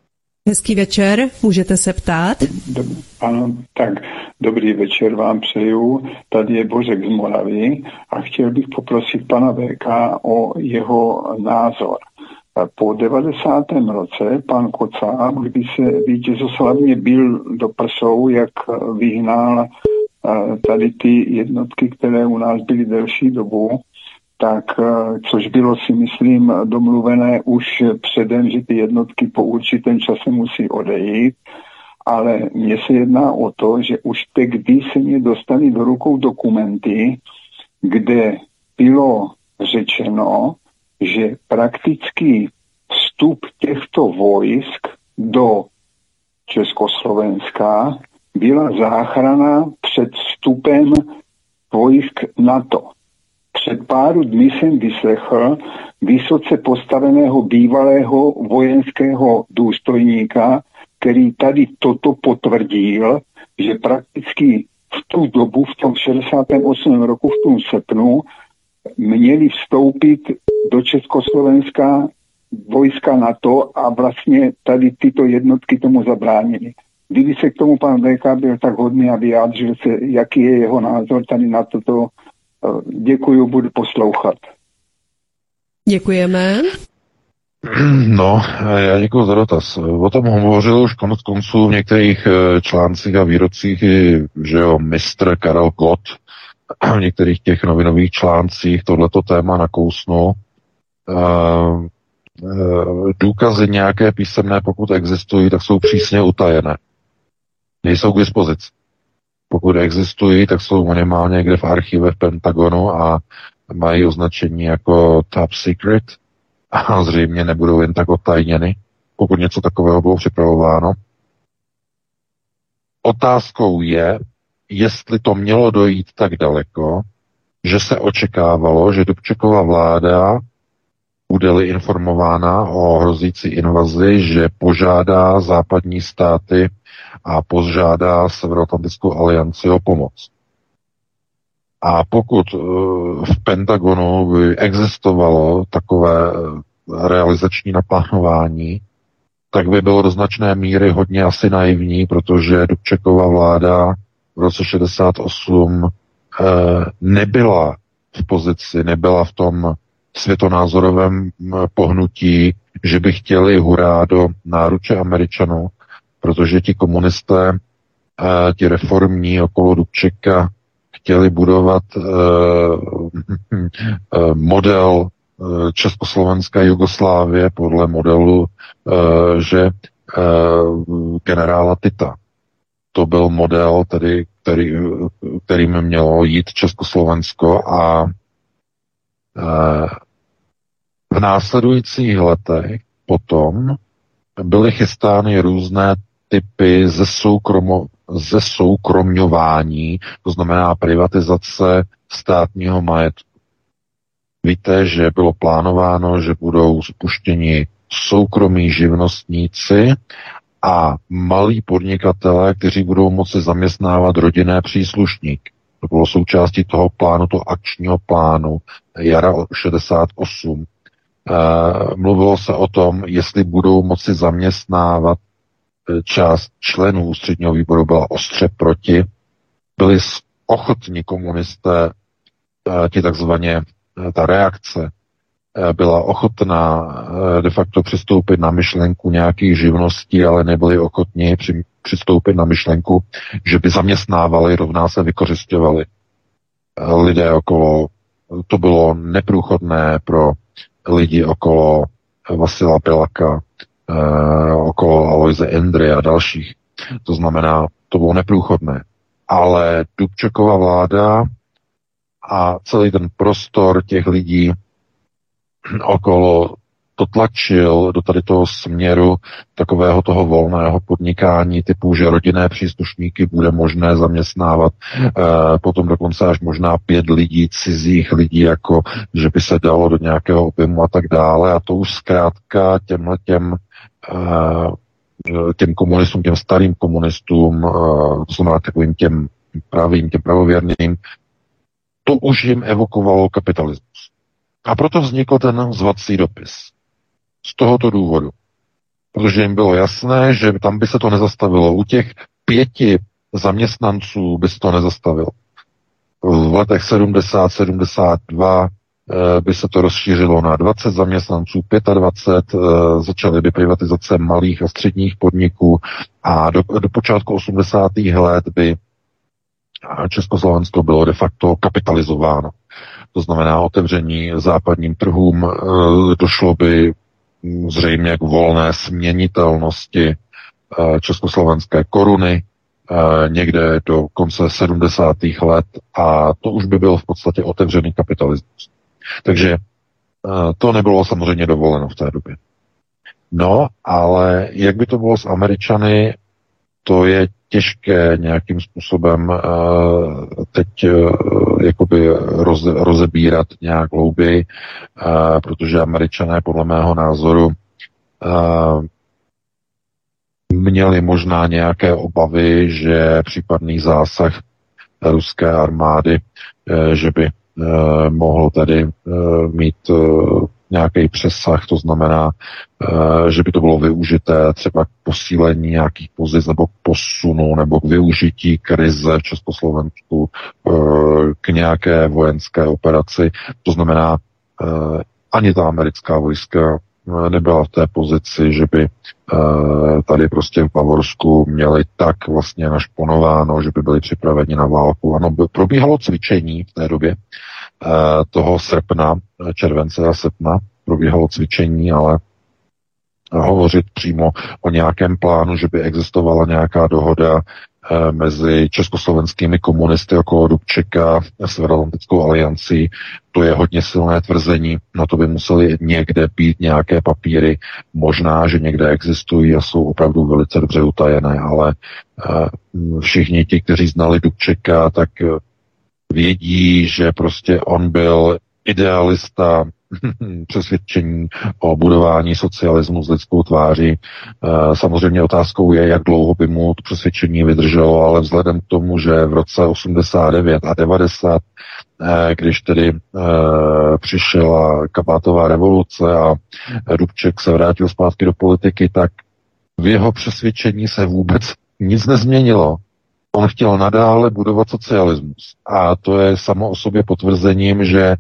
Hezký večer, můžete se ptát? Ano, tak dobrý večer vám přeju. Tady je Bořek z Moravy a chtěl bych poprosit pana VK o jeho názor. Po 90. roce pan Kocáb, kdy se vítězoslavně bil do prsou, jak vyhnal tady ty jednotky, které u nás byly delší dobu, tak, což bylo si myslím domluvené už předem, že ty jednotky po určitém čase musí odejít, ale mně se jedná o to, že už tehdy se mě dostali do rukou dokumenty, kde bylo řečeno, že praktický vstup těchto vojsk do Československa byla záchrana před vstupem vojsk NATO. Před pár dny jsem vyslechl vysoce postaveného bývalého vojenského důstojníka, který tady toto potvrdil, že prakticky v tu dobu, v tom 68. roku, v tom srpnu, měli vstoupit do Československa vojska NATO a vlastně tady tyto jednotky tomu zabránili. Kdyby se k tomu pan VK byl tak hodný a vyjádřil se, jaký je jeho názor tady na toto, děkuju, budu poslouchat. Děkujeme. No, já děkuji za dotaz. O tom hovořil už konec konců v některých článcích a výrocích i, že jo, mistr Karel Gott v některých těch novinových článcích tohleto téma nakousnul. Důkazy nějaké písemné, pokud existují, tak jsou přísně utajené. Nejsou k dispozici. Pokud existují, tak jsou minimálně někde v archivech Pentagonu a mají označení jako top secret a zřejmě nebudou jen tak odtajněny, pokud něco takového bylo připravováno. Otázkou je, jestli to mělo dojít tak daleko, že se očekávalo, že Dubčekova vláda, bude-li informována o hrozící invazi, že požádá západní státy a požádá Severoatlantickou alianci o pomoc. A pokud v Pentagonu by existovalo takové realizační naplánování, tak by bylo do značné míry hodně asi naivní, protože Dubčekova vláda v roce 68 nebyla v pozici, nebyla v tom světonázorovém pohnutí, že by chtěli hurá do náruče Američanů, protože ti komunisté, ti reformní okolo Dubčeka chtěli budovat model Československa Jugoslávie podle modelu, že generála Tita. To byl model, tedy, kterým mělo jít Československo a v následujících letech potom byly chystány různé typy zesoukromňování, to znamená privatizace státního majetku. Víte, že bylo plánováno, že budou spuštěni soukromí živnostníci a malí podnikatelé, kteří budou moci zaměstnávat rodinné příslušníky. To bylo součástí toho plánu, toho akčního plánu jara 68. Mluvilo se o tom, jestli budou moci zaměstnávat. Část členů ústředního výboru byla ostře proti. Byli ochotní komunisté, ti takzvaně, ta reakce byla ochotná de facto přistoupit na myšlenku nějakých živností, ale nebyli ochotní přistoupit na myšlenku, že by zaměstnávali, rovná se vykořisťovali lidé okolo. To bylo neprůchodné pro lidi okolo Vasila Pilaka, okolo Aloise Endry a dalších. To znamená, to bylo neprůchodné. Ale Dubčekova vláda a celý ten prostor těch lidí okolo to tlačil do tady toho směru takového toho volného podnikání typu, že rodinné příslušníky bude možné zaměstnávat potom dokonce až možná 5 lidí, cizích lidí, jako že by se dalo do nějakého objemu a tak dále. A to už zkrátka těm komunistům, těm starým komunistům, to znamená takovým těm pravým, těm pravověrným, to už jim evokovalo kapitalismus. A proto vznikl ten zvací dopis. Z tohoto důvodu. protože jim bylo jasné, že tam by se to nezastavilo. U těch 5 zaměstnanců by se to nezastavilo. V letech 70, 72 by se to rozšířilo na 20 zaměstnanců, 25, začaly by privatizace malých a středních podniků a do počátku 80. let by Československo bylo de facto kapitalizováno. To znamená otevření západním trhům, došlo by zřejmě k volné směnitelnosti československé koruny někde do konce 70. let a to už by byl v podstatě otevřený kapitalismus. Takže to nebylo samozřejmě dovoleno v té době. No, ale jak by to bylo s Američany, to je těžké nějakým způsobem teď jakoby rozebírat nějak hlouběji, protože Američané podle mého názoru měli možná nějaké obavy, že případný zásah ruské armády, že by mohl tady mít nějaký přesah, to znamená, že by to bylo využité třeba k posílení nějakých pozic nebo k posunu nebo k využití krize v Československu k nějaké vojenské operaci. To znamená, ani ta americká vojska nebyla v té pozici, že by tady prostě v Bavorsku měli tak vlastně našponováno, že by byli připraveni na válku. Ano, probíhalo cvičení v té době toho srpna, července a srpna, probíhalo cvičení, ale hovořit přímo o nějakém plánu, že by existovala nějaká dohoda mezi československými komunisty okolo Dubčeka a Severoatlantickou aliancí, to je hodně silné tvrzení, na to by museli někde být nějaké papíry, možná, že někde existují a jsou opravdu velice dobře utajené, ale všichni ti, kteří znali Dubčeka, tak vědí, že prostě on byl idealista přesvědčení o budování socialismu s lidskou tváří. Samozřejmě otázkou je, jak dlouho by mu to přesvědčení vydrželo, ale vzhledem k tomu, že v roce 89 a 90, když tedy přišla kabátová revoluce a Dubček se vrátil zpátky do politiky, tak v jeho přesvědčení se vůbec nic nezměnilo. On chtěl nadále budovat socialismus. A to je samo o sobě potvrzením, že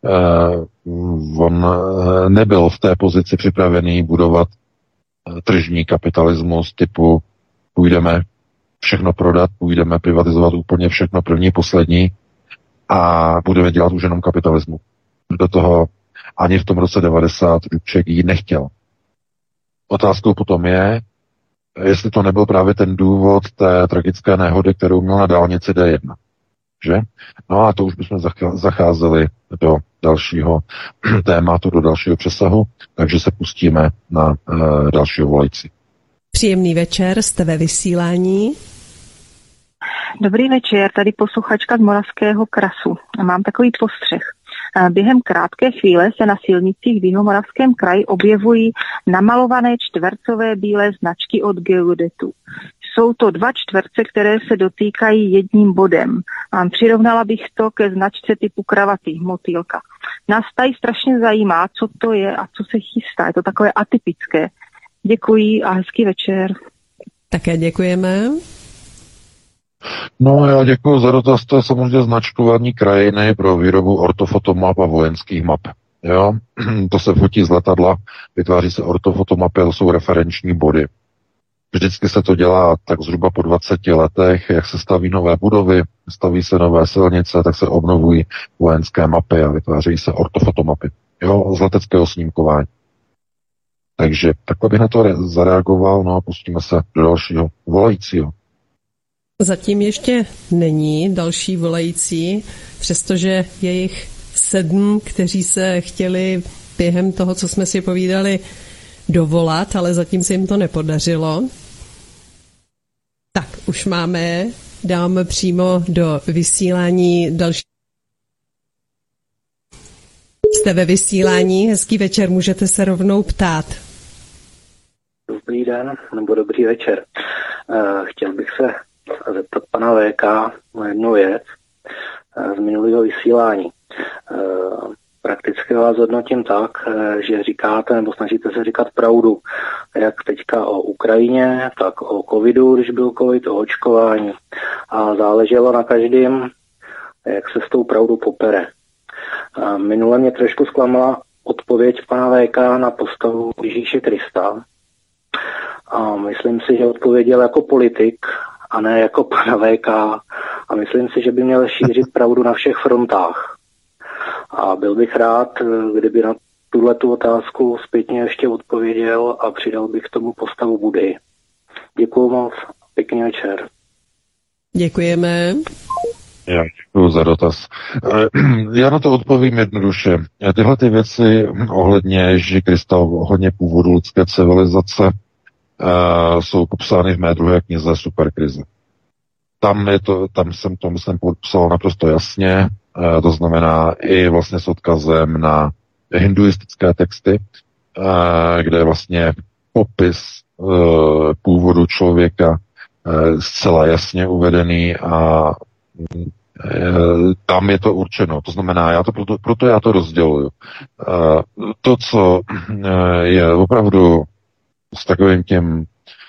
on nebyl v té pozici připravený budovat tržní kapitalismus typu půjdeme všechno prodat, půjdeme privatizovat úplně všechno první, poslední a budeme dělat už jenom kapitalismu. Do toho ani v tom roce 90 Dubček ji nechtěl. Otázkou potom je, jestli to nebyl právě ten důvod té tragické nehody, kterou měl na dálnici D1. Že? No a to už bychom zacházeli do dalšího tématu, do dalšího přesahu, takže se pustíme na dalšího volající. Příjemný večer, jste ve vysílání. Dobrý večer, tady posluchačka z Moravského krasu. Mám takový postřeh. Během krátké chvíle se na silnicích v Jihomoravském kraji objevují namalované čtvercové bílé značky od geodetu. Jsou to 2 čtverce, které se dotýkají jedním bodem. Přirovnala bych to ke značce typu kravaty, motýlka. Nás tady strašně zajímá, co to je a co se chystá. Je to takové atypické. Děkuji a hezký večer. Také děkujeme. No, já děkuji za dotaz. To je samozřejmě značkování krajiny pro výrobu ortofotomap a vojenských map. Jo? To se fotí z letadla, vytváří se ortofotomapy, to jsou referenční body. Vždycky se to dělá tak zhruba po 20 letech, jak se staví nové budovy, staví se nové silnice, tak se obnovují vojenské mapy a vytváří se ortofotomapy. Jo, z leteckého snímkování. Takže takhle bych na to zareagoval, no a pustíme se do dalšího volajícího. Zatím ještě není další volající, přestože je jich 7, kteří se chtěli během toho, co jsme si povídali, dovolat, ale zatím se jim to nepodařilo. Tak, už dáme přímo do vysílání další. Jste ve vysílání, hezký večer, můžete se rovnou ptát. Dobrý den, nebo dobrý večer. Chtěl bych se zeptat pana VK o jednu věc z minulého vysílání. prakticky vás hodnotím tak, že říkáte nebo snažíte se říkat pravdu, jak teďka o Ukrajině, tak o covidu, když byl covid, o očkování. A záleželo na každém, jak se s tou pravdou popere. A minule mě trošku zklamala odpověď pana VK na postavu Ježíše Krista. A myslím si, že odpověděl jako politik a ne jako pana VK. A myslím si, že by měl šířit pravdu na všech frontách. A byl bych rád, kdyby na tuhletu otázku zpětně ještě odpověděl a přidal bych k tomu postavu Budy. Děkuju moc, pěkný večer. Děkujeme. Já děkuji za dotaz. Já na to odpovím jednoduše. Tyhle ty věci ohledně Ježíše Krista, ohledně původu lidské civilizace jsou popsány v mé druhé knize Superkrize. Tam jsem to, myslím, popsal naprosto jasně, to znamená i vlastně s odkazem na hinduistické texty, kde je vlastně popis původu člověka zcela jasně uvedený a tam je to určeno. To znamená, proto já to rozděluju. To, co je opravdu s takovým tím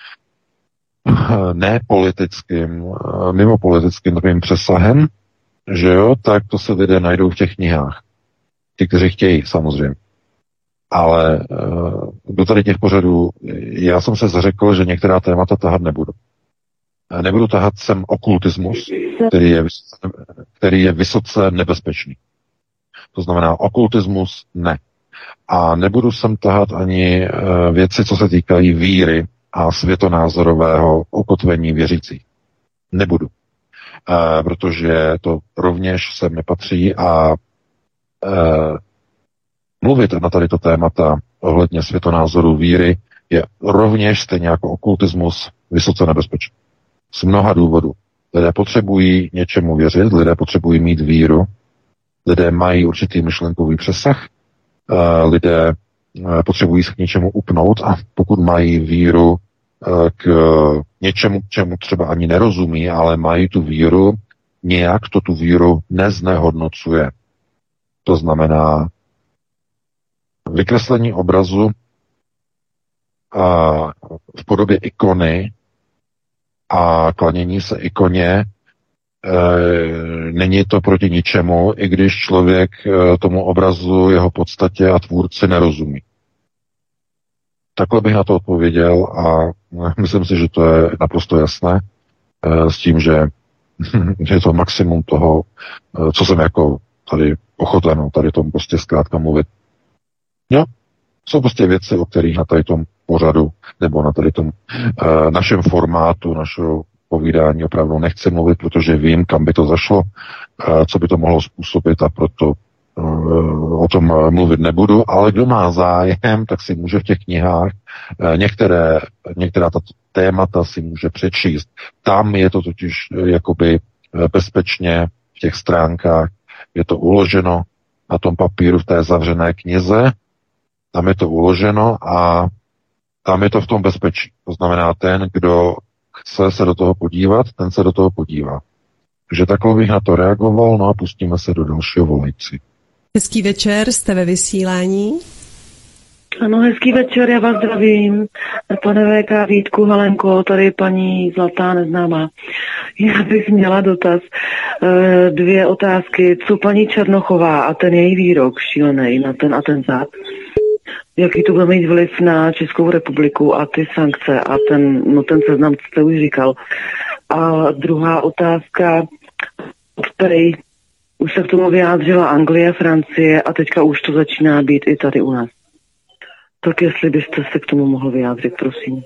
nepolitickým, mimo politickým takovým přesahem, že jo, tak to se lidé najdou v těch knihách. Ti, kteří chtějí, samozřejmě. Ale do tady těch pořadů, já jsem se zařekl, že některá témata tahat nebudu. Nebudu tahat sem okultismus, který je vysoce nebezpečný. To znamená, okultismus ne. A nebudu sem tahat ani věci, co se týkají víry a světonázorového ukotvení věřících. Nebudu. Protože to rovněž sem nepatří a mluvit na tady to témata ohledně světonázoru víry je rovněž stejně jako okultismus vysoce nebezpečný. Z mnoha důvodů. Lidé potřebují něčemu věřit, lidé potřebují mít víru, lidé mají určitý myšlenkový přesah, lidé potřebují se k něčemu upnout a pokud mají víru k něčemu, čemu třeba ani nerozumí, ale mají tu víru, nějak to tu víru neznehodnocuje. To znamená vykreslení obrazu v podobě ikony a klanění se ikoně, není to proti ničemu, i když člověk tomu obrazu, jeho podstatě a tvůrci nerozumí. Takhle bych na to odpověděl a myslím si, že to je naprosto jasné s tím, že je to maximum toho, co jsem jako tady ochoten, tady tomu prostě zkrátka mluvit. Jo, jsou prostě věci, o kterých na tady tom pořadu nebo na tady tom našem formátu, našeho povídání opravdu nechci mluvit, protože vím, kam by to zašlo, co by to mohlo způsobit a proto o tom mluvit nebudu, ale kdo má zájem, tak si může v těch knihách některá ta témata si může přečíst. Tam je to totiž jakoby bezpečně v těch stránkách, je to uloženo na tom papíru v té zavřené knize, tam je to uloženo a tam je to v tom bezpečí. To znamená, ten, kdo chce se do toho podívat, ten se do toho podívá. Takže takhle bych na to reagoval, no a pustíme se do dalšího volající. Hezký večer, jste ve vysílání. Ano, hezký večer, já vás zdravím. Pane VK, Vítku, Helenko, tady paní Zlatá neznámá. Já bych měla dotaz, 2 otázky. Co paní Černochová a ten její výrok šílený na ten atentát? Jaký to bude mít vliv na Českou republiku a ty sankce a ten seznam, co jste už říkal. A druhá otázka, který už se k tomu vyjádřila Anglie, Francie a teďka už to začíná být i tady u nás. Tak jestli byste se k tomu mohl vyjádřit, prosím.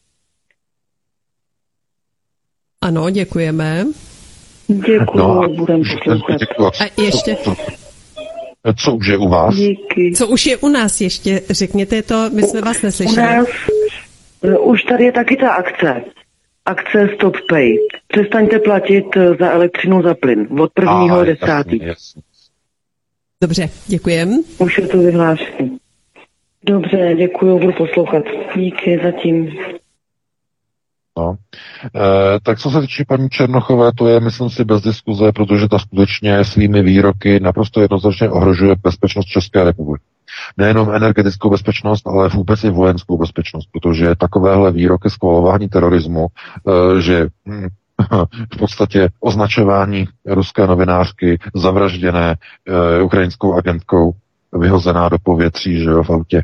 Ano, děkujeme. Děkuji, no, budem poslouchat. A ještě... Co už je u vás? Díky. Co už je u nás ještě? Řekněte to, my jsme vás neslyšeli. U nás už tady je taky ta akce. Akce Stop Pay. Přestaňte platit za elektřinu, za plyn. Od 1.10. Dobře, děkujem. Už je to vyhlášení. Dobře, děkuji, budu poslouchat. Díky zatím. No. Tak co se týče paní Černochové, to je, myslím si, bez diskuze, protože ta skutečně svými výroky naprosto jednoznačně ohrožuje bezpečnost České republiky. Nejenom energetickou bezpečnost, ale vůbec i vojenskou bezpečnost, protože takovéhle výroky schvalování terorismu, že v podstatě označování ruské novinářky zavražděné ukrajinskou agentkou, vyhozená do povětří, že jo, v autě,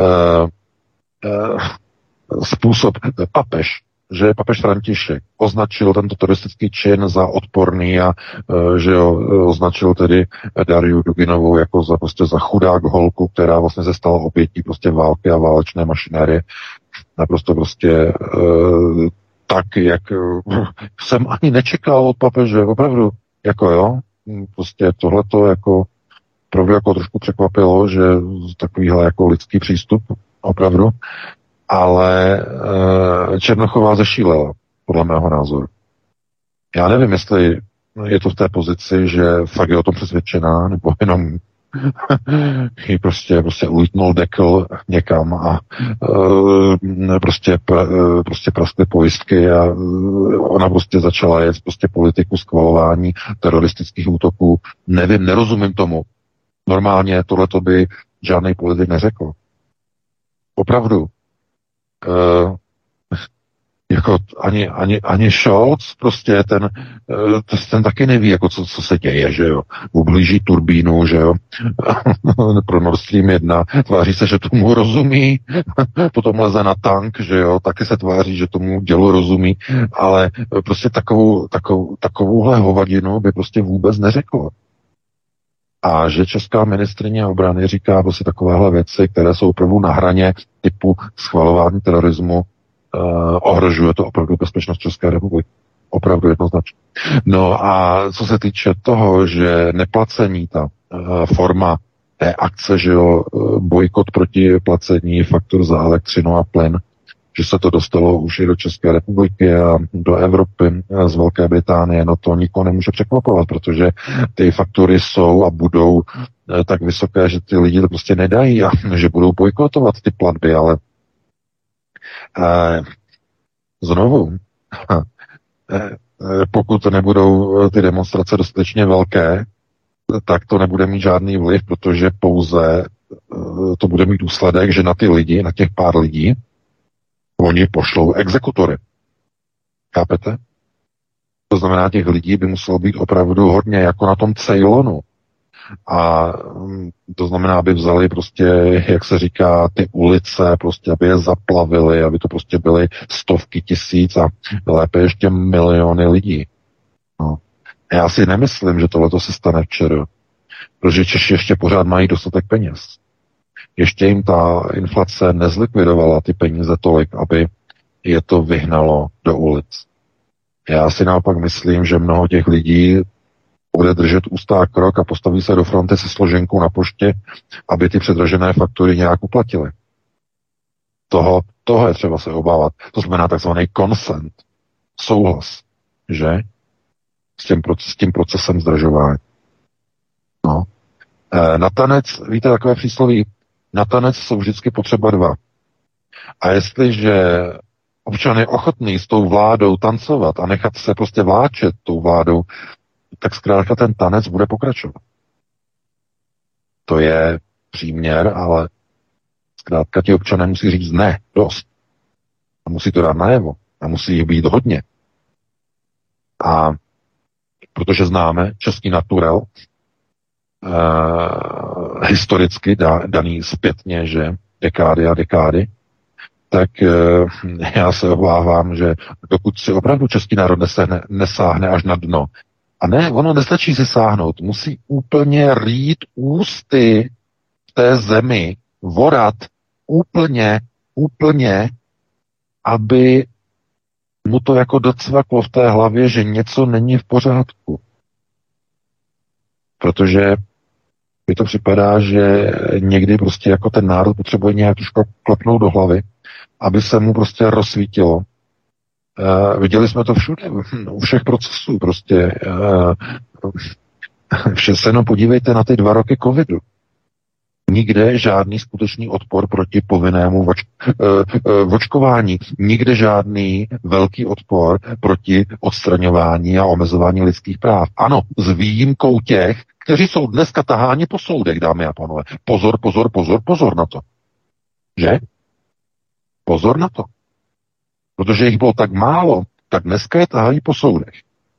způsob že papež František označil tento teroristický čin za odporný a že jo, označil tedy Dariu Duginovou jako za chudák holku, která vlastně se stala obětí prostě války a válečné mašinérie. Naprosto prostě tak, jak jsem ani nečekal od papeže, opravdu, jako jo, prostě tohleto jako opravdu jako trošku překvapilo, že takovýhle jako lidský přístup, opravdu, ale Černochová zešílela, podle mého názoru. Já nevím, jestli je to v té pozici, že fakt je o tom přesvědčená, nebo jenom jí prostě ulítnul dekl někam a prostě praskly pojistky a ona prostě začala jet prostě politiku schvalování teroristických útoků. Nevím, nerozumím tomu. Normálně tohleto by žádný politik neřekl. Opravdu. Jako ani Scholz prostě ten taky neví, jako co se děje, že jo. Ublíží turbínu, že jo. Pro Nord Stream 1. Tváří se, že tomu rozumí. Potom leze na tank, že jo. Taky se tváří, že tomu dělu rozumí. Ale prostě takovouhle hovadinu by prostě vůbec neřekl. A že česká ministryně obrany říká prostě takovéhle věci, které jsou opravdu na hraně typu schvalování terorismu, ohrožuje to opravdu bezpečnost České republiky. Opravdu jednoznačně. No a co se týče toho, že neplacení, ta forma té akce, že jo, bojkot proti placení faktur za elektřinu a plyn, že se to dostalo už i do České republiky a do Evropy z Velké Británie, no to nikoho nemůže překvapovat, protože ty faktury jsou a budou tak vysoké, že ty lidi to prostě nedají a že budou bojkotovat ty platby, ale znovu, pokud nebudou ty demonstrace dostatečně velké, tak to nebude mít žádný vliv, protože pouze to bude mít důsledek, že na ty lidi, na těch pár lidí, oni pošlou exekutory. Chápete? To znamená, těch lidí by muselo být opravdu hodně, jako na tom Ceylonu. A to znamená, aby vzali prostě, jak se říká, ty ulice, prostě, aby je zaplavili, aby to prostě byly stovky tisíc a lépe ještě miliony lidí. No. Já si nemyslím, že tohleto se stane včera, protože Češi ještě pořád mají dostatek peněz. Ještě jim ta inflace nezlikvidovala ty peníze tolik, aby je to vyhnalo do ulic. Já si naopak myslím, že mnoho těch lidí bude držet ústa krok a postaví se do fronty se složenkou na poště, aby ty předražené faktury nějak uplatily. Toho je třeba se obávat. To znamená takzvaný consent, souhlas, že? S tím procesem zdražování. No. Na tanec, víte, takové přísloví, na tanec jsou vždycky potřeba dva. A jestliže občan je ochotný s tou vládou tancovat a nechat se prostě vláčet tou vládou, tak zkrátka ten tanec bude pokračovat. To je příměr, ale zkrátka ti občané musí říct ne, dost. A musí to dát najevo. A musí jich být hodně. A protože známe český naturel, historicky daný zpětně, že dekády a dekády, tak já se obávám, že dokud si opravdu český národ nesáhne až na dno, a ne, ono nestačí si sáhnout, musí úplně rýt ústy v té zemi, vorat úplně, aby mu to jako docvaklo v té hlavě, že něco není v pořádku. Protože mi to připadá, že někdy prostě jako ten národ potřebuje nějak trošku klepnout do hlavy, aby se mu prostě rozsvítilo. Viděli jsme to všude, u všech procesů prostě. Se jenom podívejte na ty 2 roky covidu. Nikde žádný skutečný odpor proti povinnému očkování. Nikde žádný velký odpor proti odstraňování a omezování lidských práv. Ano, s výjimkou těch, kteří jsou dneska taháni po soudech, dámy a pánové. Pozor, pozor, pozor, pozor na to. Že? Pozor na to. Protože jich bylo tak málo, tak dneska je tahají po soudech.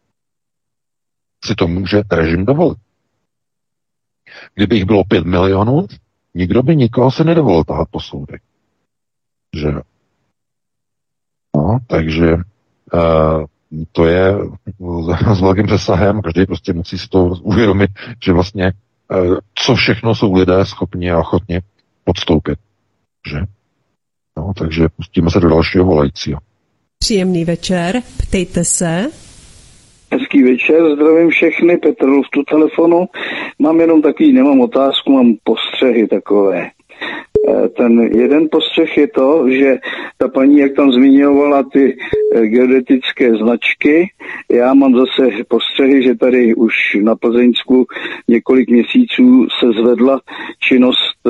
Si to může režim dovolit. Kdyby jich bylo 5 milionů, nikdo by nikoho se nedovolil tahat po soudech. Že? No, takže to je s velkým přesahem, každý prostě musí si to uvědomit, že vlastně co všechno jsou lidé schopni a ochotni podstoupit. Že? No, takže pustíme se do dalšího volajícího. Příjemný večer, ptejte se. Hezký večer, zdravím všechny, Petr Luftu telefonu. Nemám otázku, mám postřehy takové. Ten jeden postřeh je to, že ta paní, jak tam zmiňovala ty geodetické značky, já mám zase postřehy, že tady už na Plzeňsku několik měsíců se zvedla činnost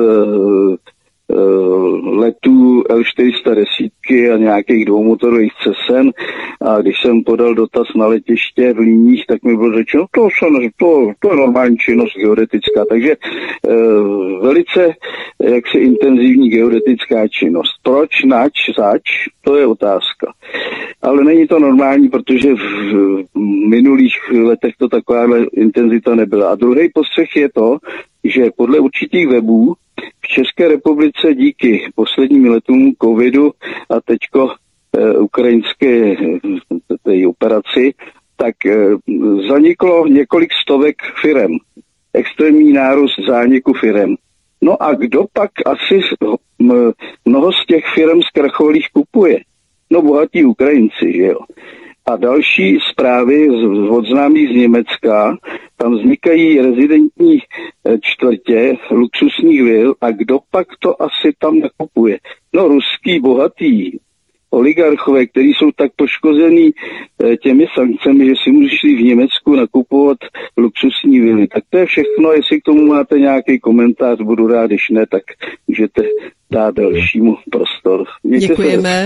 letů L410 a nějakých dvoumotorových cesen, a když jsem podal dotaz na letiště v Líních, tak mi bylo řečeno, to je normální činnost geodetická, takže velice jaksi intenzivní geodetická činnost. Proč, nač, zač, to je otázka. Ale není to normální, protože v minulých letech to takováhle intenzita nebyla. A druhý postřeh je to, že podle určitých webů v České republice díky posledním letům covidu a teďko ukrajinské operaci, tak zaniklo několik stovek firem. Extrémní nárůst zániku firem. No a kdo pak asi mnoho z těch firem zkracholých kupuje? No bohatí Ukrajinci, že jo. A další zprávy od známých z Německa, tam vznikají rezidentní čtvrtě luxusních vil a kdo pak to asi tam nakupuje? No ruský bohatý oligarchové, kteří jsou tak poškozený těmi sankcemi, že si musí v Německu nakupovat luxusní vily. Tak to je všechno, jestli k tomu máte nějaký komentář, budu rád, když ne, tak můžete dát dalšímu prostor. Děkujeme.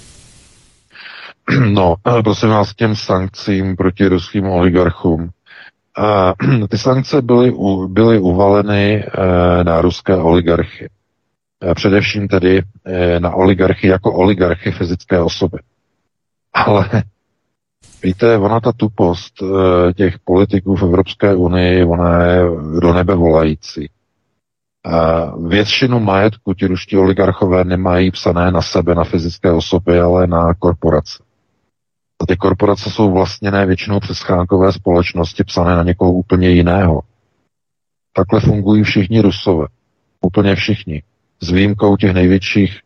No, prosím vás, těm sankcím proti ruským oligarchům. Ty sankce byly uvaleny na ruské oligarchy. Především tedy na oligarchy jako oligarchy fyzické osoby. Ale víte, ona ta tupost těch politiků v Evropské unii, ona je do nebe volající. Většinu majetku ti ruští oligarchové nemají psané na sebe, na fyzické osoby, ale na korporace. A ty korporace jsou vlastněné většinou přes schránkové společnosti psané na někoho úplně jiného. Takhle fungují všichni Rusové. Úplně všichni. S výjimkou těch největších,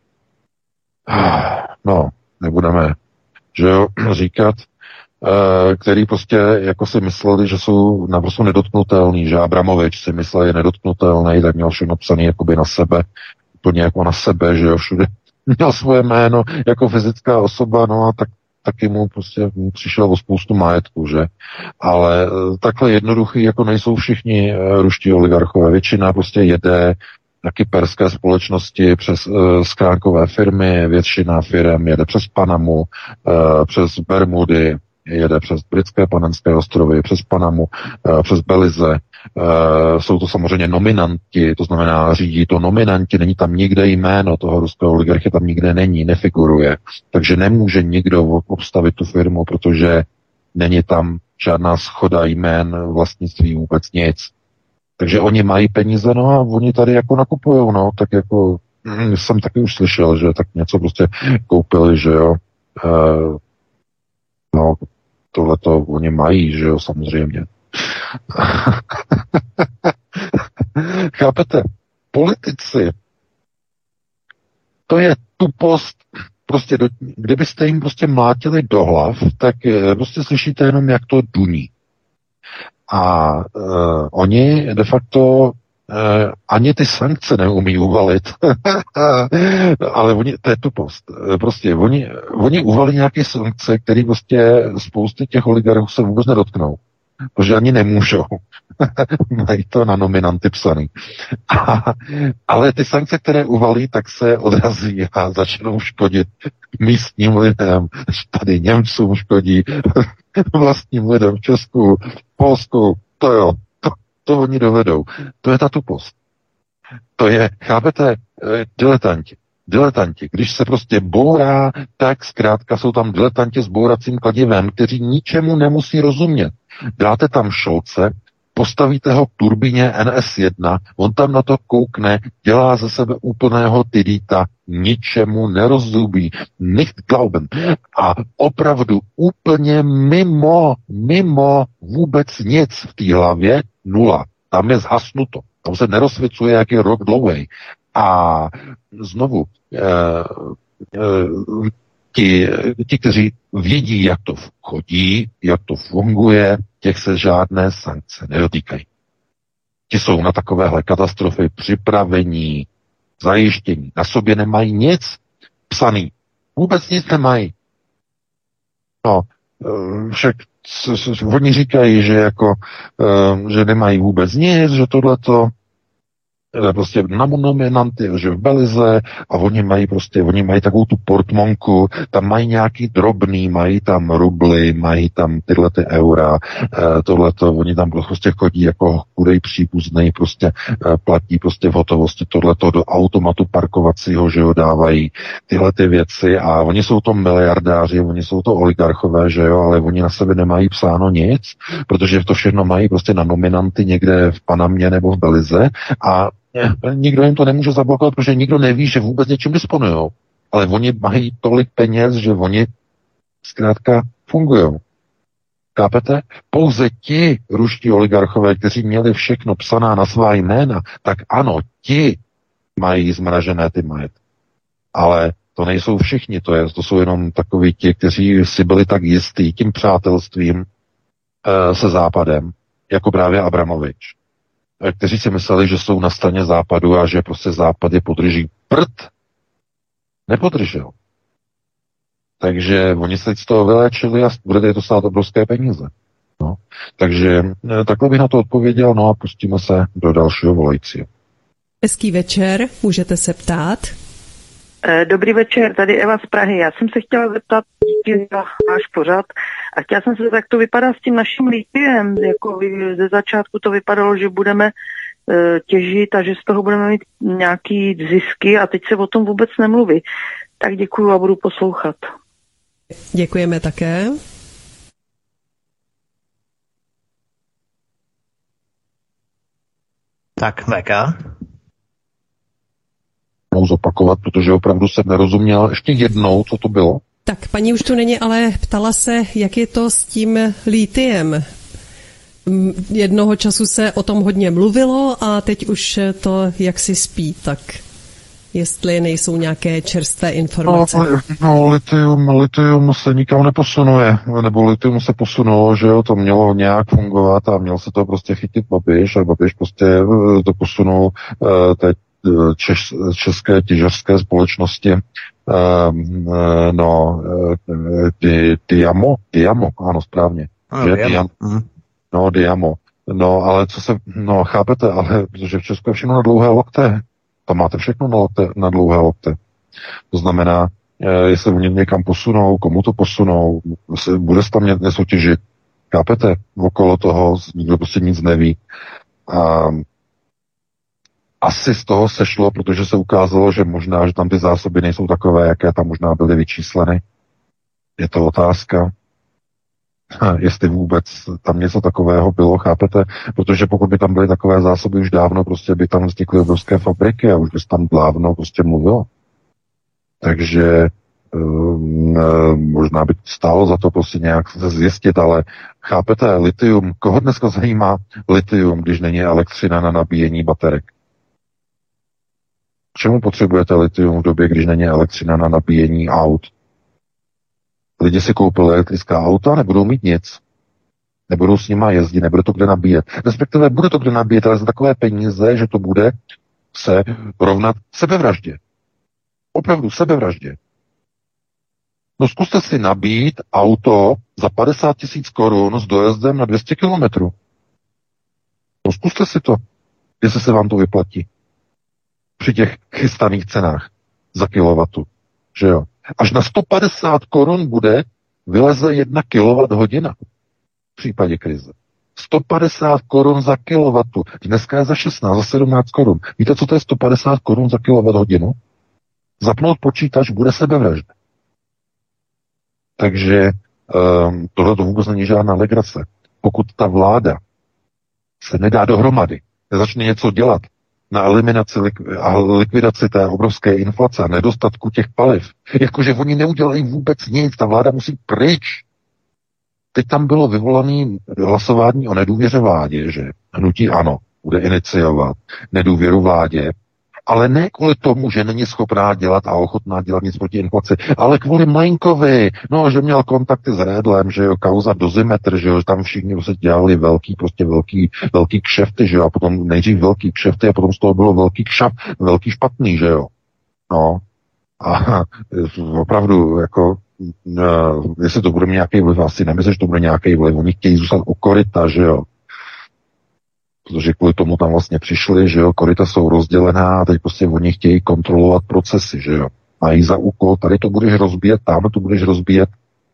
nebudeme, že jo, říkat, který prostě jako si mysleli, že jsou naprosto nedotknutelný, že Abramovič si myslel, je nedotknutelný, tak měl všechno psaný jakoby na sebe, úplně jako na sebe, že jo, všude měl svoje jméno jako fyzická osoba, no a taky mu prostě přišel o spoustu majetku, že? Ale takhle jednoduchý jako nejsou všichni ruští oligarchové. Většina prostě jede na kyperské společnosti přes skránkové firmy, většina firm jede přes Panamu, přes Bermudy, jede přes britské Panenské ostrovy, přes Panamu, přes Belize. Jsou to samozřejmě nominanti, to znamená, řídí to nominanti, není tam nikde jméno toho ruského oligarchy, tam nikde není, nefiguruje. Takže nemůže nikdo obstavit tu firmu, protože není tam žádná shoda jmén, vlastnictví, vůbec nic. Takže oni mají peníze, no a oni tady jako nakupujou, no, tak jako jsem taky už slyšel, že tak něco prostě koupili, že jo. No, tohleto oni mají, že jo, samozřejmě. Chápete? Politici, to je tupost, prostě kdybyste jim prostě mlátili do hlav, tak prostě slyšíte jenom, jak to duní. A oni de facto ani ty sankce neumí uvalit. Ale to je tupost. Prostě oni uvalí nějaké sankce, které prostě spousty těch oligarchů se vůbec nedotknou. Protože ani nemůžou. Mají to na nominanty psaný. Ale ty sankce, které uvalí, tak se odrazí a začnou škodit místním lidem. Tady Němcům škodí, vlastním lidem v Česku, v Polsku. To jo, to oni dovedou. To je ta tupost. To je, chápete, diletanti. Když se prostě bourá, tak zkrátka jsou tam diletanti s bouracím kladivem, kteří ničemu nemusí rozumět. Dáte tam Šolce, postavíte ho k turbině NS1, on tam na to koukne, dělá ze sebe úplného tydíta, ničemu nerozumí, nicht glauben. A opravdu úplně mimo vůbec nic v té hlavě, nula. Tam je zhasnuto. Tam se nerozsvěcuje, jak je rok dlouhý. A znovu, ti, kteří vědí, jak to chodí, jak to funguje, těch se žádné sankce nedotýkají. Ti jsou na takovéhle katastrofy připravení, zajištění. Na sobě nemají nic psaný. Vůbec nic nemají. No, však oni říkají, že jako, že nemají vůbec nic, že tohleto prostě na nominanty, že v Belize a oni mají takovou tu portmonku, tam mají nějaký drobný, mají tam rubly, mají tam tyhle ty eura, tohleto, oni tam prostě chodí jako chudej příbuznej, prostě platí prostě v hotovosti tohleto do automatu parkovacího, že jo, dávají tyhle ty věci a oni jsou to miliardáři, oni jsou to oligarchové, že jo, ale oni na sebe nemají psáno nic, protože to všechno mají prostě na nominanty někde v Panamě nebo v Belize a nikdo jim to nemůže zablokovat, protože nikdo neví, že vůbec něčím disponujou. Ale oni mají tolik peněz, že oni zkrátka fungujou. Chápete? Pouze ti ruští oligarchové, kteří měli všechno psaná na svá jména, tak ano, ti mají zmražené ty majetky. Ale to nejsou všichni, to jsou jenom takoví ti, kteří si byli tak jistí tím přátelstvím se Západem, jako právě Abramovič, kteří si mysleli, že jsou na straně Západu a že prostě Západ je podrží. Nepodržel. Takže oni se z toho vyléčili a bude to stát obrovské peníze. No. Takže takhle bych na to odpověděl, no a pustíme se do dalšího volajícího. Hezký večer, můžete se ptát. Dobrý večer, tady Eva z Prahy. Já jsem se chtěla zeptat, díky za váš pořad, a chtěla jsem se zeptat, jak to vypadá s tím naším litiem. Jako ze začátku to vypadalo, že budeme těžit a že z toho budeme mít nějaký zisky a teď se o tom vůbec nemluví. Tak děkuju a budu poslouchat. Děkujeme také. Tak, VK. Mohu zopakovat, protože opravdu jsem nerozuměl ještě jednou, co to bylo. Tak, paní už tu není, ale ptala se, jak je to s tím litiem. Jednoho času se o tom hodně mluvilo a teď už to jaksi spí, tak jestli nejsou nějaké čerstvé informace. No, litium se nikam neposunuje, nebo litium se posunulo, že jo, to mělo nějak fungovat a měl se to prostě chytit Babiš a Babiš prostě to posunul teď české těžařské společnosti Diamo, ano, správně. Diamo. No, ale chápete, ale protože v Česku je všechno na dlouhé lokte. Tam máte všechno na dlouhé lokte. To znamená, jestli oni někam posunou, komu to posunou, bude se tam něco těžit. Chápete? Okolo toho nikdo prostě nic neví. Asi z toho sešlo, protože se ukázalo, že možná, že tam ty zásoby nejsou takové, jaké tam možná byly vyčísleny. Je to otázka, jestli vůbec tam něco takového bylo, chápete? Protože pokud by tam byly takové zásoby už dávno, prostě by tam vznikly obrovské fabriky a už by se tam dávno prostě mluvilo. Takže možná by stálo za to prostě nějak se zjistit, ale chápete, litium, koho dneska zajímá litium, když není elektřina na nabíjení baterek? K čemu potřebujete litium v době, když není elektřina na nabíjení aut? Lidi si koupili elektrická auta, nebudou mít nic. Nebudou s nima jezdit, nebude to kde nabíjet. Respektive bude to kde nabíjet, ale za takové peníze, že to bude se rovnat sebevraždě. Opravdu sebevraždě. No zkuste si nabít auto za 50 000 korun s dojezdem na 200 kilometrů. No zkuste si to, jestli se vám to vyplatí. Při těch chystaných cenách za kilowatu, že jo. Až na 150 korun vyleze 1 kWh v případě krize. 150 korun za kilowatu. Dneska je za 16, za 17 korun. Víte, co to je 150 korun za kWh? Zapnout počítač, bude sebevražda. Takže tohle to vůbec není žádná legrace. Pokud ta vláda se nedá dohromady, nezačne něco dělat na eliminaci a likvidaci té obrovské inflace a nedostatku těch paliv, jakože oni neudělají vůbec nic, ta vláda musí pryč. Teď tam bylo vyvolané hlasování o nedůvěře vládě, že hnutí ANO bude iniciovat nedůvěru vládě, ale ne kvůli tomu, že není schopná dělat a ochotná dělat nic proti inflaci, ale kvůli Mlejnkovi, no, že měl kontakty s Redlem, že jo, kauza Dozimetr, že jo, tam všichni se dělali velký kšefty, že jo, a potom nejdřív velký kšefty a potom z toho bylo velký špatný, že jo. No, a opravdu, jako, jestli to bude nějaký vliv, asi nemyslím, že to bude nějaký vliv, oni chtějí zůstat u koryta, že jo. Protože kvůli tomu tam vlastně přišli, že jo, koryta jsou rozdělená a teď prostě oni chtějí kontrolovat procesy, že jo. Mají za úkol, tady to budeš rozbíjet, tam to budeš rozbíjet.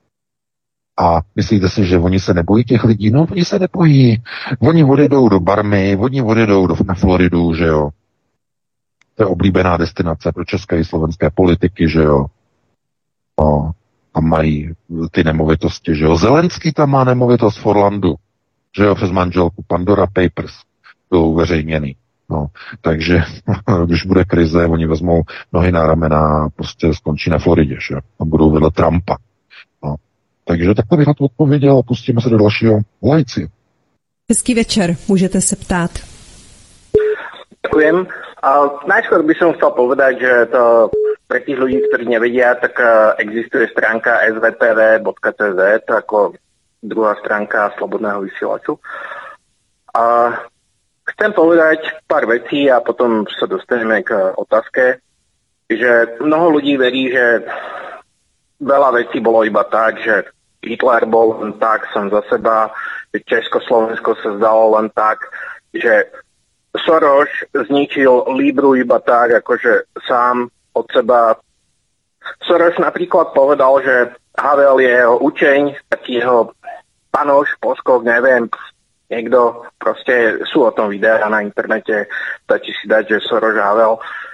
A myslíte si, že oni se nebojí těch lidí? No, oni se nebojí. Oni odjedou do Barmy, oni odjedou na Floridu, že jo. To je oblíbená destinace pro české i slovenské politiky, že jo. No, tam mají ty nemovitosti, že jo. Zelenský tam má nemovitost v Orlandu, že jo, přes manželku. Pandora Papers byl uveřejněný. No, takže když bude krize, oni vezmou nohy na ramena a prostě skončí na Floridě, že jo. A budou vedle Trumpa. No. Takže takhle bych na to odpověděl a pustíme se do dalšího volající. Hezký večer, můžete se ptát. Ďakujem. Najskôr by som chcel povedať, že to pre tých ľudí, ktorí nevedia, tak existuje stránka svtv.cz ako druhá stránka Slobodného vysielaču. A chcem povedať pár vecí a potom sa dostaneme k otázke, že mnoho ľudí verí, že veľa vecí bolo iba tak, že Hitler bol len tak sám za seba, že Československo sa zdalo len tak, že Soros zničil Libru iba tak, akože sám od seba. Soros napríklad povedal, že Havel je jeho učeň, taký jeho panoš, poskok, neviem, niekto, proste sú o tom videá na internete, stačí si dať, že Soros Havel.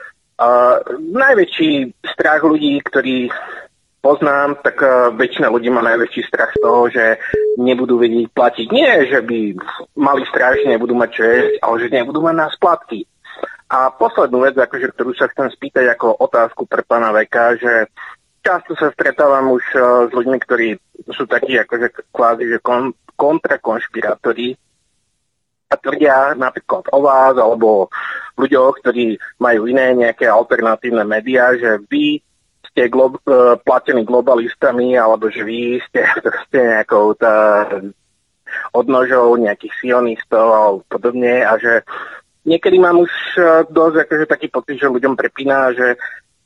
Najväčší strach ľudí, ktorí poznám, tak väčšina ľudí má najväčší strach z toho, že nebudú vedieť platiť. Nie, že by mali strach, že nebudú mať čo jesť, ale že nebudú mať na splatky. A poslednú vec, akože, ktorú sa chcem spýtať ako otázku pre pána Veka, že často sa stretávam už s ľuďmi, ktorí sú takí akože kvázi, že kontrakonšpirátori a tvrdia napríklad o vás alebo ľuďoch, ktorí majú iné nejaké alternatívne médiá, že vy ste platení globalistami, alebo že vy ste nejakou odnožou nejakých sionistov alebo podobne a že niekedy mám už dosť akože taký pocit, že ľuďom prepína, že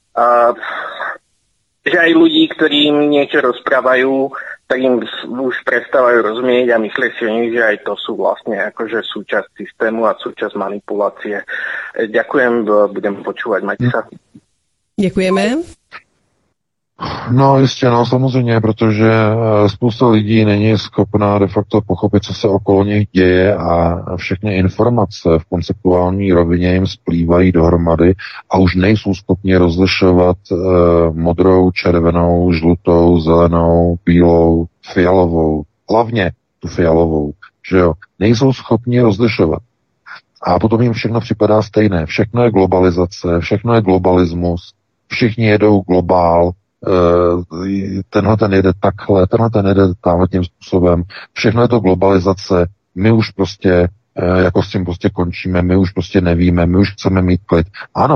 aj ľudí, ktorí im niečo rozprávajú, tak im už prestávajú rozumieť a myslia si oni, že aj to sú vlastne akože súčasť systému a súčasť manipulácie. Ďakujem, budem počúvať, majte sa. Děkujeme. No jistě, no samozřejmě, protože spousta lidí není schopná de facto pochopit, co se okolo nich děje a všechny informace v konceptuální rovině jim splývají dohromady a už nejsou schopni rozlišovat modrou, červenou, žlutou, zelenou, bílou, fialovou, hlavně tu fialovou, že jo, nejsou schopni rozlišovat. A potom jim všechno připadá stejné. Všechno je globalizace, všechno je globalismus, všichni jedou globál, tenhle ten jede takhle, tenhle ten jede tamhle tím způsobem. Všechno je to globalizace. My už prostě jako s tím prostě končíme, my už prostě nevíme, my už chceme mít klid. Ano,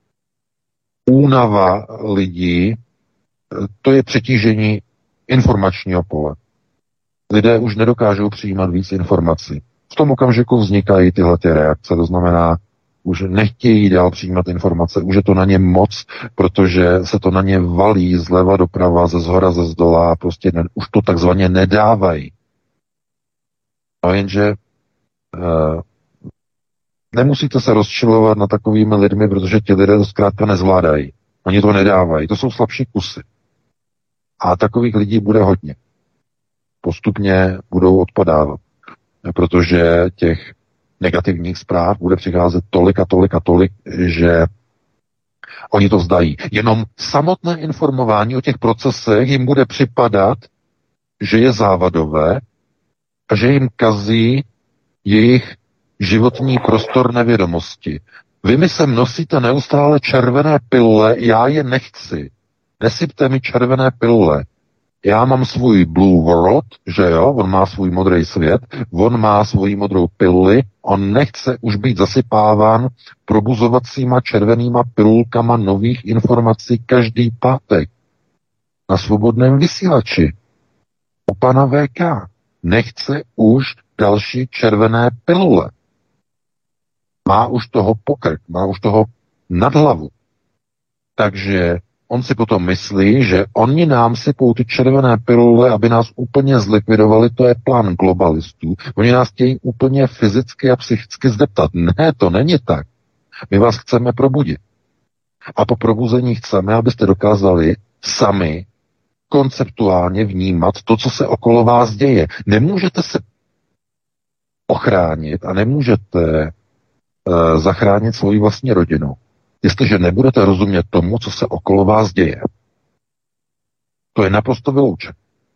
únava lidí, to je přetížení informačního pole. Lidé už nedokážou přijímat víc informací. V tom okamžiku vznikají tyhle ty reakce, to znamená, už nechtějí dál přijímat informace, už je to na ně moc, protože se to na ně valí zleva doprava, ze zhora, ze zdola, prostě už to takzvaně nedávají. No jenže Nemusíte se rozčilovat na takovými lidmi, protože ti lidé to zkrátka nezvládají. Oni to nedávají. To jsou slabší kusy. A takových lidí bude hodně. Postupně budou odpadávat. Protože těch negativních zpráv bude přicházet tolik, že oni to vzdají. Jenom samotné informování o těch procesech jim bude připadat, že je závadové a že jim kazí jejich životní prostor nevědomosti. Vy mi sem nosíte neustále červené pilule, já je nechci. Nesypte mi červené pilule. Já mám svůj blue world, že jo, on má svůj modrý svět, on má svoji modrou piluli, on nechce už být zasypáván probuzovacíma červenýma pilulkama nových informací každý pátek na svobodném vysílači. U pana VK nechce už další červené pilule. Má už toho pokrk, má už toho nad hlavu. Takže on si potom myslí, že oni nám sypou ty červené pilule, aby nás úplně zlikvidovali, to je plán globalistů. Oni nás chtějí úplně fyzicky a psychicky zdeptat. Ne, to není tak. My vás chceme probudit. A po probuzení chceme, abyste dokázali sami konceptuálně vnímat to, co se okolo vás děje. Nemůžete se ochránit a nemůžete zachránit svoji vlastní rodinu, jestliže nebudete rozumět tomu, co se okolo vás děje. To je naprosto vyloučeno.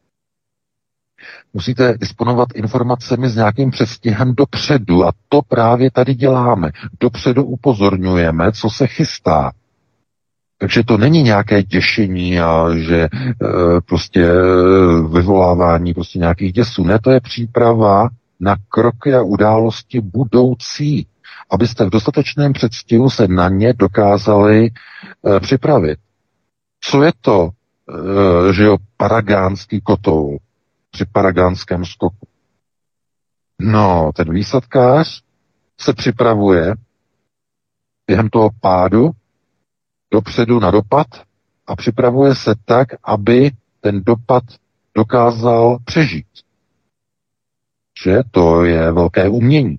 Musíte disponovat informacemi s nějakým předstihem dopředu a to právě tady děláme. Dopředu upozorňujeme, co se chystá. Takže to není nějaké děšení a že prostě vyvolávání prostě nějakých děsů. Ne, to je příprava na kroky a události budoucí, abyste v dostatečném předstihu se na ně dokázali připravit. Co je to, že jo, paragánský kotoul při paragánském skoku? No, ten výsadkář se připravuje během toho pádu dopředu na dopad a připravuje se tak, aby ten dopad dokázal přežít. Že to je velké umění.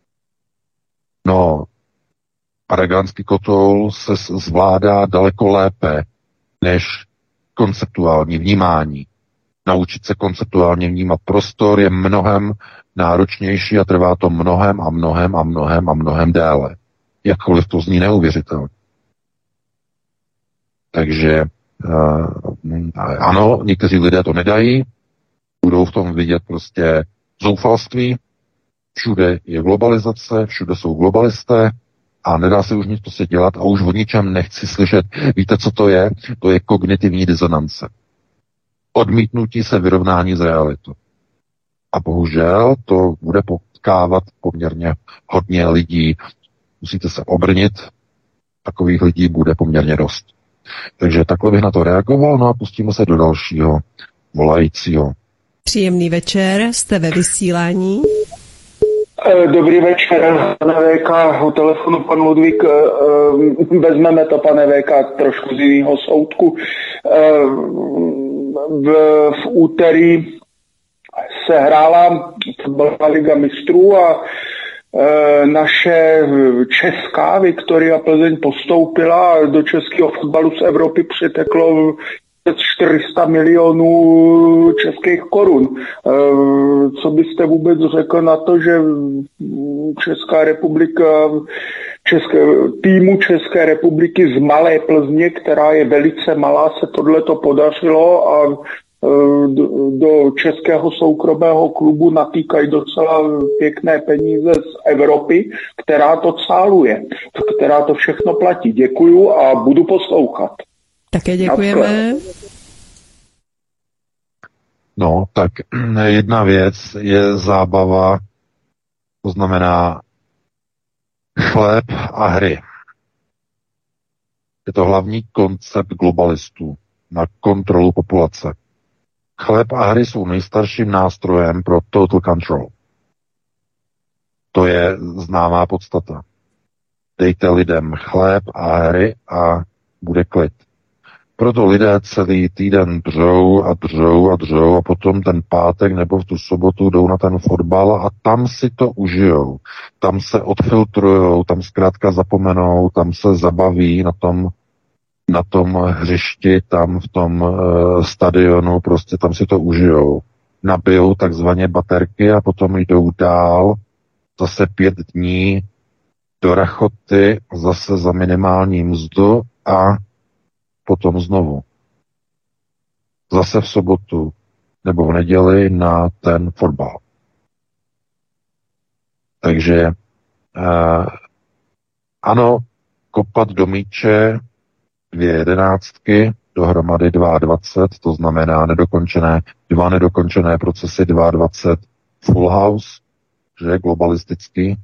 No, paragánský kotoul se zvládá daleko lépe než konceptuální vnímání. Naučit se konceptuálně vnímat prostor je mnohem náročnější a trvá to mnohem déle. Jakkoliv to zní neuvěřitelně. Takže ano, někteří lidé to nedají, budou v tom vidět prostě zoufalství, všude je globalizace, všude jsou globalisté a nedá se už nic prostě dělat a už o ničem nechci slyšet. Víte, co to je? To je kognitivní disonance. Odmítnutí se vyrovnání s realitou. A bohužel to bude potkávat poměrně hodně lidí. Musíte se obrnit, takových lidí bude poměrně dost. Takže takhle bych na to reagoval, no a pustíme se do dalšího volajícího. Příjemný večer, jste ve vysílání. Dobrý večer, pane VK, o telefonu pan Ludvík, vezmeme to, pane VK, trošku z jiného soudku. V úterý se hrála fotbalová liga mistrů a naše česká Viktoria Plzeň postoupila a do českého fotbalu z Evropy přiteklo 400 milionů českých korun. Co byste vůbec řekl na to, že Česká republika, týmu České republiky z malé Plzně, která je velice malá, se tohleto podařilo a do českého soukromého klubu natýkají docela pěkné peníze z Evropy, která to cáluje, která to všechno platí. Děkuju a budu poslouchat. Také děkujeme. No, tak jedna věc je zábava, to znamená chléb a hry. Je to hlavní koncept globalistů na kontrolu populace. Chléb a hry jsou nejstarším nástrojem pro total control. To je známá podstata. Dejte lidem chléb a hry a bude klid. Proto lidé celý týden dřou a potom ten pátek nebo v tu sobotu jdou na ten fotbal a tam si to užijou. Tam se odfiltrujou, tam zkrátka zapomenou, tam se zabaví na tom hřišti, tam v tom stadionu, prostě tam si to užijou. Nabijou takzvaně baterky a potom jdou dál zase 5 dní do rachoty, zase za minimální mzdu a potom znovu. Zase v sobotu nebo v neděli na ten fotbal. Takže ano, kopat do míče 2 jedenáctky, dohromady 22, to znamená dva nedokončené procesy 22 full house, že globalisticky,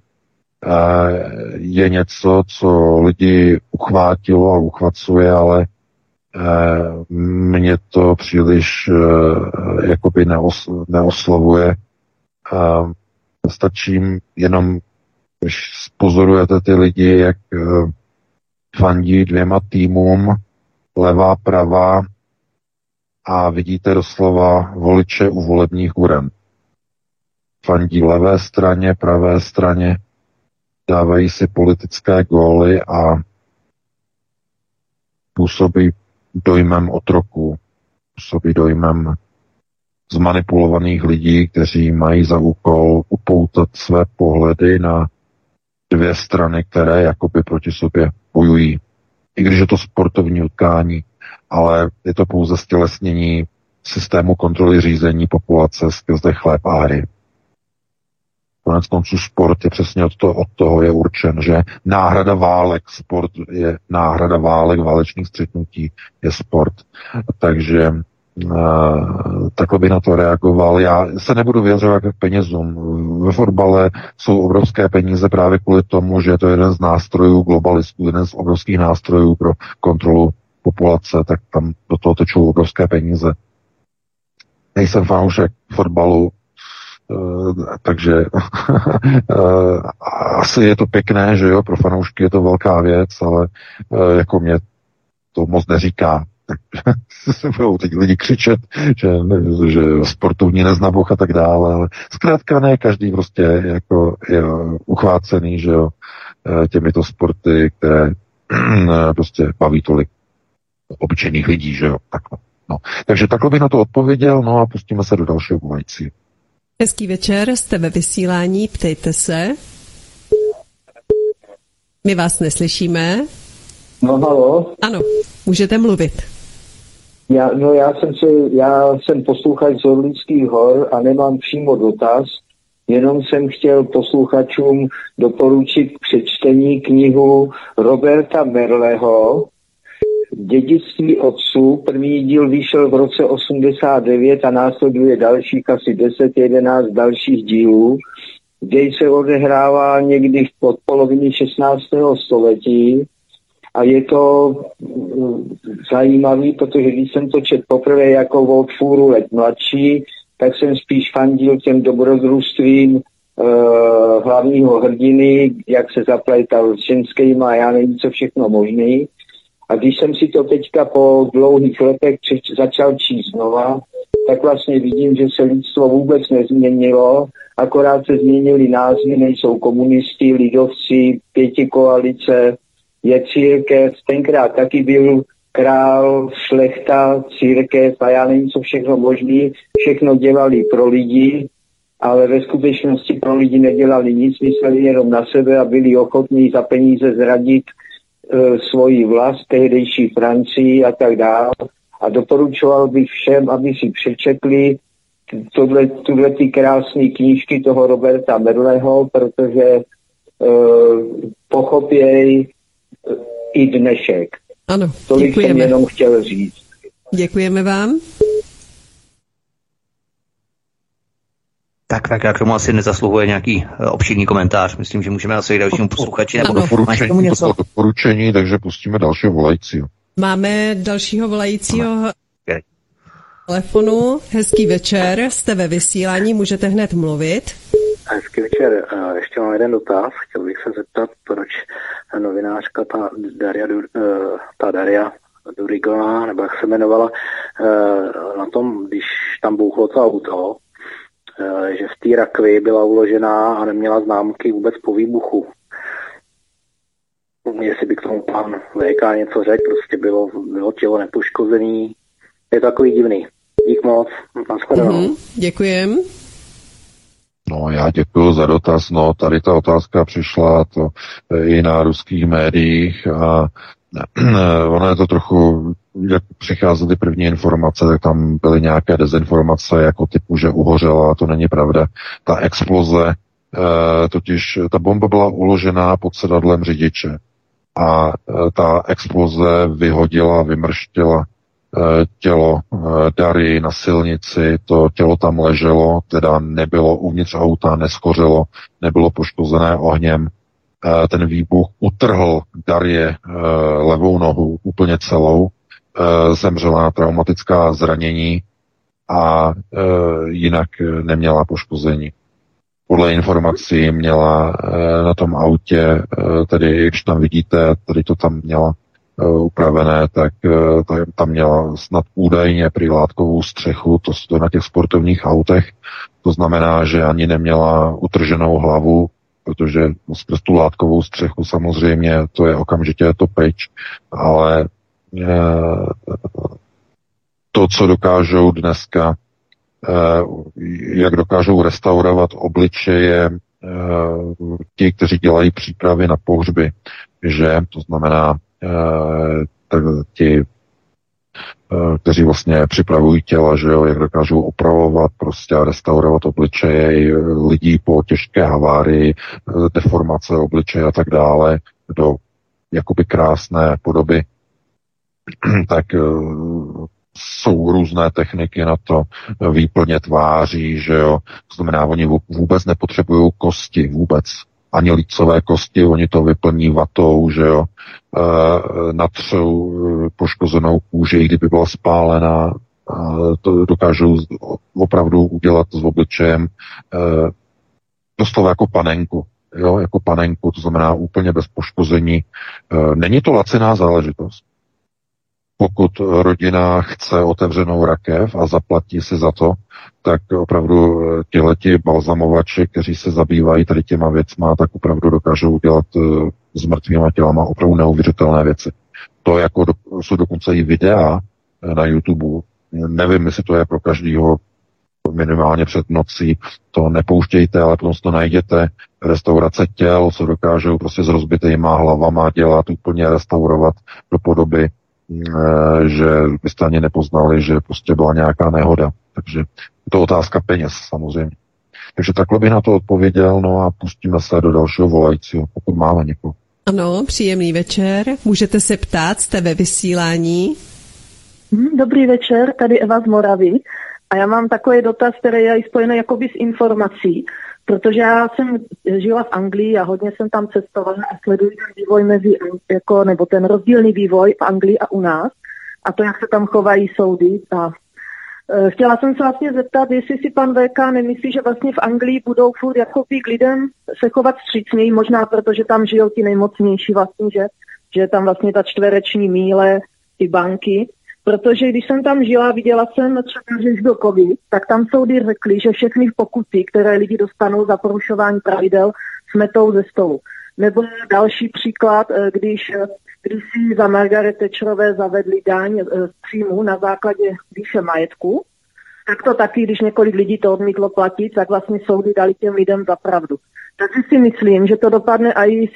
je něco, co lidi uchvátilo a uchvacuje, ale mě to příliš jakoby neoslovuje. Stačí jenom, když pozorujete ty lidi, jak fandí 2 týmům, levá, pravá, a vidíte doslova voliče u volebních uren. Fandí levé straně, pravé straně, dávají si politické góly a působí dojmem otroků, působí dojmem zmanipulovaných lidí, kteří mají za úkol upoutat své pohledy na 2 strany, které jakoby proti sobě bojují. I když je to sportovní utkání, ale je to pouze stělesnění systému kontroly řízení populace skrze chléb a hry. Konec konců sport je přesně od toho je určen, že náhrada válek, sport je náhrada válek, válečných střetnutí je sport. Takže takhle by na to reagoval. Já se nebudu vyjadřovat k penězům. Ve fotbale jsou obrovské peníze právě kvůli tomu, že je to jeden z nástrojů globalistů, jeden z obrovských nástrojů pro kontrolu populace, tak tam do toho tečou obrovské peníze. Nejsem fanoušek fotbalu, takže asi je to pěkné, že jo, pro fanoušky je to velká věc, ale jako mě to moc neříká. Tak budou teď lidi křičet, že sportovní neznaboch a tak dále, ale zkrátka ne každý prostě jako je uchvácený, že jo, těmito sporty, které prostě baví tolik obyčejných lidí, že jo, takhle. No. Takže takhle bych na to odpověděl, no a pustíme se do dalšího volajícího. Hezký večer, jste ve vysílání, ptejte se. My vás neslyšíme. No halo. Ano, můžete mluvit. Já jsem posluchač z Orlických hor a nemám přímo dotaz, jenom jsem chtěl posluchačům doporučit k přečtení knihu Roberta Merleho Dědictví otců. První díl vyšel v roce 89 a následuje dalších asi 10-11 dalších dílů, kde se odehrává někdy od poloviny 16. století. A je to zajímavý, protože když jsem to četl poprvé jako od fůru let mladší, tak jsem spíš fandil těm dobrodružstvím hlavního hrdiny, jak se zaplétal s ženskýma a já nevím, co všechno možný. A když jsem si to teďka po dlouhých letech začal číst znova, tak vlastně vidím, že se lidstvo vůbec nezměnilo, akorát se změnily názvy, nejsou komunisti, lidovci, pětikoalice, je církev, tenkrát taky byl král, šlechta, církev a já nevím, co všechno možný, všechno dělali pro lidi, ale ve skutečnosti pro lidi nedělali nic, mysleli jenom na sebe a byli ochotní za peníze zradit svoji vlast, tehdejší Francii a tak dále. A doporučoval bych všem, aby si přečetli tuhle ty krásné knížky toho Roberta Merleho, protože pochopěj i dnešek. Ano, tolik děkujeme. jsem jenom chtěl říct. Děkujeme vám. Tak k tomu asi nezasluhuje nějaký obšírný komentář. Myslím, že můžeme asi k dalšímu posluchači. Nebo doporučení, takže pustíme dalšího volajícího. Máme dalšího volajícího telefonu. Hezký večer, jste ve vysílání, můžete hned mluvit. Hezký večer. Ještě mám jeden dotaz. Chtěl bych se zeptat, proč novinářka ta Daria Rigona, nebo jak se jmenovala, na tom, když tam bouchlo to auto, že v té rakvi byla uložená a neměla známky vůbec po výbuchu. Jestli by k tomu pan VK něco řekl, prostě bylo tělo nepoškozený. Je to takový divný. Dík moc. Děkujem. No, já děkuji za dotaz. No, tady ta otázka přišla i na ruských médiích a ono je to trochu, jak přicházely první informace, tak tam byly nějaké dezinformace, jako typu, že uhořela, to není pravda. Ta exploze, totiž ta bomba byla uložená pod sedadlem řidiče a ta exploze vymrštila tělo Dary na silnici, to tělo tam leželo, teda nebylo uvnitř auta, neschořelo, nebylo poškozené ohněm. Ten výbuch utrhl Darje levou nohu úplně celou, zemřela na traumatická zranění a jinak neměla poškození. Podle informací měla na tom autě, tedy když tam vidíte, tady to tam měla upravené, tak tam měla snad údajně prylátkovou střechu, to na těch sportovních autech, to znamená, že ani neměla utrženou hlavu, protože skrz tu látkovou střechu samozřejmě to je okamžitě to pryč, ale to, co dokážou dneska, jak dokážou restaurovat obličeje ti, kteří dělají přípravy na pohřby, že to znamená ti, kteří vlastně připravují těla, že jo, jak dokážou opravovat prostě a restaurovat obličeje lidí po těžké havárii, deformace obličeje a tak dále do jakoby krásné podoby, tak jsou různé techniky na to, výplně tváří, že jo, to znamená, oni vůbec nepotřebují kosti, vůbec, ani lícové kosti, oni to vyplní vatou, že jo, natřou poškozenou kůži, kdyby byla spálená, to dokážou opravdu udělat s obličejem doslova jako panenku, jo, jako panenku, to znamená úplně bez poškození. Není to laciná záležitost. Pokud rodina chce otevřenou rakev a zaplatí si za to, tak opravdu tihleti balzamovači, kteří se zabývají tady těma věcma, tak opravdu dokážou udělat s mrtvýma tělama opravdu neuvěřitelné věci. To jako jsou dokonce i videa na YouTube. Nevím, jestli to je pro každýho minimálně před nocí. To nepouštějte, ale potom to najděte. Restaurace těl, co dokážou prostě s rozbitýma hlavama dělat, úplně restaurovat do podoby, že byste ani nepoznali, že prostě byla nějaká nehoda. Takže je to otázka peněz samozřejmě. Takže takhle bych na to odpověděl, no a pustíme se do dalšího volajícího, pokud máme někoho. Ano, příjemný večer. Můžete se ptát, jste ve vysílání. Dobrý večer, tady Eva z Moravy. A já mám takový dotaz, který je spojený jakoby s informací, protože já jsem žila v Anglii a hodně jsem tam cestovala a sleduji ten vývoj nebo ten rozdílný vývoj v Anglii a u nás a to, jak se tam chovají soudy. A chtěla jsem se vlastně zeptat, jestli si pan VK nemyslí, že vlastně v Anglii budou furt jakoby k lidem se chovat vstřícněji, možná protože tam žijou ti nejmocnější vlastně, že je tam vlastně ta čtvereční míle, ty banky. Protože když jsem tam žila, viděla jsem třeba, že když byl covid, tak tam soudy řekli, že všechny pokuty, které lidi dostanou za porušování pravidel, smetou ze stolu. Nebo další příklad, když si za Margaret Thatcherové zavedli daň z příjmu na základě výše majetku, tak to taky, když několik lidí to odmítlo platit, tak vlastně soudy dali těm lidem za pravdu. Takže si myslím, že to dopadne i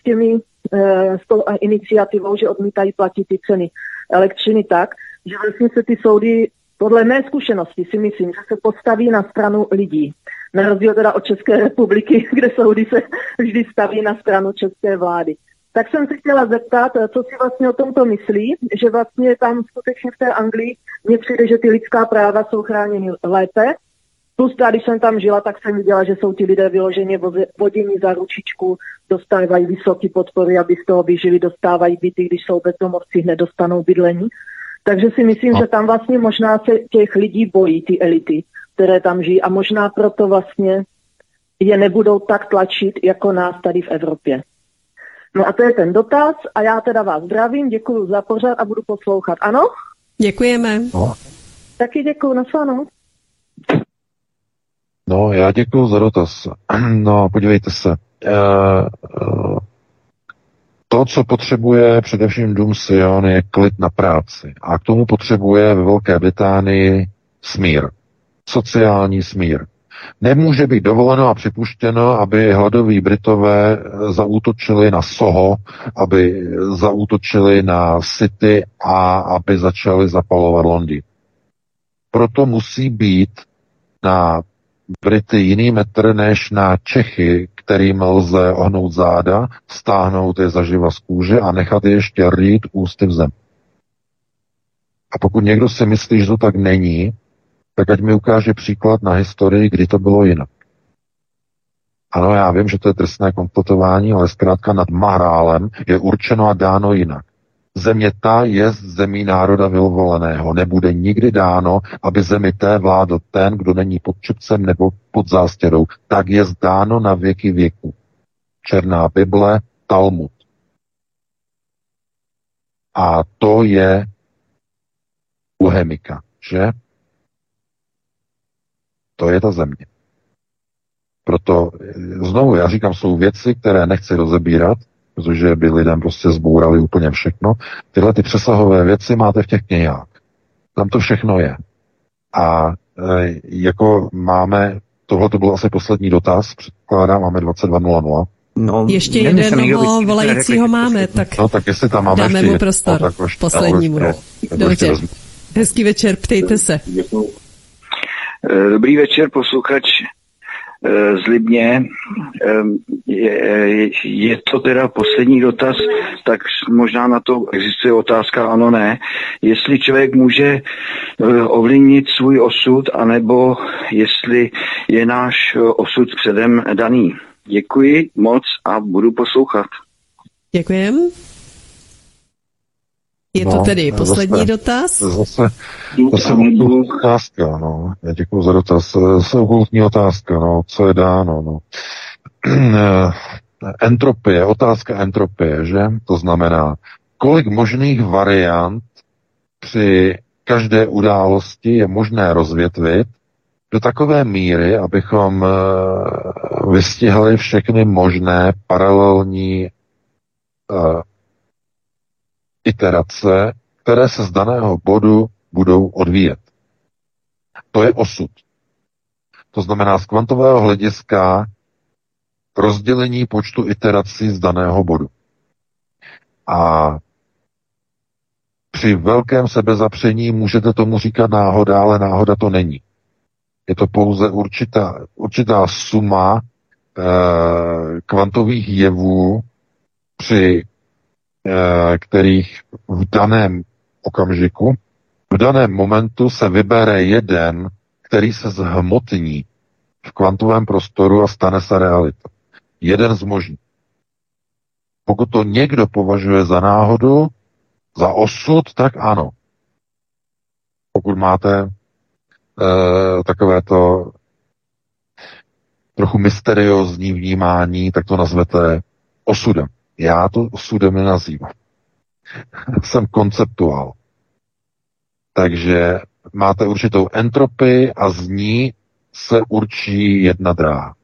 s tou iniciativou, že odmítají platit ty ceny elektřiny tak, že vlastně se ty soudy, podle mé zkušenosti si myslím, že se postaví na stranu lidí. Na rozdíl teda od České republiky, kde soudy se vždy staví na stranu české vlády. Tak jsem se chtěla zeptat, co si vlastně o tomto myslí, že vlastně tam skutečně v té Anglii mně přijde, že ty lidská práva jsou chráněny lépe. Plus když jsem tam žila, tak jsem viděla, že jsou ti lidé vyloženě vodění za ručičku, dostávají vysoké podpory, aby z toho vyžili, dostávají byty, když jsou bezdomovci, hned dostanou bydlení. Takže si myslím, že tam vlastně možná se těch lidí bojí, ty elity, které tam žijí a možná proto vlastně je nebudou tak tlačit, jako nás tady v Evropě. No a to je ten dotaz a já teda vás zdravím, děkuji za pořad a budu poslouchat. Ano? Děkujeme. No. Taky děkuji, nasledanou. No, já děkuji za dotaz. No, podívejte se. To, co potřebuje především Dům Sion, je klid na práci. A k tomu potřebuje ve Velké Británii smír. Sociální smír. Nemůže být dovoleno a připuštěno, aby hladoví Britové zaútočili na Soho, aby zaútočili na City a aby začali zapalovat Londýn. Proto musí být na Brity jiný metr než na Čechy, kterým lze ohnout záda, stáhnout je zaživa z kůže a nechat je ještě rýt ústy v zem. A pokud někdo si myslí, že to tak není, tak ať mi ukáže příklad na historii, kdy to bylo jinak. Ano, já vím, že to je trestné konstatování, ale zkrátka nad Mahrálem je určeno a dáno jinak. Země ta je zemí národa vyvoleného. Nebude nikdy dáno, aby zemi té vládl ten, kdo není pod čepcem nebo pod zástěrou. Tak je zdáno na věky věku. Černá Bible, Talmud. A to je Bohemika, že? To je ta země. Proto znovu já říkám, jsou věci, které nechci rozebírat, protože by lidem prostě zbourali úplně všechno. Tyhle ty přesahové věci máte v těch knihách. Tam to všechno je. A jako máme, tohle to byl asi poslední dotaz, předpokládám, máme 22:00. No, ještě jednoho volajícího máme, tak, no, tak jestli tam máme dáme mu prostor, poslednímu. Dobře, hezký večer, ptejte se. Dobrý večer, posluchač z Libně. Je to teda poslední dotaz, tak možná na to existuje otázka ano, ne. Jestli člověk může ovlivnit svůj osud, anebo jestli je náš osud předem daný. Děkuji moc a budu poslouchat. Děkujem. Je to tedy poslední dotaz? Zase otázka, no. Já děkuji za dotaz. Zase okultní otázka, no. Co je dáno, no. Entropie, otázka entropie, že? To znamená, kolik možných variant při každé události je možné rozvětvit do takové míry, abychom vystihli všechny možné paralelní iterace, které se z daného bodu budou odvíjet. To je osud. To znamená z kvantového hlediska rozdělení počtu iterací z daného bodu. A při velkém sebezapření můžete tomu říkat náhoda, ale náhoda to není. Je to pouze určitá suma kvantových jevů, při kterých v daném okamžiku, v daném momentu se vybere jeden, který se zhmotní v kvantovém prostoru a stane se realitou. Jeden z možných. Pokud to někdo považuje za náhodu, za osud, tak ano. Pokud máte takovéto trochu mysteriózní vnímání, tak to nazvete osudem. Já to osudem nenazývám. Jsem konceptuál. Takže máte určitou entropii a z ní se určí jedna dráha.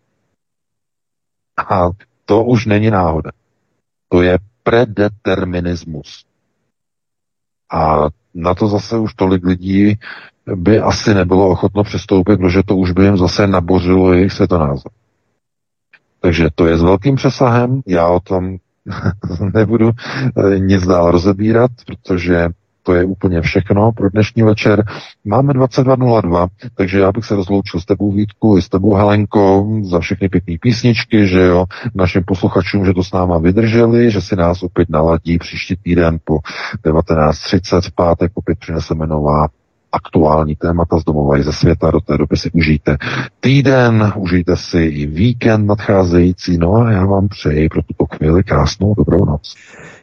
A to už není náhoda. To je predeterminismus. A na to zase už tolik lidí by asi nebylo ochotno přistoupit, protože to už by jim zase nabořilo jejich světonázor. Takže to je s velkým přesahem, já o tom nebudu nic dál rozebírat, protože to je úplně všechno pro dnešní večer. Máme 22:02, takže já bych se rozloučil s tebou, Vítku, i s tebou, Helenko, za všechny pěkné písničky, že jo, našim posluchačům, že to s náma vydrželi, že si nás opět naladí příští týden po 19:30 v pátek, opět přineseme nová aktuální témata z domova i ze světa, do té doby si užijte týden, užijte si i víkend nadcházející, no a já vám přeji pro tuto chvíli krásnou dobrou noc.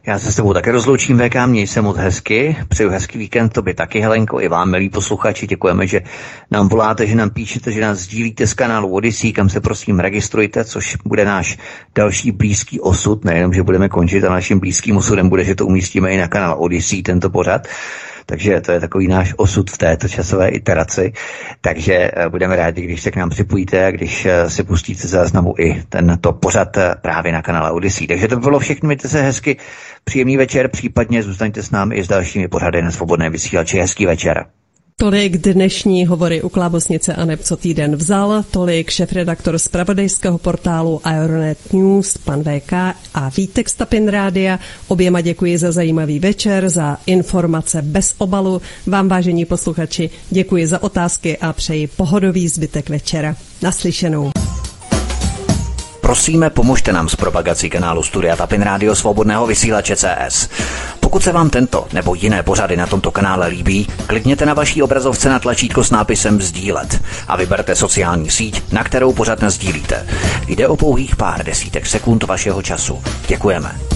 Já se s tebou také rozloučím, VK, měj se moc hezky, přeju hezký víkend, tobě taky, Helenko, i vám, milí posluchači, děkujeme, že nám voláte, že nám píšete, že nás sdílíte z kanálu Odyssey, kam se prosím registrujte, což bude náš další blízký osud, nejenom, že budeme končit, a naším blízkým osudem bude, že to umístíme i na kanál Odyssey, tento pořad. Takže to je takový náš osud v této časové iteraci. Takže budeme rádi, když se k nám připojíte a když si pustíte záznamu i tento pořad právě na kanále Odyssey. Takže to bylo všechno, mějte se hezky, příjemný večer, případně zůstaňte s námi i s dalšími pořady na Svobodné vysílači. Hezký večer. Tolik dnešní hovory u Klábosnice aneb co týden vzal, tolik šéfredaktor zpravodajského portálu Aeronet News, pan VK, a Vítek z Tapin Rádia. Oběma děkuji za zajímavý večer, za informace bez obalu. Vám, vážení posluchači, děkuji za otázky a přeji pohodový zbytek večera. Naslyšenou. Prosíme, pomožte nám s propagací kanálu Studia Tapin Rádio Svobodného vysílače CS. Pokud se vám tento nebo jiné pořady na tomto kanále líbí, klikněte na vaší obrazovce na tlačítko s nápisem sdílet a vyberte sociální síť, na kterou pořad nasdílíte. Jde o pouhých pár desítek sekund vašeho času. Děkujeme.